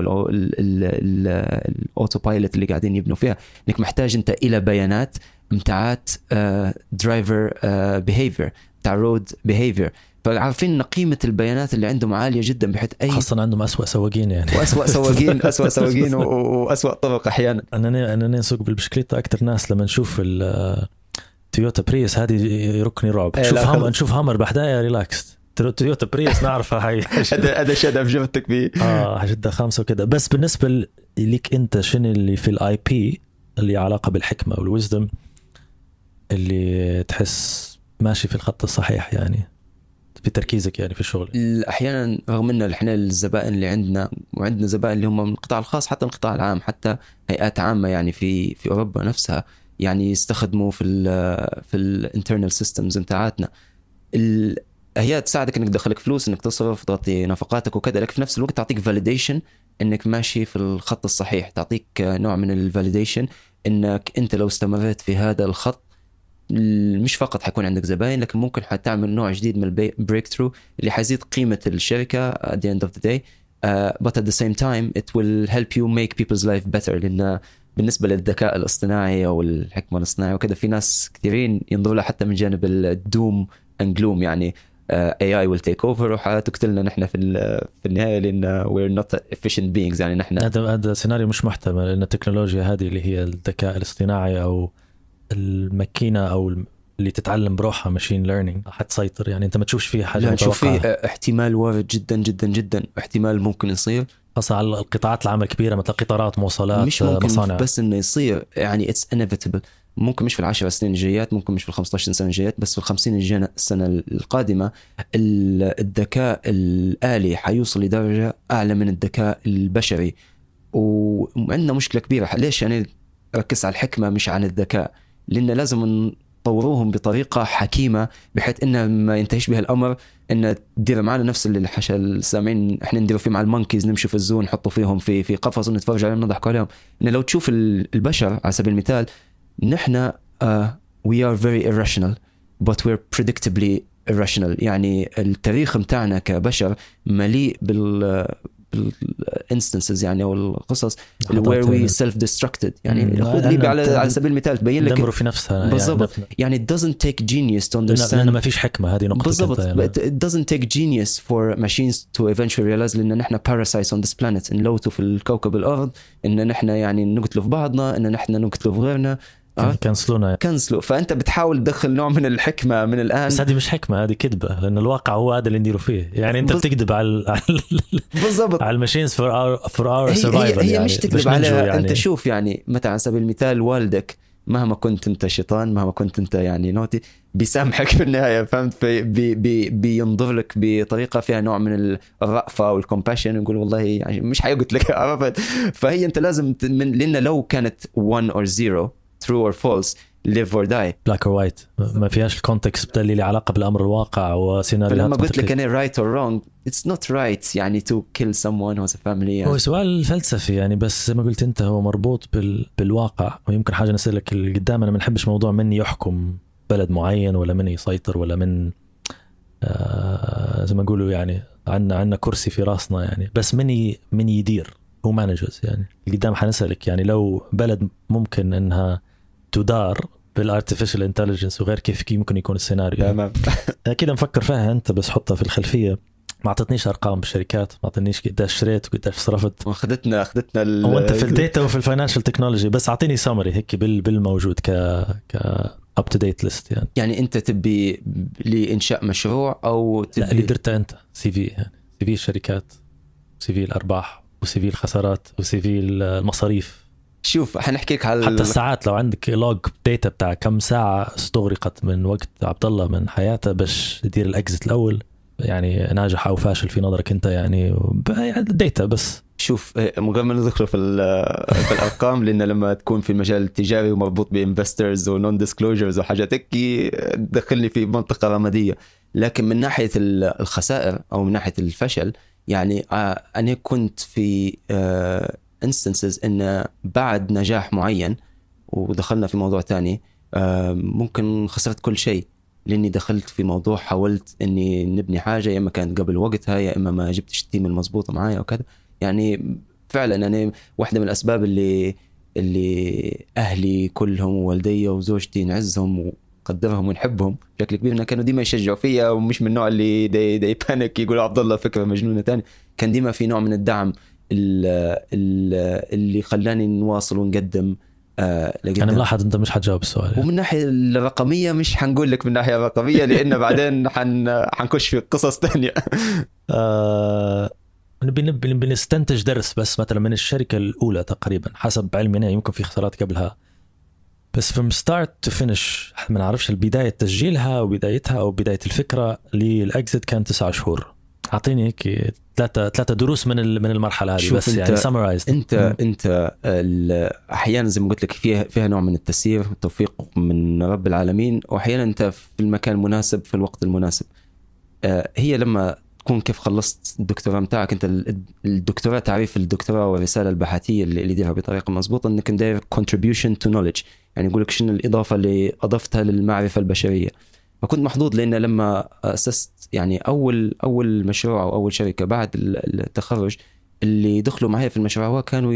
والاوتو بايلوت اللي قاعدين يبنوا فيها. انك محتاج انت الى بيانات متاعت درايفر بيهيفير بتاع رود بيهيفير، فعارفين ان قيمه البيانات اللي عندهم عاليه جدا، بحيث اي خاصه عندهم اسوأ سواقين يعني واسوأ سواقين اسوأ سواقين واسوأ طرق احيانا. انا انا نسوق بالبسكليت اكثر ناس لما نشوف تويوتا بريس هذه يركني رعب. شوف هم نشوف هامر بحدايا ريلاكس. تويوتا بريس نعرفها هاي هذا هذا شدف جبتك بيه اه هجدها خمسة وكده. بس بالنسبة ليك انت شنو اللي في الاي بي اللي علاقة بالحكمة والوزدم اللي تحس ماشي في الخط الصحيح يعني في تركيزك يعني في الشغل؟ احيانا رغم ان احنا الزبائن اللي عندنا وعندنا زبائن اللي هم من القطاع الخاص حتى القطاع العام حتى هيئات عامة يعني في في اوروبا نفسها يعني يستخدموا في ال في الانترنال سيستمز بتاعتنا. هي تساعدك انك تدخلك فلوس انك تصرف تعطي نفقاتك وكذا، لكن في نفس الوقت تعطيك فاليديشن انك ماشي في الخط الصحيح. تعطيك نوع من الفاليديشن انك انت لو استمريت في هذا الخط مش فقط حيكون عندك زباين لكن ممكن حتعمل نوع جديد من البريك ثرو اللي حيزيد قيمة الشركة at the end of the day uh, but at the same time it will help you make people's life better. لأن بالنسبة للذكاء الاصطناعي أو الحكمة الاصطناعية وكذا في ناس كثيرين ينظروا لها حتى من جانب الدوم and gloom يعني uh, إيه آي will take over وحتقتلنا نحن في في النهاية لأن we're not efficient beings يعني نحن. هذا هذا سيناريو مش محتمل لأن التكنولوجيا هذه اللي هي الذكاء الاصطناعي أو الماكينة أو اللي تتعلم بروحها ماشين ليرنينج حتسيطر. يعني أنت ما تشوفش فيه حاجة متوقعة. تشوف فيه احتمال وارد جدا جدا جدا احتمال ممكن يصير خاصة على القطاعات العامة الكبيرة مثل قطارات مواصلات مش ممكن مصانع. بس إنه يصير يعني it's inevitable. ممكن مش في العشر سنين الجايات ممكن مش في الخمسة عشر سنة الجايات بس في الخمسين السنة القادمة الذكاء الآلي حيوصل لدرجة أعلى من الذكاء البشري. وعندنا مشكلة كبيرة. ليش يعني ركز على الحكمة مش عن الذكاء؟ لأن لازم نطوروهم بطريقة حكيمة بحيث إنه ما ينتهيش بها الأمر إن تدير معنا نفس اللي حشا السامعين إحنا نديروا فيه مع المونكيز نمشي في الزون نحطوا فيهم في في قفص ونتفرج عليهم نضحك عليهم. إن لو تشوف البشر على سبيل المثال نحن uh, we are very irrational but we're predictably irrational. يعني التاريخ متاعنا كبشر مليء بال instances يعني أو القصص where we self-destructed يعني خذ لي على على سبيل المثال تبين لك دمروا في نفسها بالضبط. يعني it doesn't take genius to understand لأن ما فيش حكمة. هذه نقطة بالضبط. it doesn't take genius for machines to eventually realize لأن نحن parasites on this planet نلوتوا في الكوكب الأرض إن نحن يعني نقتلوا في بعضنا إن نحن نقتلوا في غيرنا كنسلونا كنسلوا. فأنت بتحاول تدخل نوع من الحكمة من الآن بس هذه مش حكمة هذه كذبة لأن الواقع هو هذا اللي نديروا فيه. يعني أنت بتكذب على بالضبط على الماشينز for our for our هي survival. هي, هي يعني مش تكذب على يعني. أنت شوف يعني مثلا على سبيل المثال والدك مهما كنت أنت شيطان مهما كنت أنت يعني نوتي بيسامحك في النهاية فهمت. بي بي بينظر لك بطريقة فيها نوع من الرأفة والكومباشن ويقول والله يعني مش حيقتلك عرفت. فهي أنت لازم من لأن لو كانت one or zero true or false live or die black or white ما فيهاش الكونتكست بتاعي اللي علاقة بالأمر الواقع وسيناريوهات. فلما قلت لك أنا right or wrong it's not right يعني to kill someone who has a family يعني. هو سؤال فلسفي يعني بس زي ما قلت أنت هو مربوط بال... بالواقع. ويمكن حاجة نسألك القدام أنا ما نحبش موضوع من يحكم بلد معين ولا من يسيطر ولا من آه زي ما نقولوا يعني عنا عنا كرسي في راسنا يعني بس من ي... من يدير هو مانجرز. يعني القدام حنسألك يعني لو بلد ممكن إنها تدار بالارتفيشال انتليجنس وغير كيف كي ممكن يكون السيناريو. تمام كده مفكر فيها انت بس حطها في الخلفيه. ما اعطتنيش ارقام بالشركات ما اعطينيش قديش شريت وقديش صرفت واخذتنا اخذتنا وانت في الداتا وفي الفاينانشال تكنولوجي بس اعطيني سامري هيك بال بالموجود ك ك اب تو ديت ليست. يعني يعني انت تبي لانشاء مشروع او تبي لا اللي درته انت سي في يعني سي في الشركات سي في الارباح وسي في الخسارات وسي في المصاريف. شوف حنحكي لك على حتى الساعات لو عندك لوج داتا بتاع كم ساعة استغرقت من وقت عبد الله من حياته باش يدير الاكزيت الاول يعني ناجح او فاشل في نظرك انت يعني الداتا بس. شوف من غير ما ندخل في في الارقام لان لما تكون في المجال التجاري ومربوط بانفسترز ونون ديسكلوجرز وحاجات هيك تدخلني في منطقة رمادية. لكن من ناحية الخسائر او من ناحية الفشل يعني انا كنت في instances إن بعد نجاح معين ودخلنا في موضوع تاني ممكن خسرت كل شيء لأني دخلت في موضوع حاولت إني نبني حاجة يا إما كانت قبل وقتها يا إما ما جبتش التيم المضبوط معايا وكذا. يعني فعلا أنا واحدة من الأسباب اللي اللي أهلي كلهم ووالدي وزوجتي نعزهم وقدرهم ونحبهم بشكل كبير إن كانوا ديما يشجعوا فيا ومش من النوع اللي دي دي بانيك يقولوا عبد الله فكرة مجنونة تاني. كان ديما في نوع من الدعم اللي خلاني نواصل ونقدم آه أنا ملاحظ أنت مش حتجاوب السؤال. ومن الناحية الرقمية مش حنقول لك من الناحية الرقمية لأن بعدين حن حنكش في قصص تانية. آه بنستنتج درس بس مثلا من الشركة الأولى تقريبا حسب علمنا، يمكن في خسارات قبلها، بس from start to finish ما نعرفش البداية تسجيلها وبدايتها أو بداية الفكرة للأكزيت كان تسعة شهور. أعطيني هيك ثلاثة ثلاثة دروس من من المرحلة هذه بس يعني summarized. أنت م. أنت أحيانا زي ما قلت لك فيها فيها نوع من التسيير والتوفيق من رب العالمين، وأحيانا أنت في المكان المناسب في الوقت المناسب. هي لما تكون كيف خلصت الدكتوراه متاعك، أنت الدكتوراه تعريف الدكتوراه والرسالة البحثية اللي يديرها بطريقة مضبوطة إنك ندير contribution to knowledge، يعني يقولك شنو الإضافة اللي أضفتها للمعرفة البشرية. فكنت محظوظ لأن لما أسست يعني أول أول مشروع أو أول شركة بعد التخرج اللي دخلوا معي في المشروع هو كانوا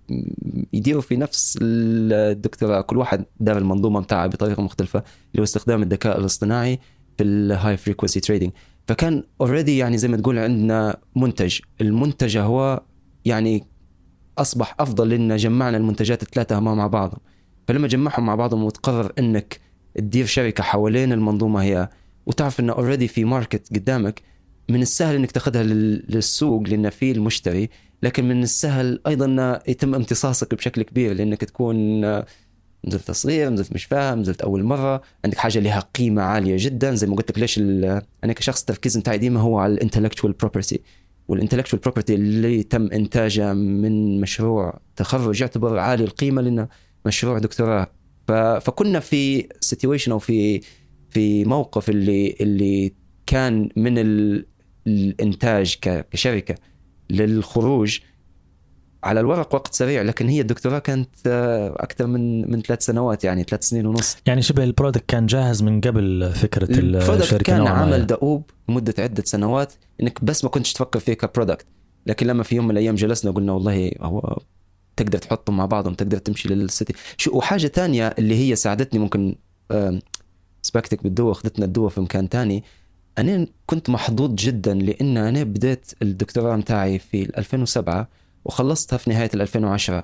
يديروا في نفس الدكتوراه، كل واحد دار المنظومة متاعه بطريقة مختلفة اللي هو استخدام الذكاء الاصطناعي في الهاي فريكوينسي تريدينج. فكان already يعني زي ما تقول عندنا منتج، المنتج هو يعني أصبح أفضل لأن جمعنا المنتجات الثلاثة مع بعضهم. فلما جمعهم مع بعضهم وتقرر أنك تدير شركة حوالين المنظومة هي، وتعرف أنه already في ماركت قدامك، من السهل أنك تأخذها للسوق لأن فيه المشتري، لكن من السهل أيضا أن يتم امتصاصك بشكل كبير لأنك تكون نزلت تصغير، نزلت مش فاهم، نزلت أول مرة، عندك حاجة لها قيمة عالية جدا. زي ما قلت لك ليش أنا كشخص تركيز متاعي ديما هو على الانتلكتوال بروبرتي، والانتلكتوال بروبرتي اللي تم إنتاجه من مشروع تخرج يعتبر عالي القيمة لأنه مشروع دكتوراه. فكنا في سيتويشن أو في في موقف اللي اللي كان من الإنتاج كشركة للخروج على الورق وقت سريع، لكن هي الدكتوراه كانت أكثر من من ثلاث سنوات، يعني ثلاث سنين ونص. يعني شبه البرودكت كان جاهز من قبل فكرة الشركة، كان عمل دؤوب مدة عدة سنوات إنك بس ما كنتش تفكر فيه كبرودكت. لكن لما في يوم من الأيام جلسنا وقلنا والله هو تقدر تحطهم مع بعضهم، تقدر تمشي للسيتي. شو وحاجة تانية اللي هي ساعدتني ممكن سباكتك بالدوا أخذتنا الدوا في مكان تاني. أنا كنت محظوظ جدا لأن أنا بديت الدكتوراه متاعي في ألفين وسبعة وخلصتها في نهاية ألفين وعشرة،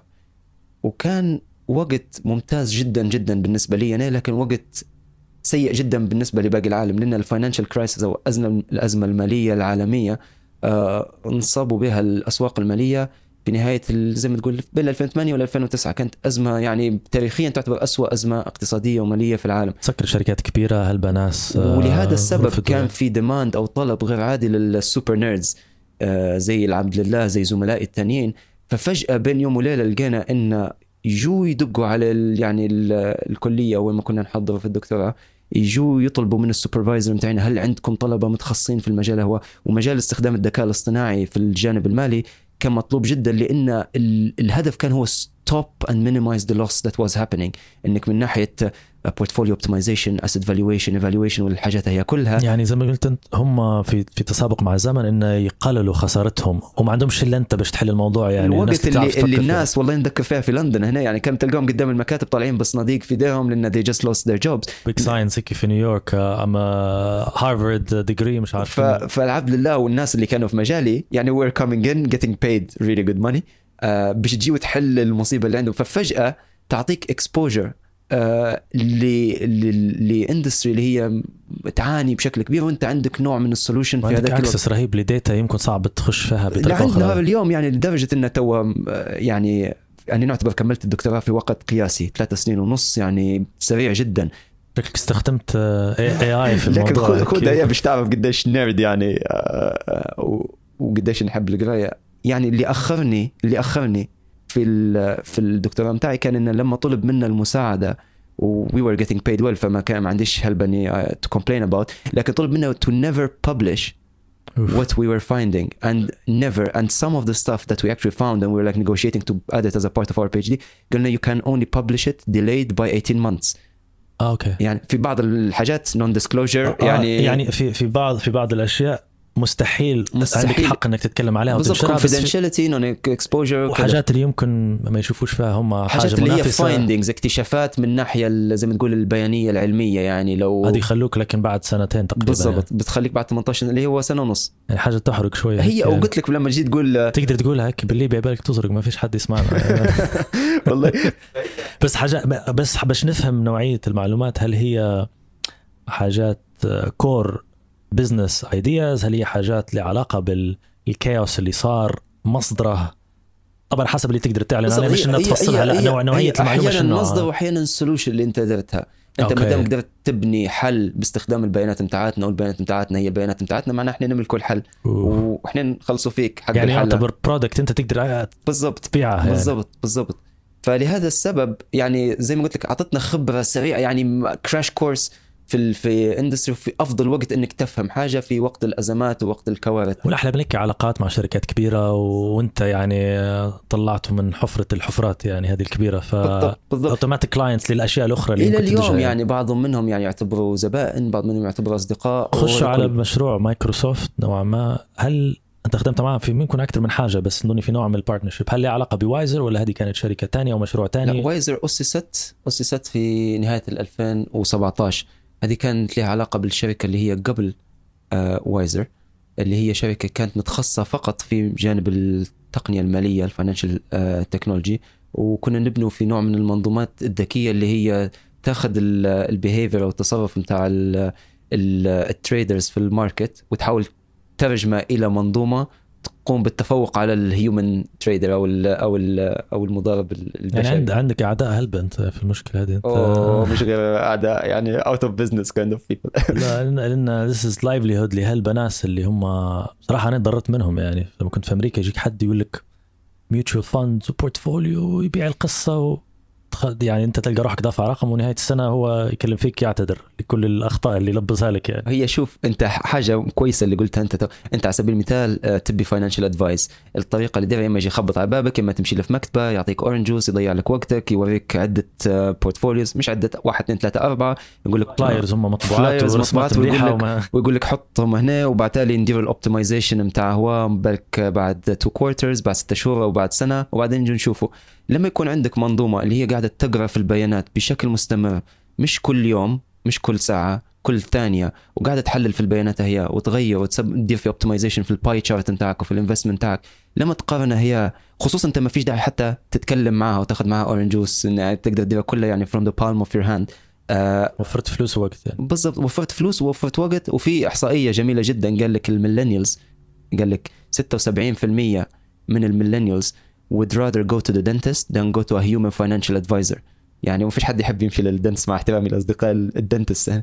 وكان وقت ممتاز جدا جدا بالنسبة لي أنا، لكن وقت سيء جدا بالنسبة لباقي العالم لأن الفاينانشال كرايسيس أو الأزمة المالية العالمية آه انصابوا بها الأسواق المالية في نهاية زي ما تقول بين ألفين وثمانية ولا ألفين وتسعة. كانت أزمة يعني تاريخيا تعتبر أسوأ أزمة اقتصادية ومالية في العالم. تسكر شركات كبيرة هالبناس آه ولهذا السبب كان في ديماند أو طلب غير عادي للسوبر نيردز آه زي العبد لله زي زملائي التانيين. ففجأة بين يوم وليلة لقينا إن يجوا يدقوا على ال يعني ال الكلية وين ما كنا نحضر في الدكتوراه، يجوا يطلبوا من السوبرفايزر متاعنا هل عندكم طلبة متخصصين في المجال هو، ومجال استخدام الذكاء الاصطناعي في الجانب المالي كان مطلوب جدا لأن الهدف كان هو stop and minimize the loss that was happening. إنك من ناحية portfolio optimization, asset valuation, evaluation والحاجات هي كلها. يعني زي ما قلت أنت هم في في تسابق مع الزمن إنه يقللوا خسارتهم وما عندهمش إلا أنت باش تحل الموضوع. يعني الوقت اللي, اللي الناس والله نذكر فيها في لندن هنا يعني كانت تلقاهم قدام المكاتب طالعين بصناديق في ايديهم لأن they just lost their jobs. big science هيك في نيويورك أما هارفارد degree مش عارف. فالعبد لله والناس اللي كانوا في مجالي يعني we're coming in getting paid really good money آه باش تجي وتحل المصيبة اللي عندهم. ففجأة تعطيك exposure آه لاندستري اللي هي تعاني بشكل كبير وانت عندك نوع من السولوشن في هذا اكسس رهيب لديتا يمكن صعب تخش فيها بطريقه اخرى اليوم يعني لدرجه ان تو يعني يعني نعتبر كملت الدكتوراه في وقت قياسي ثلاث سنين ونص يعني سريع جدا. شكلك استخدمت اي اي في الموضوع. لكن خذ هي باش تعرف قديش نيرد يعني وقديش نحب القرايه. يعني اللي اخرني اللي اخرني في في الدكتوراه متاعي كان إن لما طلب منا المساعدة و we were getting paid well فما كان ما عنديش هلبني to complain about، لكن طلب منا to never publish what we were finding and never and some of the stuff that we actually found and we were like negotiating to add it as a part of our PhD قلنا you can only publish it delayed by eighteen months. آه أوكي. يعني في بعض الحاجات non disclosure آه يعني يعني في في بعض في بعض الأشياء مستحيل, مستحيل عندك حق انك تتكلم عليها وتنشرها confidentiality non exposure وحاجات اللي يمكن ما يشوفوش فيها هم حاجه اللي منافسه هي findings اكتشافات من ناحيه زي ما تقول البيانيه العلميه يعني لو هذه يخلوك لكن بعد سنتين تقريبا بالضبط يعني. بتخليك بعد ثمانية عشر اللي هو سنه ونص يعني حاجه تحرق شويه هي او قلت لك لما جيت تقول تقدر تقولها هيك باللي بيبالك تزرق ما فيش حد يسمعنا يعني. والله بس حاجة بس باش نفهم نوعية المعلومات، هل هي حاجات كور بزنس ايدياز، هل هي حاجات لها علاقة بالكاوس اللي صار مصدره؟ طبعا حسب اللي تقدر تعلن عنه، مش انها تفصلها لا نوع نوعية المعلومة احيانا المصدر واحيانا السولوشن اللي انت درتها. انت ما دام قدرت تبني حل باستخدام البيانات متاعتنا، والبيانات متاعتنا هي البيانات متاعتنا، معناها احنا نملك كل حل واحنا نخلصوا فيك حق يعني الحل، يعتبر برودكت انت تقدر بالضبط تبيعها. بالضبط يعني. بالضبط. فلهذا السبب يعني زي ما قلت لك اعطتنا خبره سريعه، يعني كراش كورس في في اندستري، في افضل وقت انك تفهم حاجه في وقت الازمات ووقت الكوارث. والاحلى بنحكي علاقات مع شركات كبيره، وانت يعني طلعته من حفره الحفرات يعني هذه الكبيره، ف اوتوماتيك كلاينتس للاشياء الاخرى اللي الى اليوم يعني بعضهم منهم يعني يعتبروا زبائن، بعض منهم يعتبروا اصدقاء. خشوا على مشروع مايكروسوفت نوعا ما، هل انت خدمت معاه في ممكن اكثر من حاجه، بس انه في نوع من البارتنرشيب، هل لها علاقه بوايزر ولا هذه كانت شركه تانية او مشروع تاني؟ لا، وايزر اسست اسست في نهايه ألفين وسبعطعش. هذه كانت لها علاقه بالشركه اللي هي قبل آه وايزر، اللي هي شركه كانت متخصصه فقط في جانب التقنيه الماليه، الفاينانشال آه تكنولوجي، وكنا نبنوا في نوع من المنظومات الذكيه اللي هي تاخذ البيهيفير او التصرف نتاع التريدرز في الماركت وتحاول ترجمه الى منظومه تقوم بالتفوق على الهيومن تريدر او ال او ال او المضارب البشري. يعني عند عندك اعداء هلبة انت في المشكله هذه انت. أوه مش غير اعداء، يعني out of business kind of people. لا لان this is livelihood لهالبا ناس اللي هم صراحه انا ضررت منهم. يعني لما كنت في امريكا يجيك حد يقول لك mutual funds وبورتفوليو ويبيع القصه و... يعني انت تلقى روحك دافع رقم ونهايه السنه هو يكلم فيك يعتذر لكل الاخطاء اللي لبسها لك. يعني هي شوف انت حاجه كويسه اللي قلتها انت انت على سبيل المثال تبي فاينانشال ادفايس، الطريقه اللي دايما يجي يخبط على بابك، اما تمشي له في مكتبه يعطيك اورنج جوس يضيع لك وقتك، يوريك عده بورتفوليوز، مش عده واحد اثنين ثلاثه اربعه، يقول لك فلايرز هم مطبوعات ورسمات مليحه وما... ويقول لك حطهم هنا وبعد تالي ندير الاوبتمايزيشن نتاع هو بالك بعد تو كوارترز، بعد ستة شهور وبعد سنه، وبعدين نجي نشوفه. لما يكون عندك منظومة اللي هي قاعدة تقرأ في البيانات بشكل مستمر، مش كل يوم مش كل ساعة كل ثانية، وقاعدة تحلل في البيانات هي وتغير وتدير في اوبتمايزيشن في الباي تشارت نتاعك وفي الانفستمنت نتاعك، لما تقارنها هي خصوصا انت ما فيش داعي حتى تتكلم معها وتاخذ معها اورنج جوس، يعني تقدر تديرها كلها يعني from the palm of your hand. آه وفرت فلوس ووقت يعني. بالضبط، وفرت فلوس ووفرت وقت. وفي إحصائية جميلة جدا قال لك الميلينيالز، قال لك ستة وسبعين بالمية من الميلينيالز would rather go to the dentist than go to a human financial advisor. يعني ما فيش حد يحب يمشي للدنتس مع احترامي لأصدقاء الدنتس.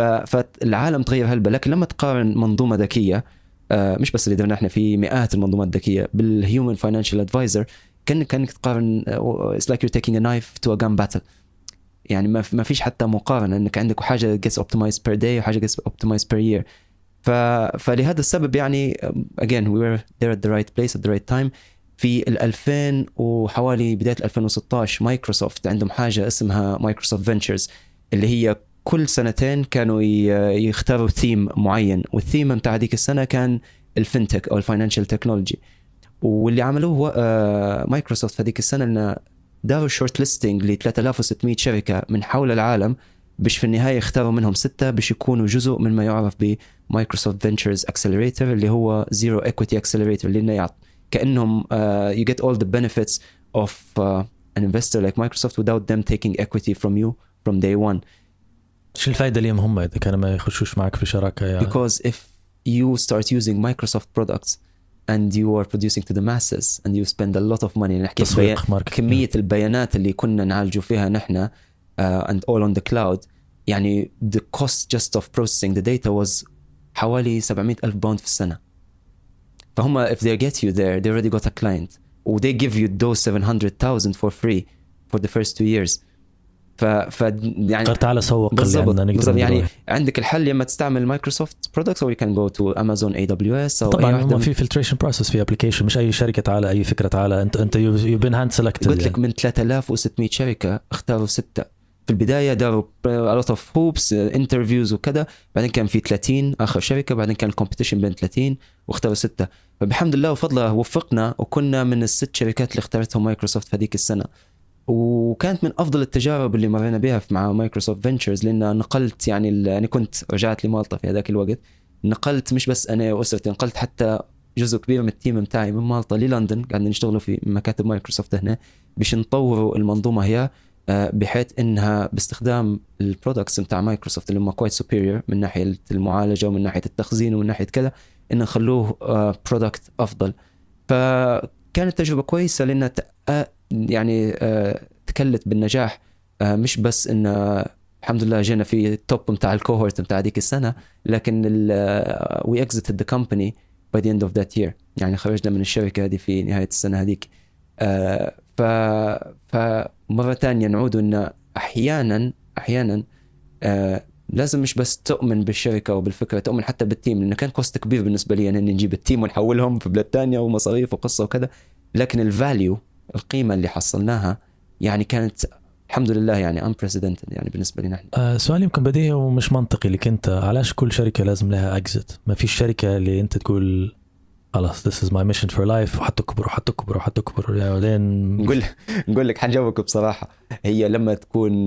فالعالم تغير هلبة. لكن لما تقارن منظومة ذكية، مش بس اللي درنا احنا في مئات المنظومات الذكية بالhuman financial advisor، كان كانك تقارن it's like you're taking a knife to a gun battle. يعني ما ما فيش حتى مقارنة، انك عندك حاجة gets optimized per day وحاجة gets optimized per year. ف فلهذا السبب يعني again we were there at the right place at the right time. في الألفين وحوالي بداية ألفين وستاشر مايكروسوفت عندهم حاجة اسمها مايكروسوفت فينتشرز، اللي هي كل سنتين كانوا يختاروا ثيم معين، والثيم متاع هذيك السنة كان الفينتك أو الفاينانشال تكنولوجي. واللي عملوه مايكروسوفت في هذيك السنة إن داروا شورت ليستنج ل ثلاثة آلاف وستمئة شركة من حول العالم، باش في النهاية اختاروا منهم ستة باش يكونوا جزء من ما يعرف بمايكروسوفت فينتشرز اكسلريتور، اللي هو زيرو ايكويتي اكسلريتور، اللي يعطي كأنهم uh, you get all the benefits of uh, an investor like Microsoft without them taking equity from you from day one. شو الفائدة ليهم هم إذا كانوا ما يخشوش معك في شراكة يعني؟ Because if you start using Microsoft products and you are producing to the masses and you spend a lot of money، نحكي بيان... كمية البيانات اللي كنا نعالجوا فيها نحن uh, and all on the cloud، يعني the cost just of processing the data was حوالي سبعمئة ألف باوند في السنة. فهم if they get you there they already got a client و they give you those seven hundred thousand for free for the first two years. ف ف يعني قررت على سوق بالضبط بالضبط. يعني عندك الحل لما تستعمل مايكروسوفت برودكتس او you can go to Amazon A W S او طبعا هم في filtration process في application، مش اي شركة على اي فكرة تعالى انت انت you've been hand selected. قلت لك من ثلاثة آلاف وستمئة شركة اختاروا ستة في البداية، داروا a lot of hoops interviews وكذا، بعدين كان في ثلاثين آخر شركة، بعدين كان competition بين ثلاثين واختاروا ستة. فبحمد الله وفضله وفقنا وكنا من الست شركات اللي اختارتهم مايكروسوفت في هذيك السنة. وكانت من أفضل التجارب اللي مرينا بها مع مايكروسوفت فينتشرز، لأن نقلت يعني أنا كنت رجعت لمالطا في هذاك الوقت، نقلت مش بس أنا وأسرتي، نقلت حتى جزء كبير من التيم متاعي من مالطا للندن، قاعدين نشتغلوا في مكاتب مايكروسوفت هنا باش نطوروا المنظومة هي بحيث انها باستخدام البرودكتس بتاع مايكروسوفت اللي هم كويت سوبيريور من ناحيه المعالجه ومن ناحيه التخزين ومن ناحيه كذا، ان نخلوه برودكت افضل. فكانت تجربه كويسه لانها يعني تكلت بالنجاح، مش بس ان الحمد لله جينا في التوب بتاع الكوهورت بتاع ديك السنه، لكن وي اكزيتد ذا كومباني باي ذا اند اوف ذات يير، يعني خرجنا من الشركه هذه في نهايه السنه هذيك. ف فمره ثانيه نعود ان احيانا احيانا آه لازم مش بس تؤمن بالشركه وبالفكره، تؤمن حتى بالتيم، لانه كان كوست كبير بالنسبه لي يعني ان نجيب التيم ونحولهم في بلاد ثانيه ومصاريف وقصه وكذا، لكن الفاليو القيمه اللي حصلناها يعني كانت الحمد لله يعني unprecedented يعني بالنسبه لنا احنا. آه سؤال يمكن بديهي ومش منطقي لك انت، علاش كل شركه لازم لها اكزيت؟ ما فيش شركه اللي انت تقول خلاص this is my mission for life وحتكبر وحتكبر وحتكبر يعني بعدين؟ نقول نقول لك حنجاوبك بصراحه، هي لما تكون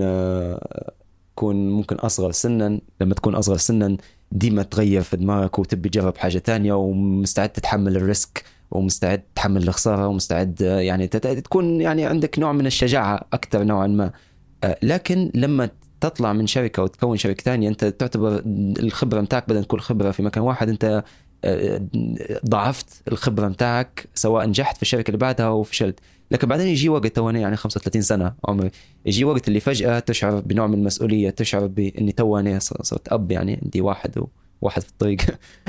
تكون ممكن اصغر سنا، لما تكون اصغر سنا ديما تغير في دماغك وتبي تجرب حاجه تانية ومستعد تتحمل الريسك ومستعد تتحمل الخساره ومستعد يعني تكون يعني عندك نوع من الشجاعه اكثر نوعا ما. لكن لما تطلع من شركه وتكون شركه ثانيه انت تعتبر الخبره متاعك بدل تكون خبره في مكان واحد، انت ضعفت الخبره متاعك سواء نجحت في الشركه اللي بعدها او فشلت. لكن بعدين يجي وقت، وانا يعني خمسة وثلاثين سنه عمري، يجي وقت اللي فجاه تشعر بنوع من المسؤوليه، تشعر باني تواني صرت اب، يعني عندي واحد وواحد في الطريق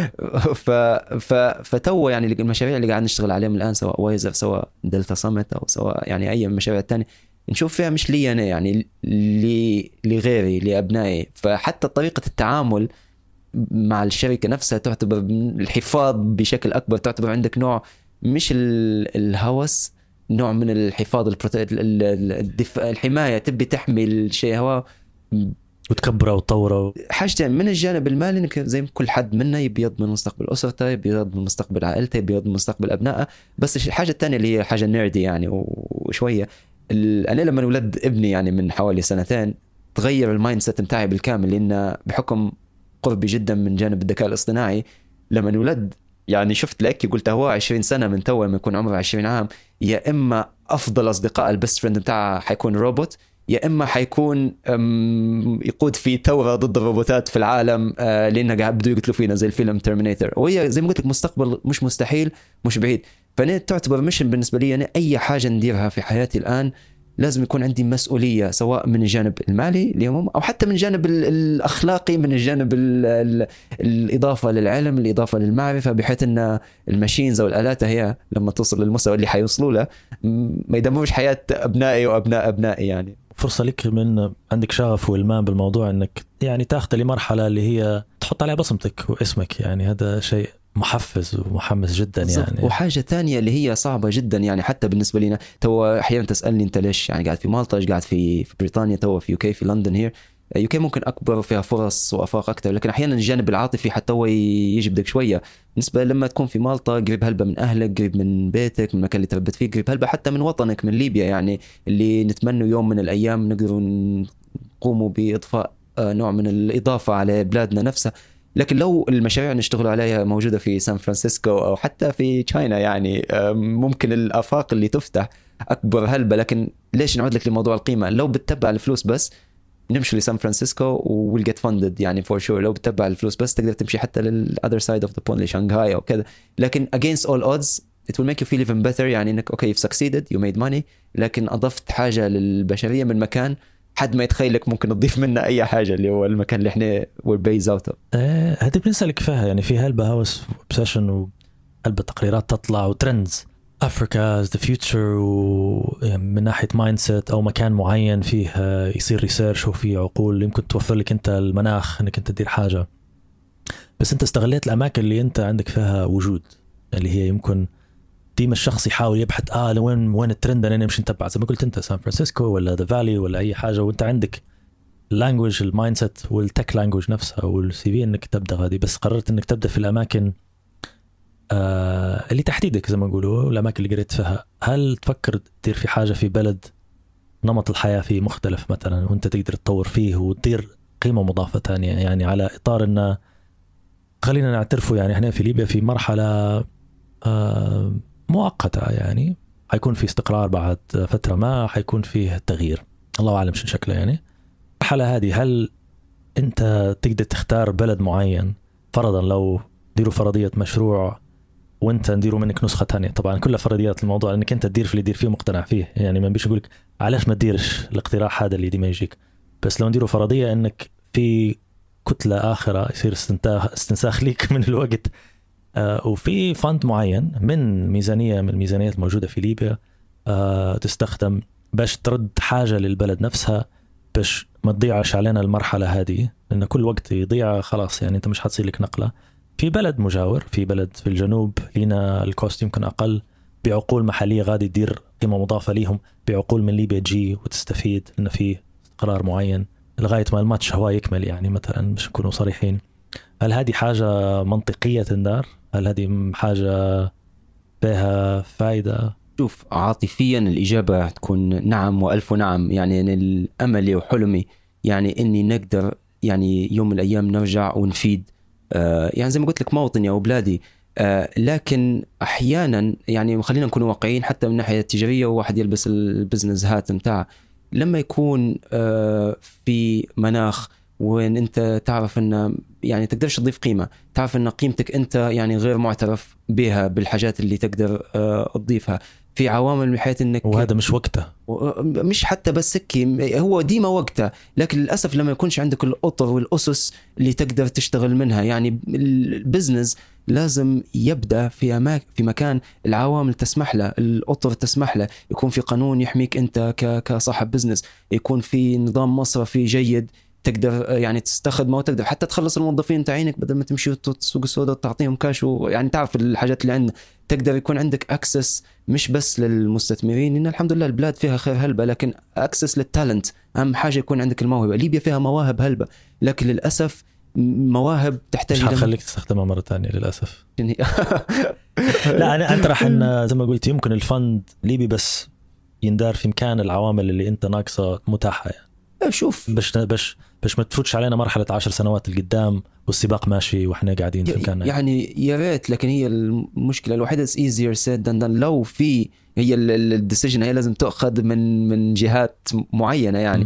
ف ف فتو يعني المشاريع اللي قاعد نشتغل عليهم الان سواء وايزر سواء دلتا سمت او سواء يعني اي مشاريع الثانيه نشوف فيها مش لي انا، يعني لغيري لابنائي. فحتى طريقه التعامل مع الشركه نفسها تعتبر الحفاظ بشكل اكبر، تعتبر عندك نوع مش الهوس، نوع من الحفاظ الدفاع الحمايه، تبي تحمي الشيء هو وتكبره وتطوره. حاجتين من الجانب المالي انك زي كل حد منا يبي يضمن مستقبل اسرته، يبي يضمن مستقبل عائلته، يبي يضمن مستقبل ابنائه. بس الحاجه الثانيه اللي هي حاجه نيردي يعني وشويه، انا لما ولد ابني يعني من حوالي سنتين تغير المايند سيت بتاعي بالكامل، لان بحكم قربي جدا من جانب الذكاء الاصطناعي لما ولد يعني شفت لك قلت هو عشرين سنه من تو لما يكون عمره عشرين عام، يا اما افضل اصدقاء البست فريند بتاعه حيكون روبوت، يا اما حيكون يقود في ثوره ضد الروبوتات في العالم، لانه قاعد بده يقتلوا فينا زي الفيلم ترمينيتر. وهي زي ما قلت لك مستقبل مش مستحيل مش بعيد. فانا تعتبر ميشن بالنسبه لي، انا اي حاجه نديرها في حياتي الان لازم يكون عندي مسؤوليه، سواء من الجانب المالي اليوم او حتى من الجانب الاخلاقي، من الجانب ال ال الاضافه للعلم، الاضافه للمعرفه، بحيث ان الماشينز او الالات هي لما توصل للمستوى اللي حيوصلوا له ما يدمروش حياه ابنائي وابناء ابنائي. يعني فرصه لك من عندك شغف والمان بالموضوع انك يعني تاخذ لمرحله اللي هي تحط عليها بصمتك واسمك، يعني هذا شيء محفز ومحمس جدا يعني. وحاجة تانية اللي هي صعبة جدا يعني حتى بالنسبة لنا، تو أحيانا تسألني أنت ليش يعني قاعد في مالطا، إيش قاعد في في بريطانيا، تو في يوكي في لندن هير. يوكي ممكن أكبر وفيها فرص وأفاق أكثر، لكن أحيانا الجانب العاطفي حتى هو يجي بدك شوية. بالنسبة لما تكون في مالطا قريب هلبة من أهلك، قريب من بيتك، من المكان اللي تربت فيه، قريب هلبة حتى من وطنك من ليبيا، يعني اللي نتمنى يوم من الأيام نقدر نقوموا بإضفاء نوع من الإضافة على بلادنا نفسها. لكن لو المشاريع نشتغل عليها موجودة في سان فرانسيسكو أو حتى في تشاينا، يعني ممكن الآفاق اللي تفتح أكبر هلبة. لكن ليش نعود لك لموضوع القيمة؟ لو بتتبع الفلوس بس نمشي لسان فرانسيسكو we'll get funded يعني for sure. لو بتتبع الفلوس بس تقدر تمشي حتى لل other side of the pond لشانغهاي أو كذا. لكن against all odds it will make you feel even better، يعني إنك okay you've succeeded you made money، لكن أضفت حاجة للبشرية من مكان حد ما يتخيلك ممكن نضيف منه أي حاجة، اللي هو المكان اللي إحنا we're based out of. آه هذا بنسألك فيها يعني في هلبة هاوس obsession وهلبة تقريرات تطلع وترندز أفريكا as the future، ومن ناحية مايند سيت أو مكان معين فيه يصير ريسيرش وفيه عقول يمكن توفر لك أنت المناخ إنك أنت تدير حاجة. بس أنت استغليت الأماكن اللي أنت عندك فيها وجود، اللي هي يمكن ديما الشخص يحاول يبحث اه وين وين الترند انا نمشي نتبع، زي ما قلت انت سان فرانسيسكو ولا ذا فالي ولا اي حاجه، وانت عندك اللانجوج المايند سيت والتك لانجوج نفسها والسي في انك تبدا هذه. بس قررت انك تبدا في الاماكن آه اللي تحديدك زي ما نقولوا، الاماكن اللي قريت فيها. هل تفكر تدير في حاجه في بلد نمط الحياه فيه مختلف مثلا وانت تقدر تطور فيه وتدير قيمه مضافه ثانيه، يعني على اطار ان خلينا نعترفوا يعني احنا في ليبيا في مرحله آه مؤقتة، يعني حيكون في استقرار بعد فترة ما حيكون فيه تغيير. الله أعلم شو شكله. يعني الحالة هذه هل أنت تقدر تختار بلد معين؟ فرضا لو ديروا فرضية مشروع وانت نديروا منك نسخة تانية، طبعا كلها فرضيات الموضوع انك انت تدير في اللي يدير فيه مقتنع فيه، يعني ما بيش يقولك علاش ما تديرش الاقتراح هذا اللي دي ما يجيك. بس لو نديروا فرضية انك في كتلة آخرة يصير استنساخ, استنساخ ليك من الوقت، آه وفي فند معين من ميزانية من الميزانيات الموجودة في ليبيا آه تستخدم باش ترد حاجة للبلد نفسها، باش ما تضيعش علينا المرحلة هذه، لأن كل وقت يضيع خلاص يعني انت مش حتصير لك نقلة في بلد مجاور، في بلد في الجنوب لينا الكوست يمكن أقل، بعقول محلية غادي تدير قيمة مضافة ليهم، بعقول من ليبيا تجي وتستفيد لأن في قرار معين لغاية ما الماتش هو يكمل. يعني مثلا مش نكونوا صريحين، هل هذه حاجة منطقية تندار؟ هل هذه حاجة بها فايدة؟ شوف عاطفيا الإجابة تكون نعم وألف نعم. يعني الأمل وحلمي يعني إني نقدر يعني يوم من الأيام نرجع ونفيد، آه يعني زي ما قلت لك موطني أو بلادي. آه لكن أحيانا يعني خلينا نكون واقعيين حتى من ناحية التجارية، وواحد يلبس البزنس هات متاعه لما يكون آه في مناخ وين أنت تعرف أن يعني تقدرش تضيف قيمة، تعرف أن قيمتك أنت يعني غير معترف بها بالحاجات اللي تقدر آه تضيفها في عوامل بحيث انك، وهذا مش وقته، مش حتى بس سكي، هو ديما وقته، لكن للاسف لما يكونش عندك الاطر والاسس اللي تقدر تشتغل منها. يعني البزنس لازم يبدا في أماك في مكان العوامل تسمح له، الاطر تسمح له، يكون في قانون يحميك انت كصاحب بزنس، يكون في نظام مصرفي جيد تقدر يعني تستخدمه، وتقدر حتى تخلص الموظفين تعينك بدل ما تمشي وتسوق السوداء وتعطيهم كاش، ويعني تعرف الحاجات اللي عندنا. تقدر يكون عندك اكسس مش بس للمستثمرين، إن الحمد لله البلاد فيها خير هلبة، لكن اكسس للتالنت. اهم حاجة يكون عندك الموهبة. ليبيا فيها مواهب هلبة، لكن للأسف مواهب تحتاج مش هخليك تستخدمها مرة تانية للأسف. لا أنا أنت راح إن زي ما قلت يمكن الفند ليبي بس يندار في مكان العوامل اللي أنت ناقصة متاحة. يعني شوف باش باش باش ما تفوتش علينا مرحلة عشر سنوات القدام والسباق ماشي واحنا قاعدين في مكاننا. يعني يا ريت، لكن هي المشكلة الوحيدة is easier said than done. لو في هي الديسيجن هي لازم تأخذ من من جهات معينة، يعني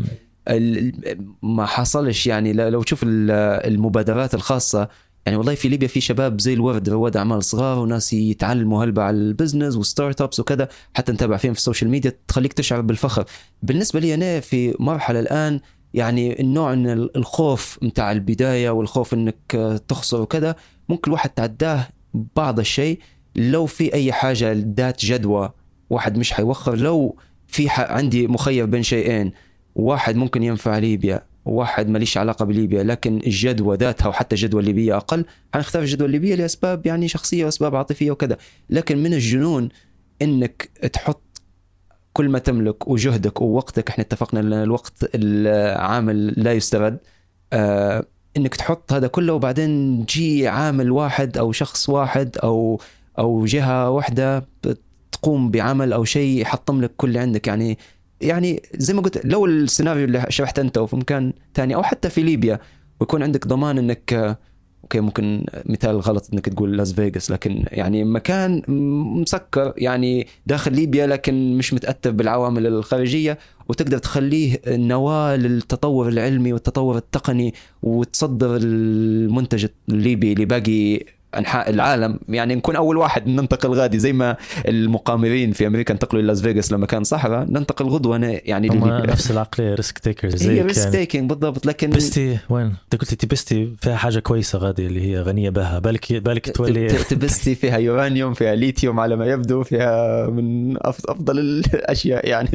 ما حصلش. يعني لو تشوف المبادرات الخاصة، يعني والله في ليبيا في شباب زي الورد، رواد أعمال صغار وناس يتعلموا هلبة على البزنس وستارت ابس وكذا، حتى نتابع فيهم في السوشيال ميديا تخليك تشعر بالفخر. بالنسبة لي أنا في مرحلة الآن يعني النوع من الخوف متاع البداية والخوف انك تخسر وكذا ممكن الواحد تعداه بعض الشيء. لو في اي حاجة ذات جدوى واحد مش حيوخر. لو في عندي مخير بين شيئين، واحد ممكن ينفع ليبيا وواحد ماليش علاقة بليبيا، لكن الجدوى ذاتها وحتى الجدوى الليبية أقل، هنختار الجدوى الليبية لأسباب يعني شخصية وأسباب عاطفية وكذا. لكن من الجنون انك تحط كل ما تملك وجهدك ووقتك، احنا اتفقنا ان الوقت العامل لا يسترد، اه انك تحط هذا كله وبعدين تجي عامل واحد او شخص واحد او او جهة واحدة تقوم بعمل او شيء يحطم لك كل اللي عندك. يعني يعني زي ما قلت، لو السيناريو اللي شرحته انت وفي مكان تاني او حتى في ليبيا، ويكون عندك ضمان انك اوكي ممكن مثال غلط انك تقول لاس فيغاس، لكن يعني مكان مسكر يعني داخل ليبيا لكن مش متأثر بالعوامل الخارجية، وتقدر تخليه نواة للتطور العلمي والتطور التقني، وتصدر المنتج الليبي لباقي أنحاء العالم. يعني نكون أول واحد ننتقل غادي، زي ما المقامرين في أمريكا انتقلوا إلى لاس فيغاس لما كان صحراء، ننتقل غدوة يعني نفس العقلية ريسك تيكرز زي ريسك تيكينج بالضبط. لكن بستي وين انت قلت تبستي فيها حاجة كويسة غادي اللي هي غنية بها، بالك بالك تولي تبستي فيها يورانيوم، فيها ليثيوم على ما يبدو، فيها من أفضل الأشياء. يعني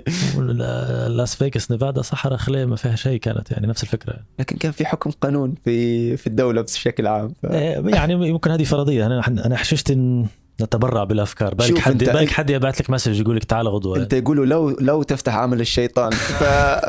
لاس فيغاس نيفادا صحراء خليه ما فيها شيء، كانت يعني نفس الفكرة، لكن كان في حكم قانون في في الدولة بشكل عام. ف... يعني ممكن هذه فرضية. أنا أنا حششت إن نتبرع بالأفكار. بالك حد بالك حد يبعث لك مسج يقول لك تعال غدوة، أنت يقولوا لو لو تفتح عمل الشيطان. ف...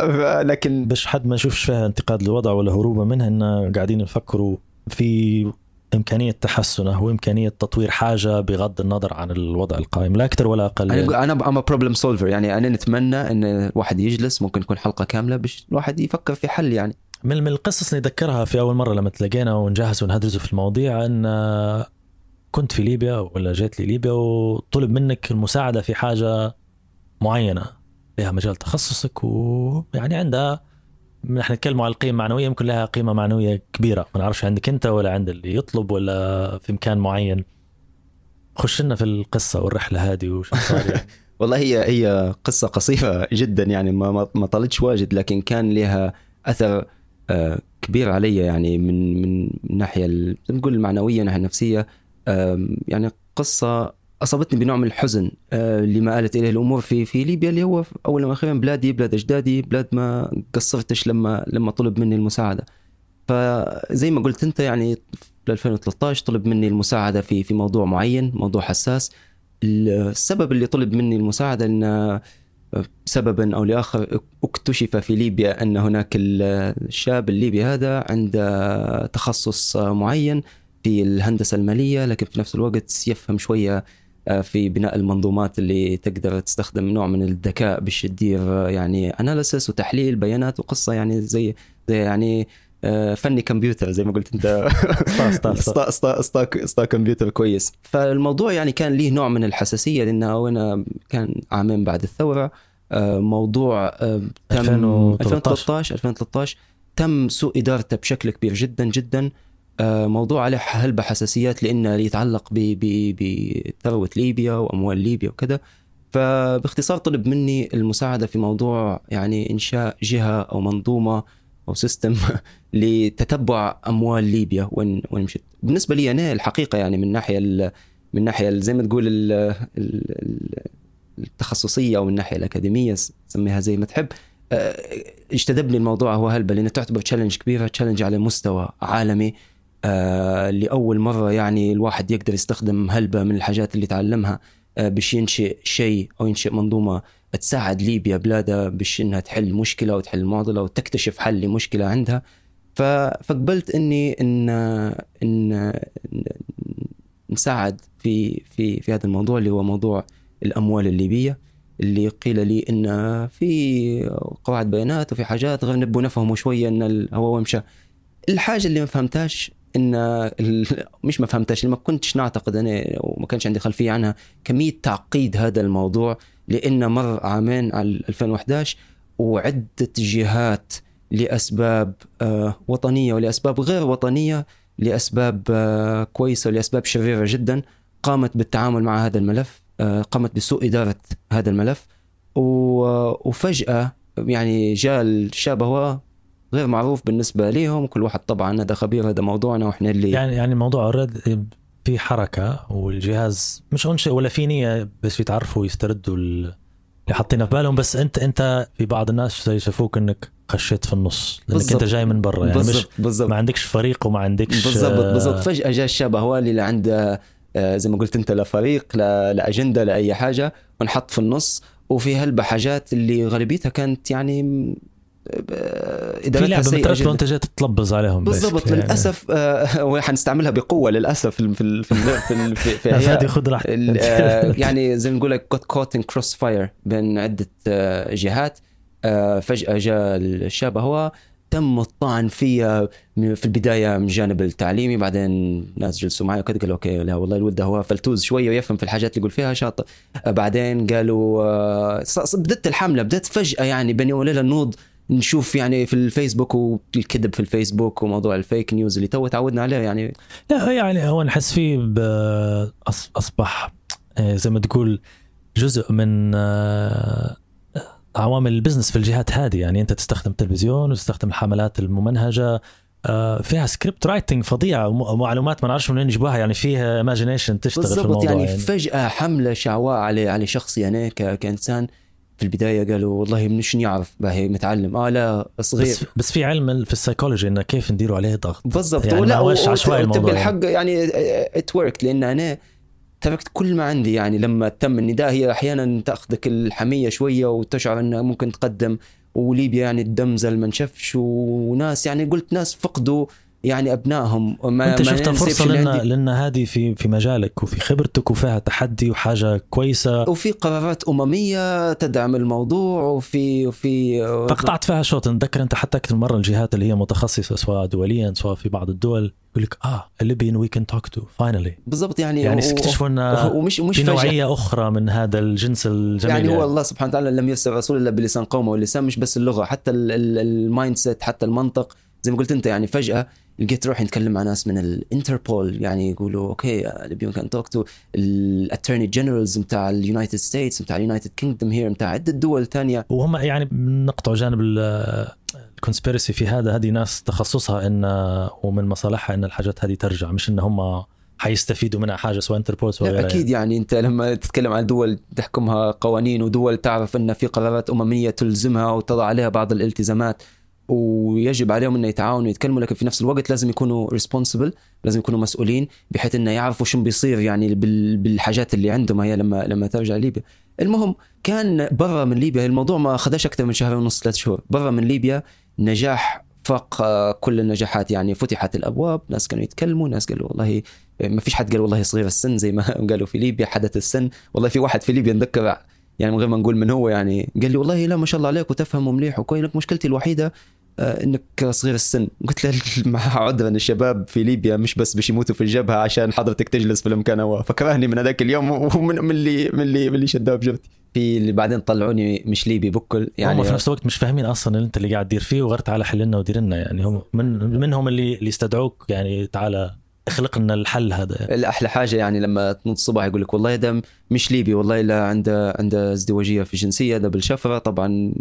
لكن باش حد ما يشوفش فيها انتقاد للوضع ولا هروبا منها، إن قاعدين نفكروا في إمكانية تحسنه وإمكانية تطوير حاجة بغض النظر عن الوضع القائم، لا أكتر ولا أقل. أنا أنا أنا بروبلم سولفر. يعني أنا نتمنى إن الواحد يجلس، ممكن يكون حلقة كاملة باش الواحد يفكر في حل. يعني من القصص اللي ذكرها في أول مرة لما تلاقينا ونجهز ونهدرز في المواضيع، أن كنت في ليبيا ولا جيت لي ليبيا وطلب منك المساعدة في حاجة معينة، لها مجال تخصصك، ويعني عندها، نحن نتكلم على القيمة المعنوية، يمكن لها قيمة معنوية كبيرة، ما نعرفش عندك أنت ولا عند اللي يطلب ولا في مكان معين. خش لنا في القصة والرحلة هذه وش صار يعني. والله هي هي قصة قصيرة جدا يعني، ما ما طالتش واجد، لكن كان لها أثر كبير علي يعني من من ناحية نقول المعنوية ناحية النفسية. يعني قصة أصابتني بنوع من الحزن لما آلت إليه الأمور في في ليبيا، اللي هو أولا وأخيرا بلادي، بلاد أجدادي، بلاد ما قصرتش لما لما طلب مني المساعدة. فزي ما قلت أنت يعني في ألفين وثلاثة عشر طلب مني المساعدة في في موضوع معين، موضوع حساس. السبب اللي طلب مني المساعدة أن سببا أو لآخر اكتشف في ليبيا أن هناك الشاب الليبي هذا عنده تخصص معين في الهندسة المالية، لكن في نفس الوقت يفهم شوية في بناء المنظومات اللي تقدر تستخدم نوع من الذكاء باش تدير يعني أناليسيس وتحليل بيانات وقصة يعني زي زي يعني فني كمبيوتر زي ما قلت انت. استا استا استا استا كمبيوتر كويس. فالموضوع يعني كان ليه نوع من الحساسية، لأنه وانا كان عامين بعد الثورة. موضوع تم ألفين وثلاثة عشر ألفين وثلاثة عشر تم سوء إدارته بشكل كبير جدا جدا. موضوع عليه هلبة حساسيات لأنه يتعلق بثروة ليبيا وأموال ليبيا وكذا. فباختصار طلب مني المساعدة في موضوع يعني إنشاء جهة أو منظومة أو سيستم لتتبع أموال ليبيا وين وين مشت. بالنسبة لي أنا الحقيقة يعني من ناحية من ناحية زي ما تقول التخصصية أو من ناحية الأكاديمية سميها زي ما تحب، اجتذبني الموضوع هو هلبة، لأنه تعتبر تشالنج كبيرة، تشالنج على مستوى عالمي. لأول مرة يعني الواحد يقدر يستخدم هلبة من الحاجات اللي تعلمها باش ينشئ شيء أو ينشئ منظومة تساعد ليبيا بلادها باش إنها تحل مشكلة وتحل معضلة وتكتشف حل لمشكلة عندها. فقبلت إني إن إن نساعد في في في هذا الموضوع اللي هو موضوع الأموال الليبية، اللي قيل لي إن في قواعد بيانات وفي حاجات غير نبغى نفهمه شوية إن هو ومشى. الحاجة اللي ما فهمتاش إن مش ما فهمتش، اللي ما كنتش نعتقد أنا وما كانش عندي خلفية عنها كمية تعقيد هذا الموضوع، لأن مر عامين على ألفين وإحدى عشر وعدة جهات لأسباب وطنية ولأسباب غير وطنية، لأسباب كويسة ولأسباب شريرة جدا، قامت بالتعامل مع هذا الملف، قامت بسوء إدارة هذا الملف. وفجأة يعني جاء الشاب هو غير معروف بالنسبة ليهم، كل واحد طبعا هذا خبير، هذا موضوعنا وإحنا اللي يعني يعني الموضوع في حركة والجهاز مش أنشئ ولا في نية بس يتعرفوا يستردوا اللي حاطينه في بالهم. بس أنت أنت في بعض الناس يشوفوك إنك خشيت في النص لأنك بالزبط. أنت جاي من برا يعني بالزبط. مش بالزبط. ما عندكش فريق وما عندكش بالضبط بالضبط. فجأة جاء الشاب هو اللي عنده زي ما قلت أنت لا فريق لا, لا أجندة لا أي حاجة، ونحط في النص. وفي هلبة حاجات اللي غالبيتها كانت يعني في لعبة مترتبة وانت جاي تتلبز عليهم بالضبط يعني. للأسف آه وحنستعملها بقوة للأسف في في في في, في, في هذه خد راحتك آه يعني زي ما نقول لك got caught in crossfire بين عدة آه جهات. آه فجأة جاء الشاب هو تم الطعن فيها في البداية من جانب التعليمي، بعدين ناس جلسوا معي وكذا قالوا أوكي لا والله الولد هو فلتوز شوية ويفهم في الحاجات اللي يقول فيها شاطر. آه بعدين قالوا آه بدت الحملة، بدت فجأة يعني بني وليلة النوض نشوف يعني في الفيسبوك والكذب في الفيسبوك وموضوع الفيك نيوز اللي تو تعودنا عليه يعني. لا يعني هو نحس فيه أصبح زي ما تقول جزء من عوامل البزنس في الجهات هذه. يعني أنت تستخدم تلفزيون وتستخدم الحملات الممنهجة فيها سكريبت رايتنج فظيع ومعلومات ما نعرفش منين نجيبوها، يعني فيها ايماجينيشن تشتغل في الموضوع يعني, يعني فجأة حملة شعواء على على شخصي أنا كإنسان. في البداية قالوا والله منش نعرف باهي متعلم اه لا صغير بس, بس في علم في السيكولوجي انه كيف نديروا عليه ضغط بالضبط يعني ولا مش عشوائي الموضوع بالحق يعني ات وركت، لان انا تركت كل ما عندي. يعني لما تم النداء هي احيانا تاخذك الحمية شوية وتشعر انها ممكن تقدم، وليبيا يعني الدم زل ما نشفش، وناس يعني قلت ناس فقدوا يعني ابنائهم. ما انت شفتها ننسبش فرصه اللي لان عندي. لان هذه في في مجالك وفي خبرتك وفيها تحدي وحاجه كويسه، وفي قرارات امميه تدعم الموضوع، وفي وفي فقطعت فيها شوط. نتذكر انت حتى اكثر مره الجهات اللي هي متخصصه سواء دوليا سواء في بعض الدول يقول لك اه الليبيان وي كان توك تو فاينلي. بالضبط يعني يعني و... اكتشفوا ان ومش ومش في فجأة. نوعيه اخرى من هذا الجنس الجميل. يعني, يعني هو الله سبحانه وتعالى لم يرسل رسول الا بلسان قومه، واللسان مش بس اللغه، حتى المايند سيت، حتى المنطق زي ما قلت انت. يعني فجاه لقيت روحي نتكلم مع ناس من الانتربول، يعني يقولوا اوكي ليبيون كان توك تو الاتورني جنرالز بتاع اليونايتد ستيتس، بتاع اليونايتد كينجدوم هير، بتاع عده دول ثانيه. وهم يعني نقطعوا جانب الكونسبيرسي في هذا. هذه ناس تخصصها ان ومن مصالحها ان الحاجات هذه ترجع، مش ان هم حيستفيدوا منها حاجه سواء انتربول سواء غيرها. اكيد يعني انت لما تتكلم عن دول تحكمها قوانين، ودول تعرف ان في قرارات امميه تلزمها وتضع عليها بعض الالتزامات، ويجب عليهم انه يتعاونوا ويتكلموا، لكن في نفس الوقت لازم يكونوا responsible، لازم يكونوا مسؤولين، بحيث انه يعرفوا شو بيصير يعني بالحاجات اللي عندهم هي لما لما ترجع ليبيا. المهم كان برا من ليبيا الموضوع ما خدش اكثر من شهر ونص ثلاث شهور. برا من ليبيا نجاح فاق كل النجاحات، يعني فتحت الابواب، ناس كانوا يتكلموا، ناس قالوا والله ما فيش حد قال والله صغير السن زي ما قالوا في ليبيا حدث السن. والله في واحد في ليبيا نذكر يعني من غير ما نقول من هو، يعني قال لي والله لا ما شاء الله عليك وتفهم مليح وكويس، مشكلتي الوحيده انك صغير السن. قلت له مع عذرا الشباب في ليبيا مش بس بش يموتوا في الجبهه عشان حضرتك تجلس في المكان هو، فكرهني من هذاك اليوم ومن من اللي من اللي من اللي شدوا بجبتي. في اللي بعدين طلعوني مش ليبي بكل، يعني هم في نفس الوقت مش فاهمين اصلا اللي انت اللي قاعد تدير فيه، وغير تعالى حللنا ودير لنا. يعني هم من منهم اللي اللي استدعوك يعني تعالى اخلق لنا الحل هذا. يعني الاحلى حاجه يعني لما تنوض الصباح يقول لك والله ده مش ليبي، والله لا عنده عنده ازدواجيه في الجنسيه، ده بالشفره. طبعا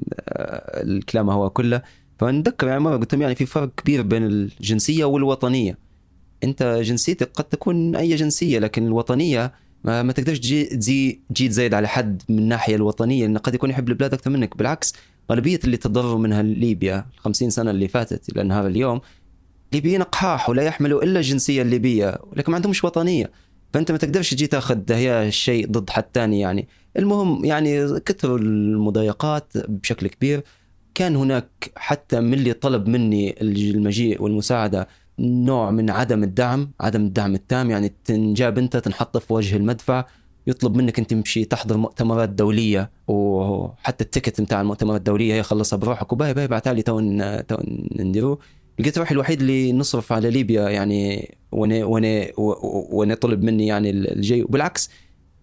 الكلام هو كله. فنذكر يعني مرة قلت لهم يعني في فرق كبير بين الجنسية والوطنية. انت جنسيتك قد تكون اي جنسية، لكن الوطنية ما, ما تقدرش تجي تزي جي تزايد على حد من الناحية الوطنية، لأن قد يكون يحب البلاد أكثر منك. بالعكس غالبية اللي تضرروا منها ليبيا الخمسين سنة اللي فاتت إلى نهار اليوم ليبيين أقحاح ولا يحملوا إلا الجنسية الليبية، ولكن ما عندهمش وطنية. فأنت ما تقدرش تجي تاخذ هي الشيء ضد حد تاني. يعني المهم يعني كثروا المضايقات بشكل كبير. كان هناك حتى من اللي طلب مني المجيء والمساعدة نوع من عدم الدعم، عدم الدعم التام. يعني تنجاب انت تنحط في وجه المدفع، يطلب منك انت تمشي تحضر مؤتمرات دولية، وحتى التيكت بتاع المؤتمرات الدولية هي خلصها بروحك، وباي باي بعتالي تون تون نديرو. لقيت روحي الوحيد اللي نصرف على ليبيا يعني، وانا وانا وانا طلب مني يعني الجي. وبالعكس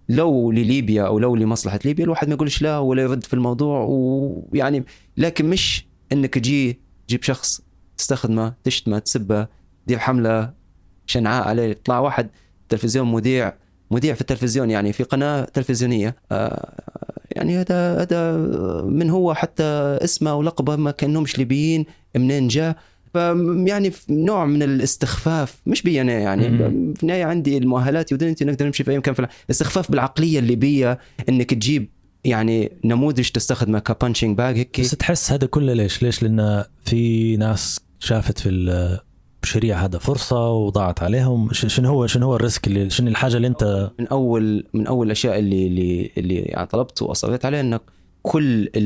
لو لليبيا او لو لمصلحه ليبيا الواحد ما يقولش لا ولا يرد في الموضوع، ويعني لكن مش انك تجي تجيب شخص تستخدمه تشتمه تسبه دير حمله شنعاء عليه. يطلع واحد تلفزيون مذيع مذيع في التلفزيون يعني في قناه تلفزيونيه، آه يعني هذا هذا من هو حتى اسمه ولقبه ما كانهمش ليبيين منين جاء. يعني نوع من الاستخفاف مش بي أنا يعني في النهاية عندي المؤهلات ودنتي نقدر نمشي في أي مكان. في الاستخفاف بالعقلية الليبية إنك تجيب يعني نموذج تستخدمه كبانشينج باج هيك. بس تحس هذا كله ليش ليش لأن في ناس شافت في الشريعة هذا فرصة وضاعت عليهم. شنو هو شنو هو الريسك اللي شنو الحاجة اللي أنت من أول من أول الأشياء اللي اللي اللي يعني طلبت وأصريت عليها إنك كل ال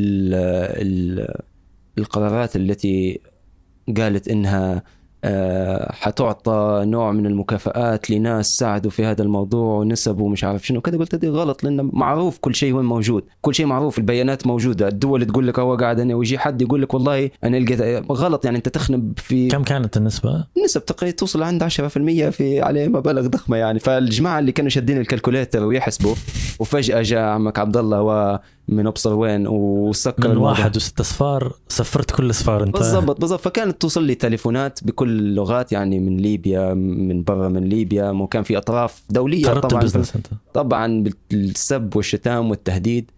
ال القرارات التي قالت إنها أه حتعطى نوع من المكافآت لناس ساعدوا في هذا الموضوع ونسب ومش عارف شنو كده، قلت دي غلط. لأن معروف كل شيء وين موجود، كل شيء معروف، البيانات موجودة، الدول تقول لك هو قاعد أنا، ويجي حد يقول لك والله أنا لقيت غلط. يعني أنت تخنب في كم كانت النسبة؟ النسب تقريبا توصل عند عشرة في المية في عليه مبالغ ضخمة يعني. فالجماعة اللي كانوا شادين الكالكوليتر ويحسبوا وفجأة جاء عمك عبد الله ومن أبصر وين وسكر من واحد وستة صفار صفرت كل صفار أنت. بالضبط بالضبط. فكانت توصل لي تليفونات بكل اللغات يعني من ليبيا من برا من ليبيا، وكان في أطراف دولية طبعا طبعا بالسب والشتام والتهديد.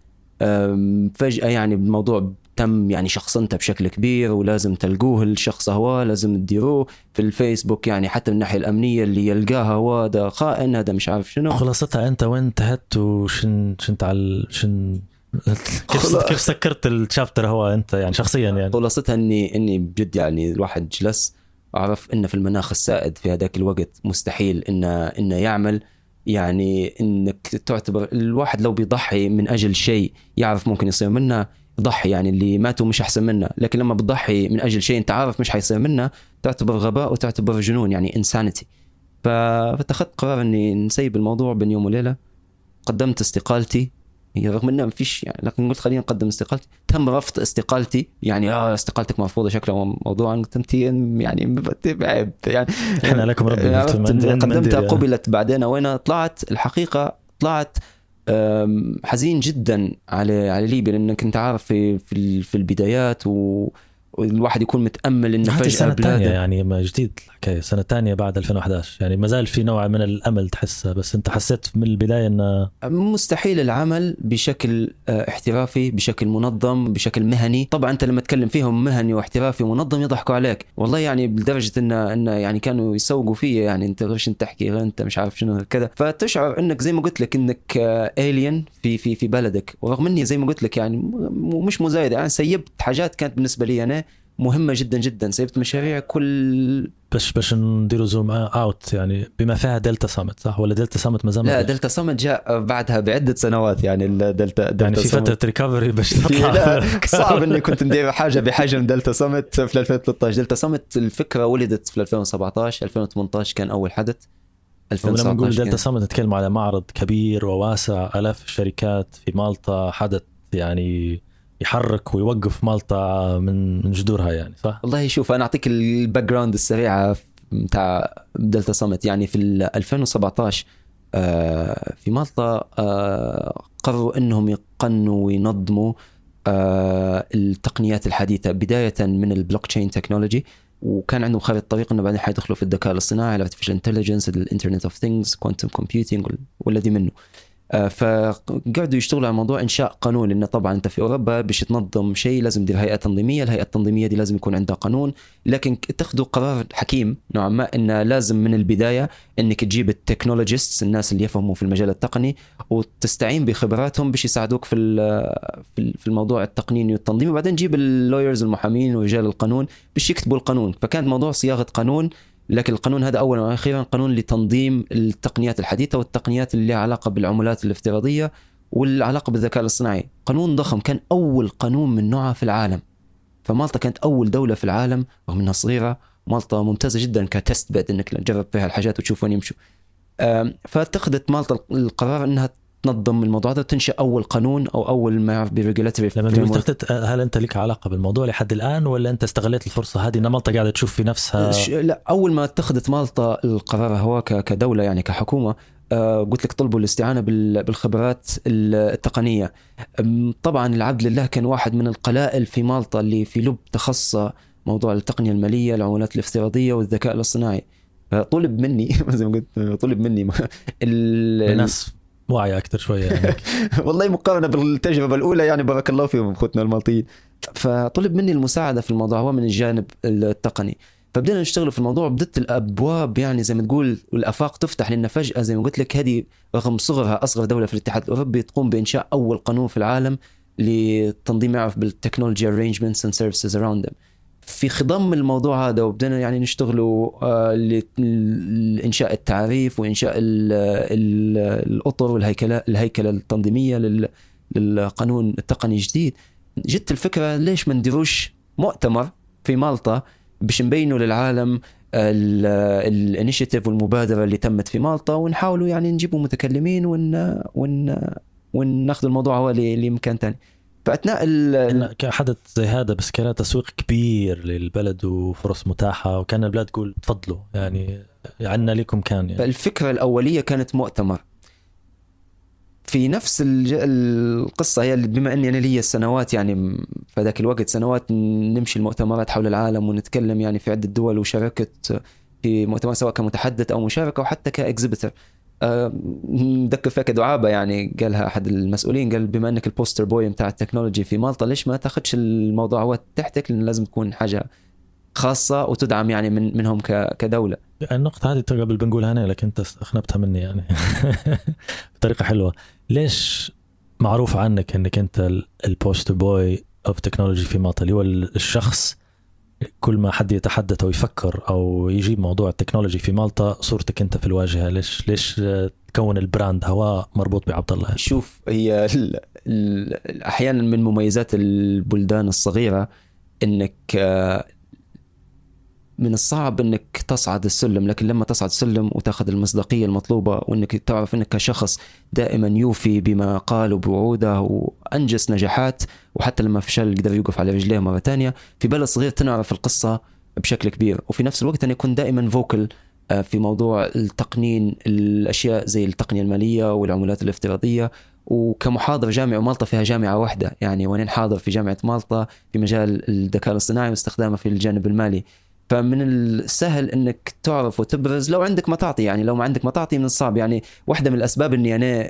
فجأة يعني الموضوع تم يعني شخصنته بشكل كبير، ولازم تلقوه الشخص هو لازم تديروه في الفيسبوك يعني حتى من الناحية الأمنية اللي يلقاها هو ده خائن هذا مش عارف شنو. خلاصتها أنت وين انتهت وشن شنت على شن كيف كيف سكرت الشابتر هو أنت يعني شخصيا يعني؟ خلاصتها إني إني بجد يعني الواحد جلس أعرف إنه في المناخ السائد في هذاك الوقت مستحيل إنه إنه يعمل. يعني إنك تعتبر الواحد لو بيضحي من أجل شيء يعرف ممكن يصير منه ضحي، يعني اللي ماتوا مش أحسن منه، لكن لما بتضحي من أجل شيء أنت عارف مش حيصير منه تعتبر غباء وتعتبر جنون، يعني insanity. فاتخذت قرار اني نسيب الموضوع بين يوم وليله. قدمت استقالتي، هي رغم انه ما فيش يعني، لكن قلت خلينا نقدم استقالتي. تم رفض استقالتي، يعني اه استقالتك مرفوضه، شكله موضوع قدمت يعني عيب يعني احنا لكم ربي قدمتها قبلت. بعدين وين طلعت الحقيقه؟ طلعت حزين جدا على على ليبيا، لانك انت عارف في في في البدايات و والواحد يكون متأمل إنه فجأة سنة تانية يعني ما جديد الحكاية، سنة تانية بعد ألفين وإحدى عشر يعني ما زال في نوع من الأمل تحسه، بس أنت حسيت من البداية إنه مستحيل العمل بشكل احترافي، بشكل منظم، بشكل مهني. طبعا أنت لما تكلم فيهم مهني واحترافي ومنظم يضحكوا عليك والله، يعني لدرجة إنه إنه يعني كانوا يسوقوا فيه، يعني أنت غير أنت تحكي غير أنت مش عارف شنو كذا. فتشعر إنك زي ما قلت لك إنك alien في في في بلدك. ورغم إني زي ما قلت لك يعني مش مزايد، يعني سيبت حاجات كانت بالنسبة لي أنا مهمة جدا جدا، سيبت مشاريع كل باش باش نديروا زوم اوت يعني بما فيها دلتا سامت، صح ولا دلتا سامت مازال؟ لا دلتا سامت جاء بعدها بعدة سنوات يعني. الدلتا دلتا يعني في فترة ريكفري باش تطلع. صعب اني كنت ندير حاجة بحجم دلتا سامت في ألفين وثلاثة عشر. دلتا سامت الفكرة ولدت في ألفين وسبعة عشر، ألفين وثمانية عشر كان اول حدث. ولما نقول دلتا سامت نتكلم على معرض كبير وواسع، آلاف الشركات في مالطا، حدث يعني يحرك ويوقف مالطا من من جذورها يعني، صح؟ والله شوف انا اعطيك الباك جراوند السريعه بتاع دلتا سامت. يعني في ألفين وسبعة عشر في مالطا قرروا انهم يقنوا وينظموا التقنيات الحديثه، بدايه من البلوك تشين تكنولوجي، وكان عندهم خارطة طريق انه بعدين حيدخلوا في الذكاء الاصطناعي، الارتفيشال انتليجنس، الانترنت اوف ثينجز، كوانتم كومبيوتينج والذي منه. فقعدوا يشتغلوا على موضوع إنشاء قانون، لأن طبعا أنت في أوروبا باش تنظم شيء لازم تدير هيئة تنظيمية، الهيئة التنظيمية دي لازم يكون عندها قانون. لكن اتخذوا قرار حكيم نوعا ما إن لازم من البداية إنك تجيب التكنولوجيستس، الناس اللي يفهموا في المجال التقني، وتستعين بخبراتهم باش يساعدوك في في الموضوع التقنيني والتنظيمي، وبعدين تجيب اللويرز المحامين ورجال القانون باش يكتبوا القانون. فكان موضوع صياغة قانون، لكن القانون هذا أولا وأخيرا قانون لتنظيم التقنيات الحديثة والتقنيات اللي لها علاقة بالعملات الافتراضية والعلاقة بالذكاء الاصطناعي. قانون ضخم، كان أول قانون من نوعه في العالم. فمالطا كانت أول دولة في العالم، رغم أنها صغيرة مالطا ممتازة جدا كتست بيد إنك تجرب فيها الحاجات وتشوف وين يمشوا. فاتخذت مالطا القرار أنها تنظم الموضوع هذا وتنشأ أول قانون أو أول ما يعرف بريجولاتوري. لما تقول تخطط، هل أنت لك علاقة بالموضوع لحد الآن ولا أنت استغلت الفرصة هذه إن مالطا قاعدة تشوف في نفسها؟ لا، أول ما اتخذت مالطا القرار هو كدولة يعني كحكومة، قلت لك طلبوا الاستعانة بالخبرات التقنية. طبعا العبد لله كان واحد من القلائل في مالطا اللي في لب تخصص موضوع التقنية المالية، العملات الافتراضية والذكاء الاصطناعي. طلب مني زي ما قلت طلب مني الناس واعية أكتر شوية يعني. والله مقارنة بالتجربة الأولى يعني بارك الله فيهم أخوتنا المالطيين. فطلب مني المساعدة في الموضوع هو من الجانب التقني. فبدأنا نشتغل في الموضوع، بدت الأبواب يعني زي ما تقول والأفاق تفتح لنا فجأة. زي ما قلت لك هذه رغم صغرها أصغر دولة في الاتحاد الأوروبي تقوم بإنشاء أول قانون في العالم لتنظيم يعرف بالتكنولوجي arrangements and services around them. في خضم الموضوع هذا وبدأنا يعني نشتغلوا لإنشاء التعريف وإنشاء الأطر والهيكلة الهيكلة التنظيمية للقانون التقني الجديد. جت الفكرة ليش ما نديروش مؤتمر في مالطا باش نبينوا للعالم الانيشيتيف والمبادرة اللي تمت في مالطا، ونحاولوا يعني نجيبوا متكلمين ون ون وناخذ الموضوع هو لمكان تاني. فأثناء كحدث زي هذا بس كان تسويق كبير للبلد وفرص متاحة، وكان البلاد تقول تفضلوا يعني عنا لكم كان يعني. فالفكرة الأولية كانت مؤتمر. في نفس القصة هي بما أني أنا لي السنوات يعني في ذاك الوقت سنوات نمشي المؤتمرات حول العالم ونتكلم يعني في عدة دول، وشاركت في مؤتمر سواء كمتحدث أو مشارك أو حتى كإكزيبيتر. نذكر فيها كدعابة يعني قالها أحد المسؤولين، قال بما أنك البوستر بوي متاع التكنولوجي في مالطا ليش ما تاخدش الموضوع هو تحتك، لأن لازم تكون حاجة خاصة وتدعم يعني من منهم كدولة. النقطة هذه قبل بنقولها أنا لكن أنت أخنبتها مني يعني بطريقة حلوة. ليش معروف عنك أنك أنت البوستر بوي أوف تكنولوجي في مالطا، اللي هو الشخص كل ما حد يتحدث أو يفكر أو يجيب موضوع التكنولوجي في مالطا صورتك أنت في الواجهة؟ ليش ليش تكون البراند هواء مربوط بعبد الله؟ شوف هي ال ال أحيانا من مميزات البلدان الصغيرة إنك من الصعب انك تصعد السلم، لكن لما تصعد السلم وتاخذ المصداقيه المطلوبه وانك تعرف انك كشخص دائما يوفي بما قال وبوعوده وانجز نجاحات، وحتى لما فشل قدر يوقف على رجليه مره ثانيه في بلد صغير، تنعرف القصه بشكل كبير. وفي نفس الوقت أن يكون دائما فوكل في موضوع التقنين الاشياء زي التقنيه الماليه والعملات الافتراضيه. وكمحاضر جامعه مالطا فيها جامعه واحده يعني، وانا حاضر في جامعه مالطا في مجال الذكاء الاصطناعي واستخدامه في الجانب المالي. فمن السهل انك تعرف وتبرز لو عندك ما تعطي، يعني لو ما عندك ما تعطي من الصعب. يعني واحده من الاسباب اني انا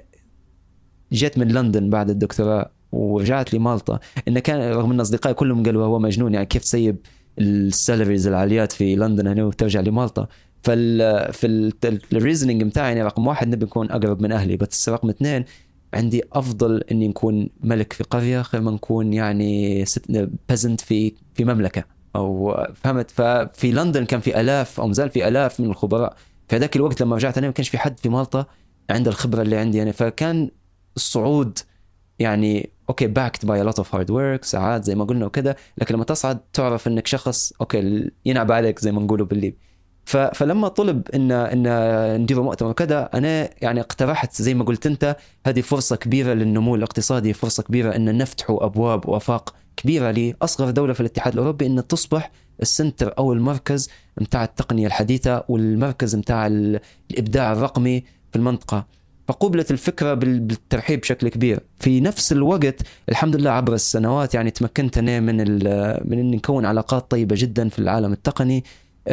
جيت من لندن بعد الدكتوراه ورجعت لمالطا، ان كان رغم ان اصدقائي كلهم قالوا هو مجنون يعني كيف تسيب السالاريز العاليات في لندن هنا وترجع لمالطا. فال في الريزنينج بتاعي يعني رقم واحد نبي نكون اقرب من اهلي، بس رقم اثنين عندي افضل اني نكون ملك في قريه خير ما نكون يعني بيزنت في في مملكه او فهمت. ففي لندن كان في الاف او مازال في الاف من الخبراء في هذاك الوقت، لما رجعت انا ما كانش في حد في مالطا عنده الخبره اللي عندي يعني. فكان الصعود يعني اوكي باكت باي لوت اوف هارد ورك ساعات زي ما قلنا وكذا، لكن لما تصعد تعرف انك شخص اوكي ينعب عليك زي ما نقولوا بالليب. فلما طلب ان ان ندير مؤتمر كذا، انا يعني اقترحت زي ما قلت انت، هذه فرصه كبيره للنمو الاقتصادي، فرصه كبيره ان نفتحوا ابواب وافاق كبيره لاصغر دوله في الاتحاد الاوروبي ان تصبح السنتر او المركز متاع التقنيه الحديثه والمركز متاع الابداع الرقمي في المنطقه. فقبلت الفكره بالترحيب بشكل كبير. في نفس الوقت الحمد لله عبر السنوات يعني تمكنت انا من من ان نكون علاقات طيبه جدا في العالم التقني،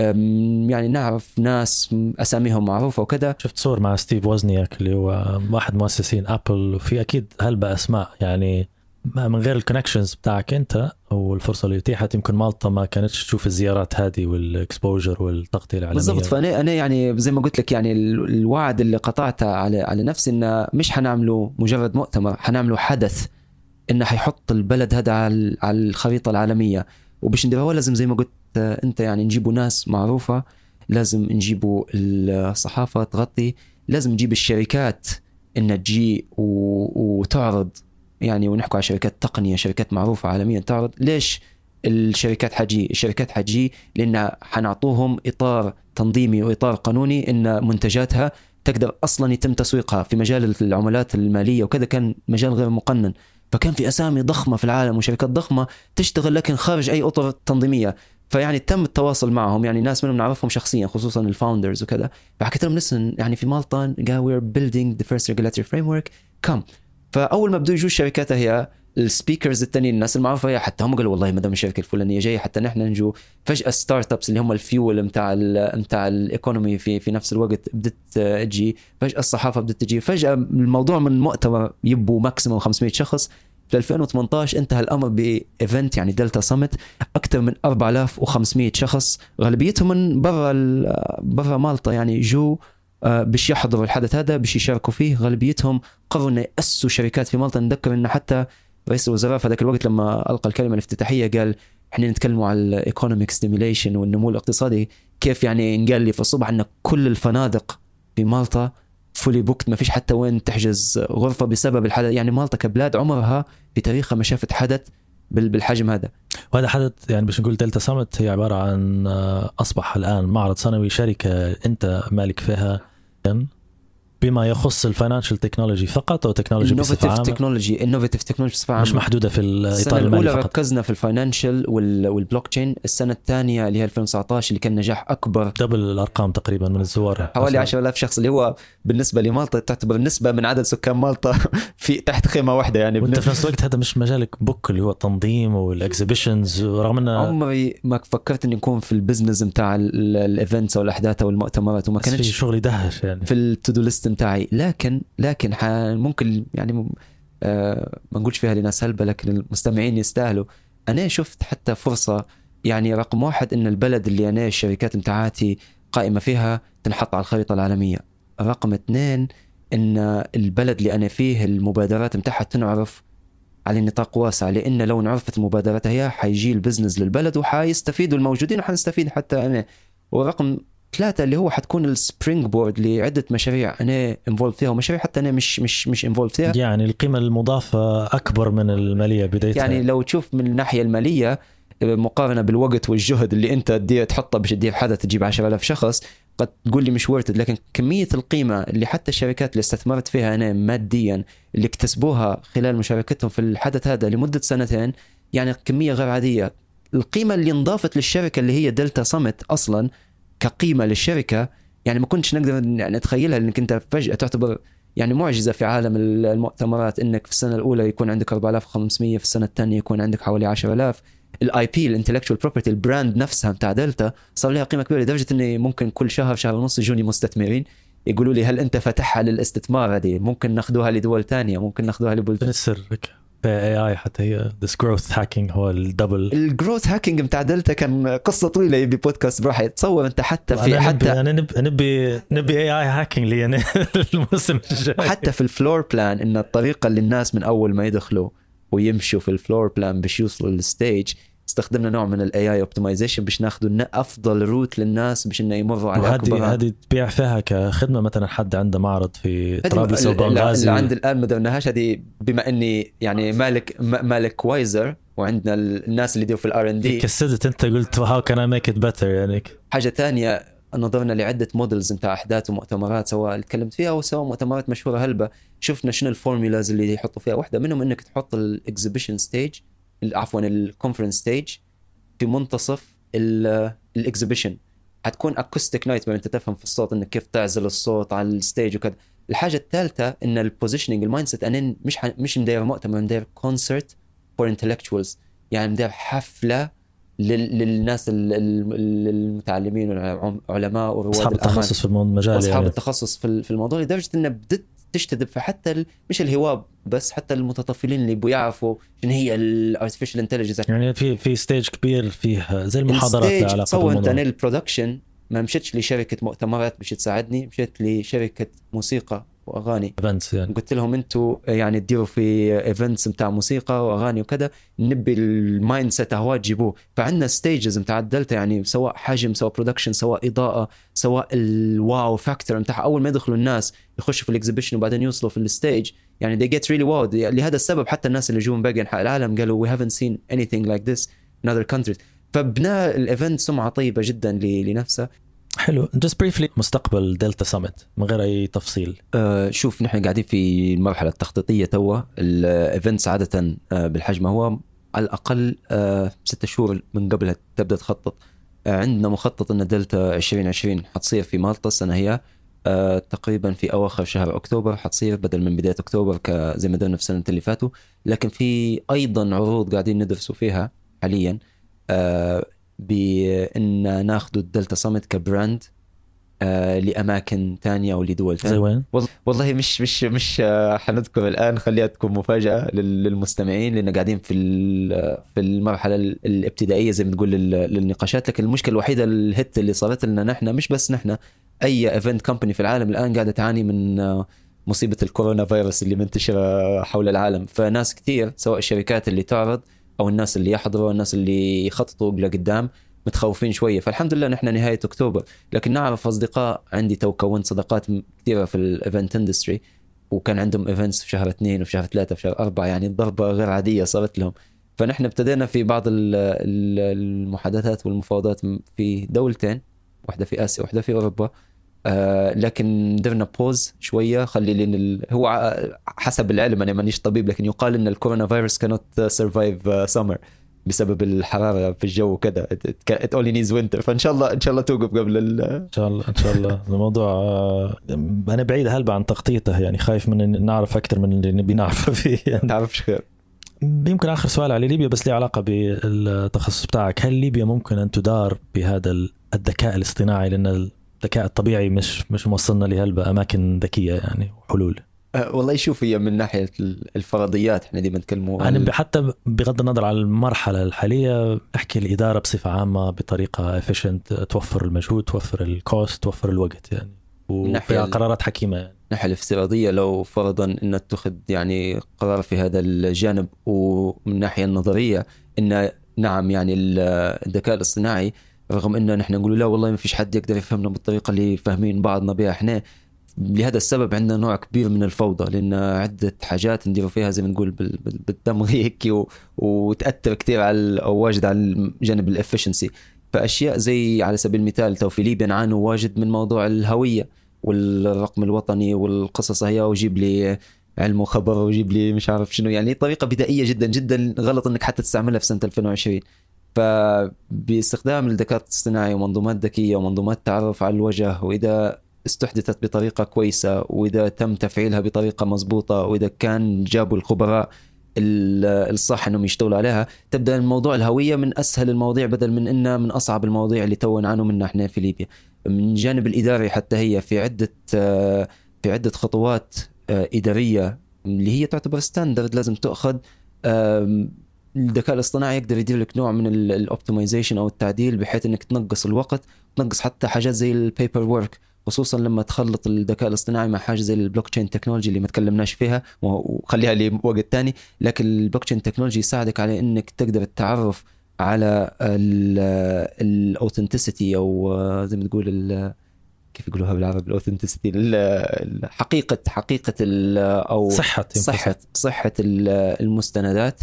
يعني نعرف ناس اساميهم معروفه وكذا. شفت صور مع ستيف وزنياك اللي هو واحد مؤسسين ابل، وفي اكيد هلبة اسماء يعني من غير الكونكشنز بتاعك انت والفرصه اللي اتيحت يمكن مالطا ما كانتش تشوف الزيارات هذه والاكسبوجر والتغطيه العالميه. بالضبط. فانا انا يعني زي ما قلت لك يعني الوعد اللي قطعته على على نفسي انه مش حنعمله مجرد مؤتمر، حنعمله حدث انه حيحط البلد هذا على على الخريطه العالميه. وباش نديرها لازم زي ما قلت انت يعني نجيبوا ناس معروفه، لازم نجيبوا الصحافه تغطي، لازم نجيب الشركات انها تجي وتعرض يعني، ونحكوا على شركات تقنيه شركات معروفه عالميا تعرض. ليش الشركات حتجي؟ الشركات حتجي لان حنعطوهم اطار تنظيمي واطار قانوني ان منتجاتها تقدر اصلا يتم تسويقها في مجال العملات الماليه وكذا، كان مجال غير مقنن. فكان في اسامي ضخمه في العالم وشركات ضخمه تشتغل لكن خارج اي اطر تنظيميه. فيعني تم التواصل معهم، يعني ناس منهم نعرفهم شخصيا خصوصا الفاوندرز وكذا. فحكيت لهم لسن يعني في مالطا قال we're building the first regulatory framework come. فاول ما بدوا يجوا الشركات هي السبيكرز التانيين الناس المعروفه هي، حتى هم قالوا والله ما دام الشركه الفلانيه جايه حتى نحن نجوا. فجاه ستارت ابس اللي هم الفيول متاع متاع الايكونومي في في نفس الوقت بدت تجي، فجاه الصحافه بدت تجي، فجاه الموضوع من مؤتمر يبوا ماكسيموم خمسمية شخص. في ألفين وثمانية عشر انتهى الامر بايفنت يعني دلتا سمت اكثر من أربعة آلاف وخمسمية شخص غالبيتهم من برا برا مالطا يعني جو باش يحضروا الحدث هذا باش يشاركوا فيه. غالبيتهم قرروا ان ياسسوا شركات في مالطا. نذكر ان حتى رئيس الوزراء في ذاك الوقت لما القى الكلمه الافتتاحيه قال احنا نتكلموا على الايكونوميك ستيميوليشن والنمو الاقتصادي كيف. يعني قال لي في الصبح ان كل الفنادق في مالطا فولي بوكت، ما فيش حتى وين تحجز غرفه بسبب الحدث. يعني مالطا كبلاد عمرها في تاريخها ما شافت حدث بالحجم هذا. وهذا حدث يعني باش نقول دلتا سمت هي عباره عن اصبح الان معرض سنوي شركه انت مالك فيها بما يخص الفاينانشال تكنولوجي فقط او تكنولوجي بصفه عامه. تكنولوجي انوفيتيف تكنولوجي بصفه عامه مش محدوده في الاطار المالي. السنه الاولى ركزنا في الفاينانشال والبلوك تشين. السنه الثانيه اللي هي ألفين وتسعة عشر اللي كان نجاح اكبر، دبل الارقام تقريبا من الزوار، حوالي عشرة آلاف شخص، اللي هو بالنسبه لمالطا تعتبر نسبه من عدد سكان مالطا في تحت خيمه واحده يعني. وانت في نفس الوقت هذا مش مجالك بوك اللي هو التنظيم والاكزيبيشنز، رغم ان عمري ما فكرت اني اكون في البزنس بتاع الايفنتس او الاحداث او المؤتمرات، وما كانتش في شغل يدهش يعني في التودو ليست بتاعي. لكن لكن ممكن يعني آه ما نقولش فيها لناس هلبة، لكن المستمعين يستاهلوا. أنا شفت حتى فرصة يعني رقم واحد إن البلد اللي أنا الشركات متاعاتي قائمة فيها تنحط على الخريطة العالمية. رقم اثنين إن البلد اللي أنا فيه المبادرات متاعها تنعرف على نطاق واسع، لأن لو نعرفت المبادرات هي حيجي البزنس للبلد وحيستفيدوا الموجودين وحنستفيد حتى أنا. ورقم ثلاثة اللي هو حتكون السبرينج بورد لعدة مشاريع أنا انفولد فيها ومشاريع حتى أنا مش مش مش انفولد فيها. يعني القيمة المضافة أكبر من المالية بدايتها. يعني لو تشوف من الناحية المالية مقارنه بالوقت والجهد اللي انت تدير تحطه باش تدير حدث تجيب عشرة آلاف شخص قد تقول لي مش ورث، لكن كميه القيمه اللي حتى الشركات اللي استثمرت فيها انا ماديا اللي اكتسبوها خلال مشاركتهم في الحدث هذا لمده سنتين يعني كميه غير عاديه. القيمه اللي انضافت للشركه اللي هي دلتا صمت اصلا كقيمه للشركه يعني ما كنتش نقدر يعني نتخيلها، انك انت فجاه تعتبر يعني معجزه في عالم المؤتمرات انك في السنه الاولى يكون عندك أربعة آلاف وخمسمية، في السنه الثانيه يكون عندك حوالي عشرة آلاف. الاي بي الانتلكتشوال بروبرتي البراند نفسها بتاع دلتا صار لها قيمه كبيره لدرجه اني ممكن كل شهر شهر ونص يجوني مستثمرين يقولوا لي هل انت فتحها للاستثمار هذه، ممكن ناخذوها لدول ثانيه، ممكن ناخذوها لبلدان. السر في اي اي حتى هي this growth hacking هو الدبل الجروث هاكينج بتاع دلتا كان قصه طويله يبي بودكاست براحه. تصور انت حتى في حتى انا نبي نبي نبي اي اي هاكينج لي يعني الموسم الجاي حتى في الفلور بلان ان الطريقه اللي الناس من اول ما يدخلوا ويمشوا في الفلور بلان باش يوصلوا للستيج استخدمنا نوع من الاي اي اوبتمايزيشن باش ناخذوا افضل روت للناس باش انه يمروا على اكبر. هذه هذه تبيع فيها كخدمه مثلا حد عنده معرض في طرابلس او بنغازي اللي عند الان ما درناهاش هذه بما اني يعني مالك مالك وايزر وعندنا الناس اللي يديروا في الار ان دي كسدت انت قلت هاو كان اي ميك ات بيتر يعني. حاجه ثانيه نظرنا لعده مودلز نتاع احداث ومؤتمرات سواء تكلمت فيها او سواء مؤتمرات مشهوره هلبة، شفنا شنو الفورمولاز اللي يحطوا فيها. واحده منهم انك تحط الاكزيبيشن ستيج عفوا الكونفرنس ستيج في منتصف الاكزيبيشن، حتكون اكوستيك نايت انت تفهم في الصوت انك كيف تعزل الصوت على الستيج وكذا. الحاجه الثالثه ان البوزيشننج المايند سيت انا مش ح... مش مدير مؤتمر، مدير كونسرت فور انتلكتشوالز، يعني مدير حفله لل... للناس ال... المتعلمين والعلماء ورواد اصحاب التخصص في المجال، اصحاب يعني. التخصص في في الموضوع، لدرجه انه بدت تجتذب فحتى ال... مش الهواب بس حتى المتطفلين اللي بيعرفوا شنو هي الارتفيشال انتليجنس. يعني في في ستيج كبير فيه زي المحاضرات اللي علاقه بالموضوع. انت انا البرودكشن ما مشيتش لشركه مؤتمرات باش تساعدني، مشيت لشركه موسيقى واغاني ايفنتس، يعني قلت لهم انتوا يعني تديروا في ايفنتس بتاع موسيقى واغاني وكذا، نبي المايند سيت هو تجيبوه. فعندنا ستيجز بتاع الدلتا يعني سواء حجم سواء برودكشن سواء اضاءه سواء الواو فاكتور بتاع اول ما يدخلوا الناس يخشوا في الاكزيبيشن وبعدين يوصلوا في الستيج يعني they get really wow. لهذا السبب حتى الناس اللي جوا من باقي انحاء العالم قالوا we haven't seen anything like this in other countries. فبناء الايفنت سمعه طيبه جدا لنفسه. حلو. just briefly مستقبل دلتا سامت من غير اي تفصيل. آه شوف نحن قاعدين في المرحله التخطيطيه توا. الايفنتس عاده آه بالحجم هو على الاقل آه ستة شهور من قبلها تبدا تخطط. آه عندنا مخطط ان دلتا عشرين عشرين حتصير في مالطا السنه هي آه تقريبا في اواخر شهر اكتوبر حتصير بدل من بدايه اكتوبر زي ما درنا في السنه اللي فاتوا. لكن في ايضا عروض قاعدين ندرسوا فيها حاليا آه بأن ناخذ الدلتا صمت كبراند آه لأماكن تانية أو لدول تانية. زي وين؟ والله مش مش مش آه حنذكر الآن، خليها تكون مفاجأة للمستمعين لأن قاعدين في في المرحلة الابتدائية زي ما تقول للنقاشات. لكن المشكلة الوحيدة الهت اللي صارت لنا نحن، مش بس نحن، أي ايفنت كومباني في العالم الآن قاعدة تعاني من آه مصيبة الكورونا فيروس اللي منتشرة حول العالم. فناس كتير سواء الشركات اللي تعرض أو الناس اللي يحضروا الناس اللي يخططوا لقدام متخوفين شوية. فالحمد لله نحن نهاية أكتوبر، لكن نعرف أصدقاء عندي تو كونت صداقات كثيرة في الإيفنت إندستري وكان عندهم إيفنتس في شهر اثنين وفي شهر ثلاثة في شهر أربعة، يعني الضربة غير عادية صارت لهم. فنحن ابتدينا في بعض المحادثات والمفاوضات في دولتين، واحدة في آسيا واحدة في أوروبا. آه لكن درنا بوز شوية خلي لين ال... هو حسب العلم أنا مانيش طبيب لكن يقال إن الكورونا فيروس كانت سيرفايف سمر بسبب الحرارة في الجو كده. it only needs winter. فإن شاء الله إن شاء الله توقف قبل ال... إن شاء الله إن شاء الله. الموضوع أنا بعيد هلبة عن تغطيته، يعني خايف من نعرف أكتر من اللي نبي نعرفه فيه يعني. تعرفش خير. يمكن آخر سؤال على ليبيا بس لي علاقة بالتخصص بتاعك. هل ليبيا ممكن أن تدار بهذا الذكاء الاصطناعي؟ لأن الذكاء الطبيعي مش مش موصلنا لهلبة أماكن ذكية يعني وحلول. أه والله شوف هي من ناحية الفرضيات احنا ديما نتكلموا يعني ال... حتى بغض النظر على المرحلة الحالية احكي الإدارة بصفة عامة بطريقة efficient توفر المجهود توفر الكوست توفر الوقت يعني وفيها قرارات حكيمة يعني. ناحية الافتراضية لو فرضا ان تتخذ يعني قرار في هذا الجانب، ومن ناحية النظرية ان نعم يعني الذكاء الاصطناعي رغم انه نحن نقول لا والله ما فيش حد يقدر يفهمنا بالطريقة اللي فاهمين بعضنا بها احنا، لهذا السبب عندنا نوع كبير من الفوضى، لأن عدة حاجات نديروا فيها زي ما نقول بالدمغ هيك وتأثر كتير على أو واجد على جانب الإفشنسي. فأشياء زي على سبيل المثال تو في ليبيا نعانوا واجد من موضوع الهوية والرقم الوطني والقصص هي، وجيب لي علم وخبر وجيب لي مش عارف شنو، يعني طريقة بدائية جدا جدا غلط انك حتى تستعملها في سنة ألفين وعشرين. فباستخدام الذكاء الاصطناعي ومنظومات ذكية ومنظومات تعرف على الوجه، وإذا استحدثت بطريقة كويسة وإذا تم تفعيلها بطريقة مضبوطة وإذا كان جابوا الخبراء الصح انهم يشتغلوا عليها، تبدا الموضوع الهويه من اسهل المواضيع بدل من انها من اصعب المواضيع اللي تو نعانوا منها احنا في ليبيا. من جانب الاداري حتى هي في عده في عده خطوات اداريه اللي هي تعتبر ستاندرد لازم تاخذ. الذكاء الاصطناعي يقدر يدير لك نوع من الاوبتمايزيشن او التعديل بحيث انك تنقص الوقت، تنقص حتى حاجات زي البيبر وورك، خصوصا لما تخلط الذكاء الاصطناعي مع حاجه زي البلوك تشين تكنولوجي اللي ما تكلمناش فيها وخليها لوقت تاني. لكن البلوك تشين تكنولوجي يساعدك على انك تقدر التعرف على الاوثنتسيتي او زي ما تقول كيف يقولوها بالعربي الاوثنتسيتي، حقيقه حقيقه او صحه صحه صحه المستندات،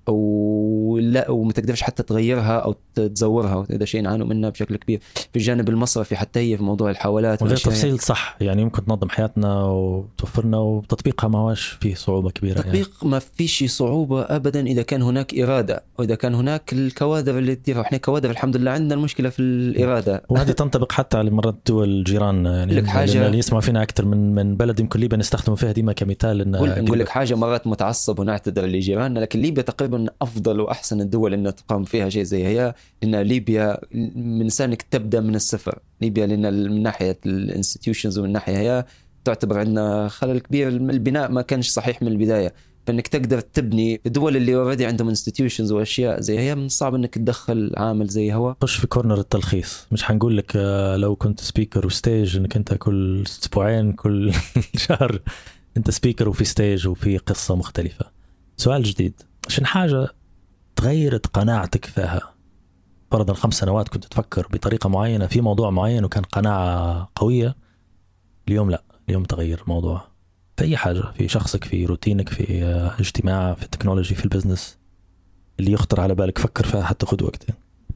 ولا وما تقدرش حتى تغيرها او تزورها، وهذا شيء نعانوا منه بشكل كبير. في الجانب المصرفي حتى هي في موضوع الحوالات وغير تفصيل صح، يعني يمكن تنظم حياتنا وتوفرنا، وتطبيقها ما هوش فيه صعوبه كبيره. تطبيق يعني ما فيش صعوبه ابدا اذا كان هناك اراده، واذا كان هناك الكوادر اللي تديرها. احنا كوادر الحمد لله عندنا المشكله في الاراده، وهذه تنطبق حتى على مرات دول الجيران. يعني حاجة اللي يسمع فينا اكثر من من بلد يمكن ليبيا نستخدمه فيها ديما كمثال. إن نقول لك حاجه مرات متعصب ونعتذر لجيراننا، لكن ليبيا تقريبا افضل واحسن الدول انها تقام فيها شيء زي هي. لان ليبيا من سنك تبدا من الصفر. ليبيا لان من ناحيه الانستتيوشنز ومن ناحيه هي تعتبر عندنا خلل كبير، البناء ما كانش صحيح من البدايه. فانك تقدر تبني الدول اللي اوريدي عندهم انستتيوشنز واشياء زي هي من صعب انك تدخل عامل زي هو. خش في كورنر التلخيص، مش حنقول لك لو كنت سبيكر وستيج انك انت كل اسبوعين كل شهر انت سبيكر وفي ستيج وفي قصه مختلفه. سؤال جديد، عشان حاجه تغيرت قناعتك فيها، فرضا خمس سنوات كنت تفكر بطريقة معينة في موضوع معين وكان قناعة قوية، اليوم لا، اليوم تغير موضوع في أي حاجة، في شخصك، في روتينك، في اجتماع، في التكنولوجي، في البزنس، اللي يخطر على بالك فكر فيها حتى خد وقتين.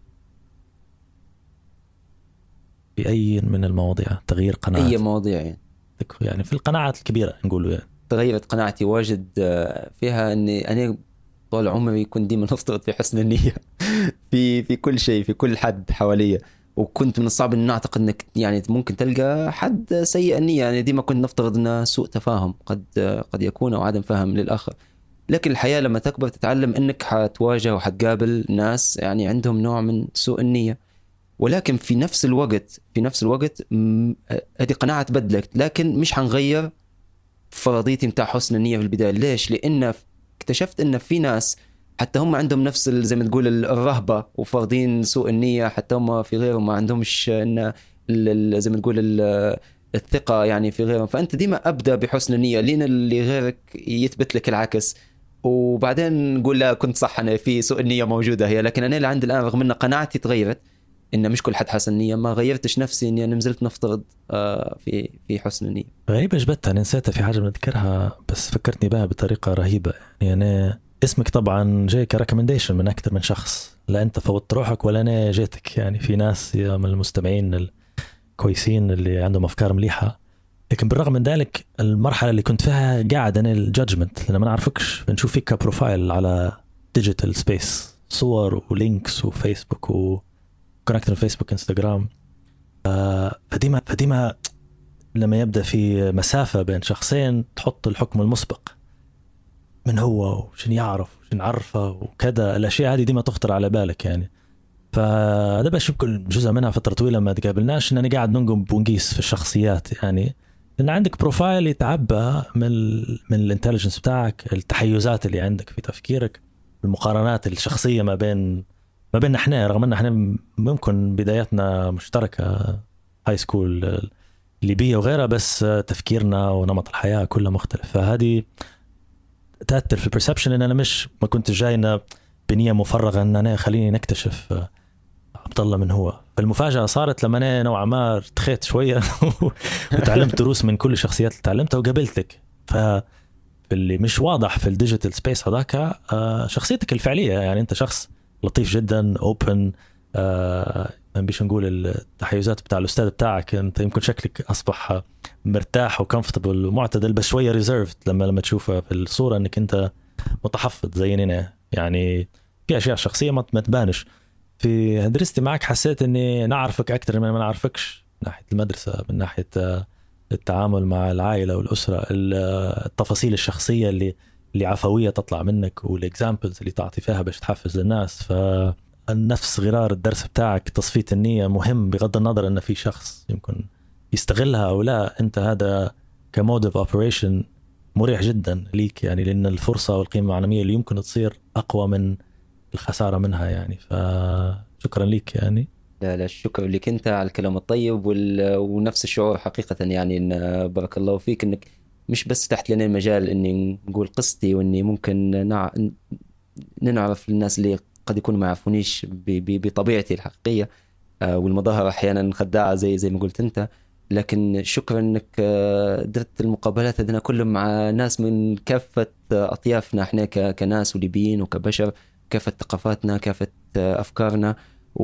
في أي من المواضيع تغيير قناعة؟ أي مواضيع يعني. يعني في القناعات الكبيرة نقوله يعني. تغيرت قناعتي واجد فيها أني أنا طول عمري كنت ديما نفترض في حسن النية في في كل شيء، في كل حد حواليا، وكنت من الصعب ان نعتقد انك يعني ممكن تلقى حد سيء النية. يعني ديما كنت نفترض انه سوء تفاهم قد قد يكون او عدم فهم للاخر. لكن الحياة لما تكبر تتعلم انك حتواجه وحتقابل ناس يعني عندهم نوع من سوء النية، ولكن في نفس الوقت في نفس الوقت هذه قناعة تبدلت، لكن مش حنغير فرضيتي متاع حسن النية في البداية. ليش؟ لان اكتشفت ان في ناس حتى هم عندهم نفس زي ما تقول الرهبة وفرضين سوء النية، حتى هم في غيرهم ما عندهمش ان زي ما تقول الثقة يعني في غيرهم. فأنت ديما أبدأ بحسن النية لين اللي غيرك يثبت لك العكس، وبعدين نقول لا كنت صح أنا في سوء النية موجودة هي. لكن أنا اللي عندي الآن رغم أن قناعتي تغيرت إن مش كل حد حسن النية، ما غيرتش نفسي إني أنا نزلت نفترض في في حسن النية. غريبة جبتها، أنا نسيتها في حاجة بنذكرها بس فكرتني بها بطريقة رهيبة. يعني أنا اسمك طبعا جاي كريكومنديشن من أكثر من شخص، لا أنت فوت روحك ولا أنا جيتك. يعني في ناس من المستمعين الكويسين اللي عندهم أفكار مليحة، لكن بالرغم من ذلك المرحلة اللي كنت فيها قاعد أنا الجادجمنت، لأن ما نعرفكش بنشوف فيك كبروفايل على ديجيتال سبيس، صور ولينكس وفيسبوك وكونكتر فيسبوك انستغرام. فديما فديما لما يبدأ في مسافة بين شخصين تحط الحكم المسبق من هو وشن يعرف وشن عرفه وكذا، الأشياء هذه ديما تخطر على بالك يعني. فهذا بس يمكن جزء منها فترة طويلة ما تقابلناش، إنني قاعد ننقم بونقيس في الشخصيات. يعني لأن عندك بروفايل يتعبى من ال من الانتليجنس بتاعك، التحيزات اللي عندك في تفكيرك، المقارنات الشخصية ما بين ما بين احنا، رغم ان احنا ممكن بداياتنا مشتركة هاي سكول ليبية وغيرها، بس تفكيرنا ونمط الحياة كله مختلف. فهذه تأثر في البرسبشن، ان انا مش ما كنت جاينا بنية مفرغة ان انا خليني نكتشف عبد الله من هو. المفاجأة صارت لما أنا نوعا ما ارتخيت شوية وتعلمت دروس من كل الشخصيات اللي تعلمتها وقابلتك. فاللي مش واضح في الديجيتال سبيس هذاك شخصيتك الفعلية، يعني أنت شخص لطيف جدا، اوبن، ما بيش نقول التحيزات بتاع الأستاذ بتاعك، أنت يمكن شكلك أصبح مرتاح وكمفتبل ومعتدل، بس شوية ريزيرفد لما لما تشوفها في الصورة أنك أنت متحفظ زينا. يعني في أشياء شخصية ما تبانش. في دراستي معك حسيت أني نعرفك أكثر من ما نعرفكش، من ناحية المدرسة، من ناحية التعامل مع العائلة والأسرة، التفاصيل الشخصية اللي اللي عفوية تطلع منك، والإكزامبلز اللي تعطي فيها باش تحفز للناس. فالنفس غرار الدرس بتاعك تصفية النية مهم، بغض النظر أن في شخص يمكن يستغلها أو لا. أنت هذا كموديف أوبريشن مريح جدا ليك، يعني لأن الفرصة والقيمة المعنوية اللي يمكن تصير أقوى من الخسارة منها. يعني فشكرا ليك. يعني لا لا الشكر لك أنت على الكلام الطيب وال... ونفس الشعور حقيقة، يعني إن بارك الله فيك إنك مش بس تحت لنا المجال إني نقول قصتي، وإني ممكن نع... نعرف الناس اللي قد يكونوا ما يعرفونيش ب... ب... بطبيعتي الحقيقية، والمظاهر أحيانا خداعة زي زي ما قلت أنت. لكن شكرا إنك درت المقابلات هذنا كلهم مع ناس من كافة أطيافنا إحنا ك... كناس وليبيين وكبشر، كافة ثقافاتنا، كافة أفكارنا،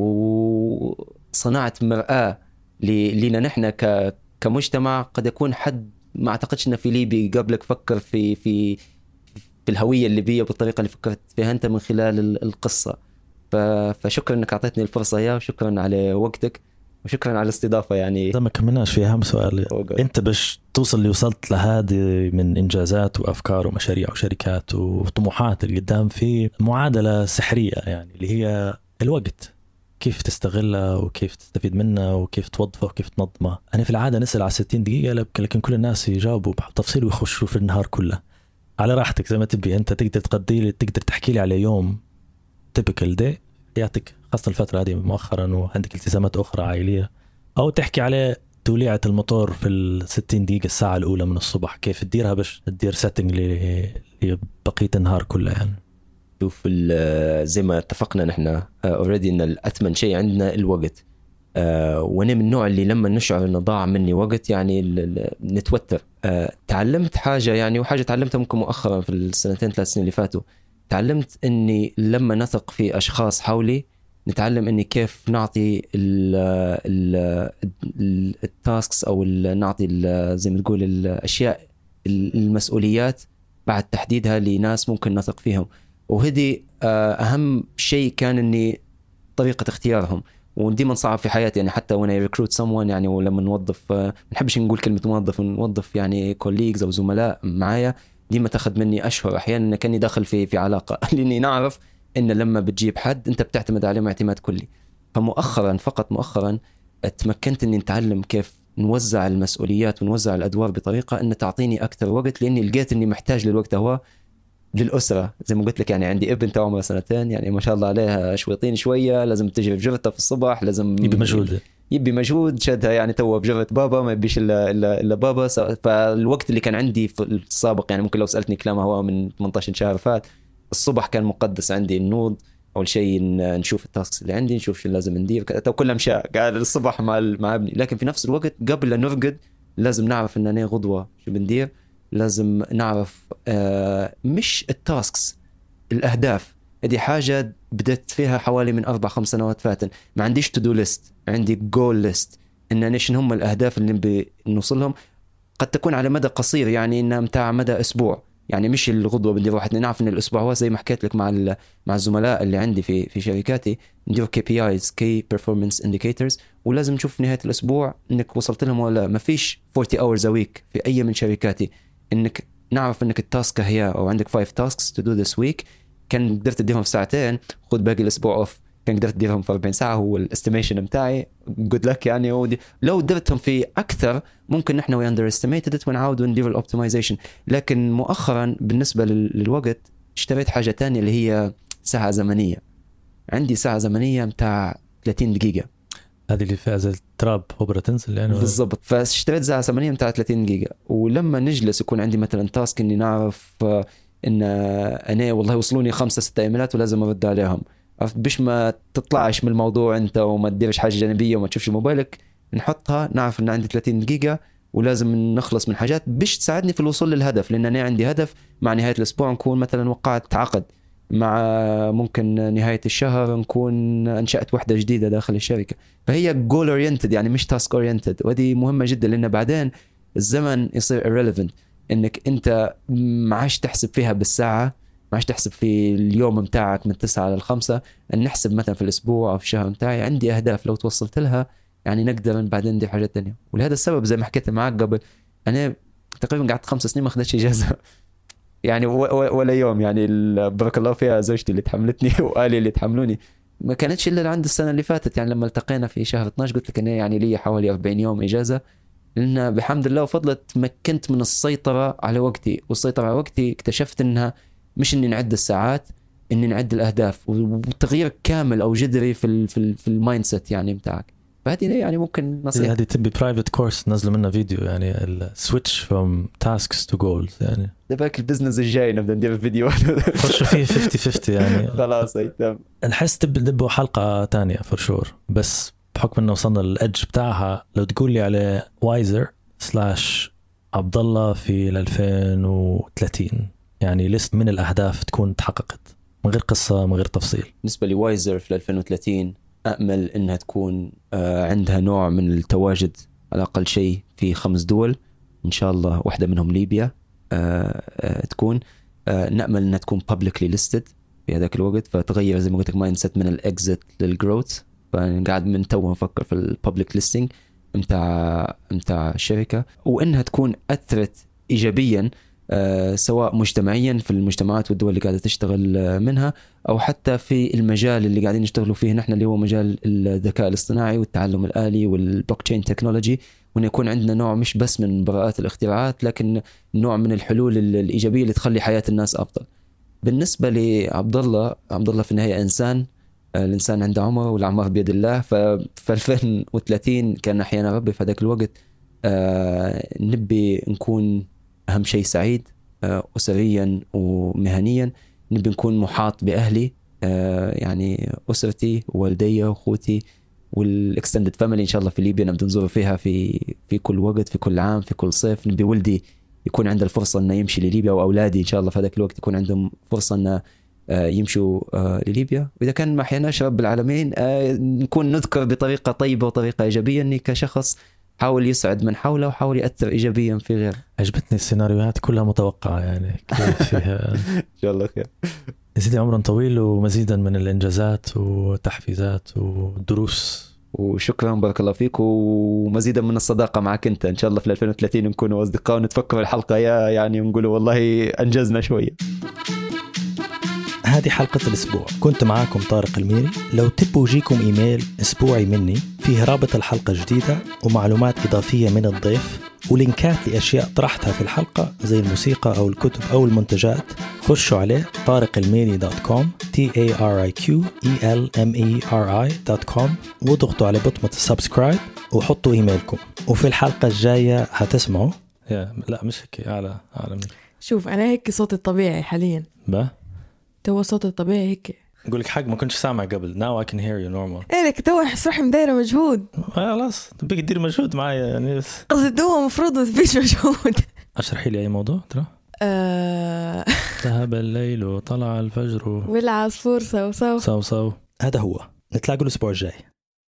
وصناعة مرآة لنا نحن ك... كمجتمع. قد يكون حد ما أعتقدش إن في ليبي قبلك فكر في في في الهوية الليبية بالطريقة اللي فكرت فيها أنت من خلال القصة. ف... فشكرا إنك أعطيتني الفرصة يا وشكرا على وقتك وشكرا على الاستضافة. يعني إذا ما كملناش في أهم سؤال، أنت باش توصل اللي وصلت لهذه من إنجازات وأفكار ومشاريع وشركات وطموحات اللي قدام، في معادلة سحرية يعني اللي هي الوقت، كيف تستغلها وكيف تستفيد منها وكيف توظفه وكيف تنظمه. أنا في العادة نسأل على ستين دقيقة، لكن كل الناس يجاوبوا بتفصيل ويخشوا في النهار كله على راحتك زي ما تبي. أنت تقدر تقضي لي تقدر تحكي لي على يوم typical day حياتك، خاصة الفترة هذه مؤخرا وعندك التزامات أخرى عائلية، أو تحكي على توليعة الموتور في الستين دقيقة الساعة الأولى من الصبح، كيف تديرها باش تدير سيتنج لبقية النهار كله. يعني شوف زي ما اتفقنا نحن اوريدي ان الأثمن شيء عندنا الوقت، أه وانا من النوع اللي لما نشعر انه ضاع مني وقت يعني نتوتر. أه تعلمت حاجة يعني، وحاجة تعلمتها ممكن مؤخرا في السنتين ثلاث سنين اللي فاتوا، تعلمت اني لما نثق في اشخاص حولي نتعلم اني كيف نعطي التاسكس او نعطي زي ما تقول الاشياء المسؤوليات بعد تحديدها لناس ممكن نثق فيهم. وهذه اهم شيء كان اني طريقة اختيارهم، وديما صعب في حياتي يعني حتى وانا ريكروت someone يعني، ولما نوظف ما نحبش نقول كلمة موظف، نوظف يعني كوليجز او زملاء معايا، ديما تاخذ مني اشهر احيانا كاني داخل في في علاقة لاني نعرف ان لما بتجيب حد انت بتعتمد عليه اعتماد كلي. فمؤخرا فقط مؤخرا تمكنت اني نتعلم كيف نوزع المسؤوليات ونوزع الادوار بطريقة ان تعطيني اكثر وقت، لاني لقيت اني محتاج للوقت هو للأسرة. زي ما قلت لك يعني عندي ابن تو عمره سنتين، يعني ما شاء الله عليها شويطين شوية، لازم تجري بجرته في الصبح، لازم يبي مجهود يبي مجهود شدها يعني تو بجرة بابا ما يبيش إلا, إلا, إلا بابا. فالوقت اللي كان عندي في السابق يعني ممكن لو سألتني كلام هو من ثمانية عشر شهر فات، الصبح كان مقدس عندي النوض أول شيء، نشوف التاسكس اللي عندي، نشوف شو لازم ندير، تو كلها مشاء قاعد الصبح مع مع ابني. لكن في نفس الوقت قبل لا نرقد لازم نعرف إننا غدوة شو بندير، لازم نعرف آه مش التاسكس، الأهداف. هذه حاجة بدأت فيها حوالي من أربع خمس سنوات فاتن. ما عنديش تو دو ليست، عندي جول ليست، إن إيش هم الأهداف اللي بنوصلهم. قد تكون على مدى قصير يعني إنها متاع مدى أسبوع، يعني مش الغدوة بدي روح. نعرف إن الأسبوع هو زي ما حكيت لك مع مع الزملاء اللي عندي في في شركاتي، ندير كي بي آيز Key Performance Indicators، ولازم نشوف في نهاية الأسبوع إنك وصلت لهم ولا. ما فيش أربعين hours a week في أي من شركاتي، إنك نعرف إنك التاسك هي أو عندك five tasks to do this week، كان قدرت تديرهم في ساعتين، خد باقي الأسبوع أوف، كان قدرت تديرهم في أربعين ساعة، هو الاستيميشن بتاعي good luck يعني. ودي لو درتهم في أكثر ممكن نحن we underestimated it ونعاود وندير الأوبتمايزيشن. لكن مؤخرا بالنسبة للوقت اشتريت حاجة تانية اللي هي ساعة زمنية. عندي ساعة زمنية متاع ثلاثين دقيقة، هذه اللي فيها زي التراب هوبرا تنزل يعني بالضبط. فاشتريت ساعة زمنية متاع ثلاثين دقيقة، ولما نجلس يكون عندي مثلا تاسك اني نعرف ان انا والله وصلوني خمسة ستة ايميلات ولازم ارد عليهم، عرفت؟ بش ما تطلعش من الموضوع انت وما تديرش حاجه جانبيه وما تشوفش موبايلك، نحطها نعرف ان عندي ثلاثين دقيقه ولازم نخلص من حاجات بش تساعدني في الوصول للهدف، لان انا عندي هدف مع نهايه الاسبوع نكون مثلا وقعت عقد، مع ممكن نهايه الشهر نكون انشات وحده جديده داخل الشركه. فهي جول اورينتد يعني مش تاسك اورينتد، ودي مهمه جدا لان بعدين الزمن يصير irrelevant، انك انت ما عادش تحسب فيها بالساعه، ما عادش تحسب في اليوم متاعك من تسعة للخمسة، ان نحسب مثلا في الاسبوع او في الشهر متاعي عندي اهداف لو توصلت لها يعني نقدر بعدين ندير حاجات تانية. ولهذا السبب زي ما حكيت معك قبل انا تقريبا قعدت خمس سنين ما اخذتش اجازه يعني ولا يوم، يعني بارك الله فيها زوجتي اللي تحملتني وآلي اللي تحملوني، ما كانتش الا عند السنه اللي فاتت يعني لما التقينا في شهر اثناشر قلت لك انا يعني لي حوالي أربعين يوم اجازه، لان بحمد الله وفضله تمكنت من السيطره على وقتي، والسيطره على وقتي اكتشفت انها مش اني نعد الساعات، اني نعد الاهداف، وتغيير كامل او جذري في ال في, ال في المايند سيت يعني بتاعك. فهذه يعني ممكن نصيحه. هذه تبي برايفت كورس نزلوا منها فيديو يعني السويتش فروم تاسكس تو جولز، يعني ده باك البزنس الجاي نبدا ندير فيديو خش فيه خمسين خمسين يعني خلاص اي تمام. نحس تبدأ حلقه تانية فور شور، بس بحكم انه وصلنا للأدج بتاعها لو تقول لي على وايزر سلاش عبد الله في ألفين وثلاثين يعني ليست من الأهداف تكون تحققت من غير قصة من غير تفصيل. بالنسبة لي وايزر في ألفين وثلاثين أأمل إنها تكون عندها نوع من التواجد على أقل شيء في خمس دول إن شاء الله، واحدة منهم ليبيا تكون، نأمل إنها تكون publicly listed في هذاك الوقت، فتغير زي ما قلت لك مايند سيت من الإكزيت للجروث. فقاعد من تو نفكر في الببليك ليستنج متاع متاع الشركة، وإنها تكون أثرت إيجابيا أه سواء مجتمعيا في المجتمعات والدول اللي قاعدة تشتغل منها، أو حتى في المجال اللي قاعدين نشتغلوا فيه نحن اللي هو مجال الذكاء الاصطناعي والتعلم الآلي والبلوك تشين تكنولوجي، وإن يكون عندنا نوع مش بس من براءات الاختراعات لكن نوع من الحلول الإيجابية اللي تخلي حياة الناس أفضل. بالنسبة لعبد الله، عبد الله في النهاية إنسان، الإنسان عنده عمر والأعمار بيد الله، ففي ألفين وثلاثين كان أحيانا ربي في هذاك الوقت آه نبي نكون أهم شيء سعيد آه أسريا ومهنيا، نبي نكون محاط بأهلي آه يعني أسرتي ووالدي وأخوتي والإكستندد فاميلي إن شاء الله في ليبيا نبدأ نزور فيها في في كل وقت في كل عام في كل صيف. نبي ولدي يكون عنده الفرصة إنه يمشي لليبيا، وأولادي إن شاء الله في هذاك الوقت يكون عندهم فرصة إنه يمشوا لليبيا. وإذا كان ما أحياناش رب العالمين نكون نذكر بطريقة طيبة وطريقة إيجابية إني كشخص حاول يسعد من حوله وحاول يأثر إيجابيا في غيره. عجبتني السيناريوهات كلها متوقعة يعني كيف فيها إن شاء الله خير. يزيد عمرا طويل ومزيدا من الإنجازات وتحفيزات ودروس، وشكرا بارك الله فيك، ومزيدا من الصداقة معك أنت. إن شاء الله في ألفين وثلاثين نكونوا أصدقاء ونتفكر الحلقة يا يعني ونقولوا والله أنجزنا شوية. هذه حلقة الأسبوع، كنت معاكم طارق الميري. لو تبوا يجيكم إيميل أسبوعي مني فيه رابط الحلقة جديدة ومعلومات إضافية من الضيف ولينكات لأشياء طرحتها في الحلقة زي الموسيقى أو الكتب أو المنتجات، خشوا عليه طارق الميري دوت كوم تي إيه آر آي كيو إي إل إم إي آر آي دوت كوم واضغطوا على بطمة السبسكرايب وحطوا إيميلكم. وفي الحلقة الجاية هتسمعوا يا لا مش هيك أعلى أعلى من... شوف أنا هيك صوتي الطبيعي حاليا با تو صوت الطبيعي هيك. أقولك حق ما كنتش سامع قبل. now I can hear you normal. إيه لك تو أحس روحي مدايرة مجهود. خلاص تبيك تدير مجهود معايا يعني بس. قصدي هو مفروض ما تفيش مجهود. أشرحي لي أي موضوع ترى. آه... ذهب الليل وطلع الفجر والعصفور صو صو صو صو. هذا هو. نتلاقوا الأسبوع الجاي.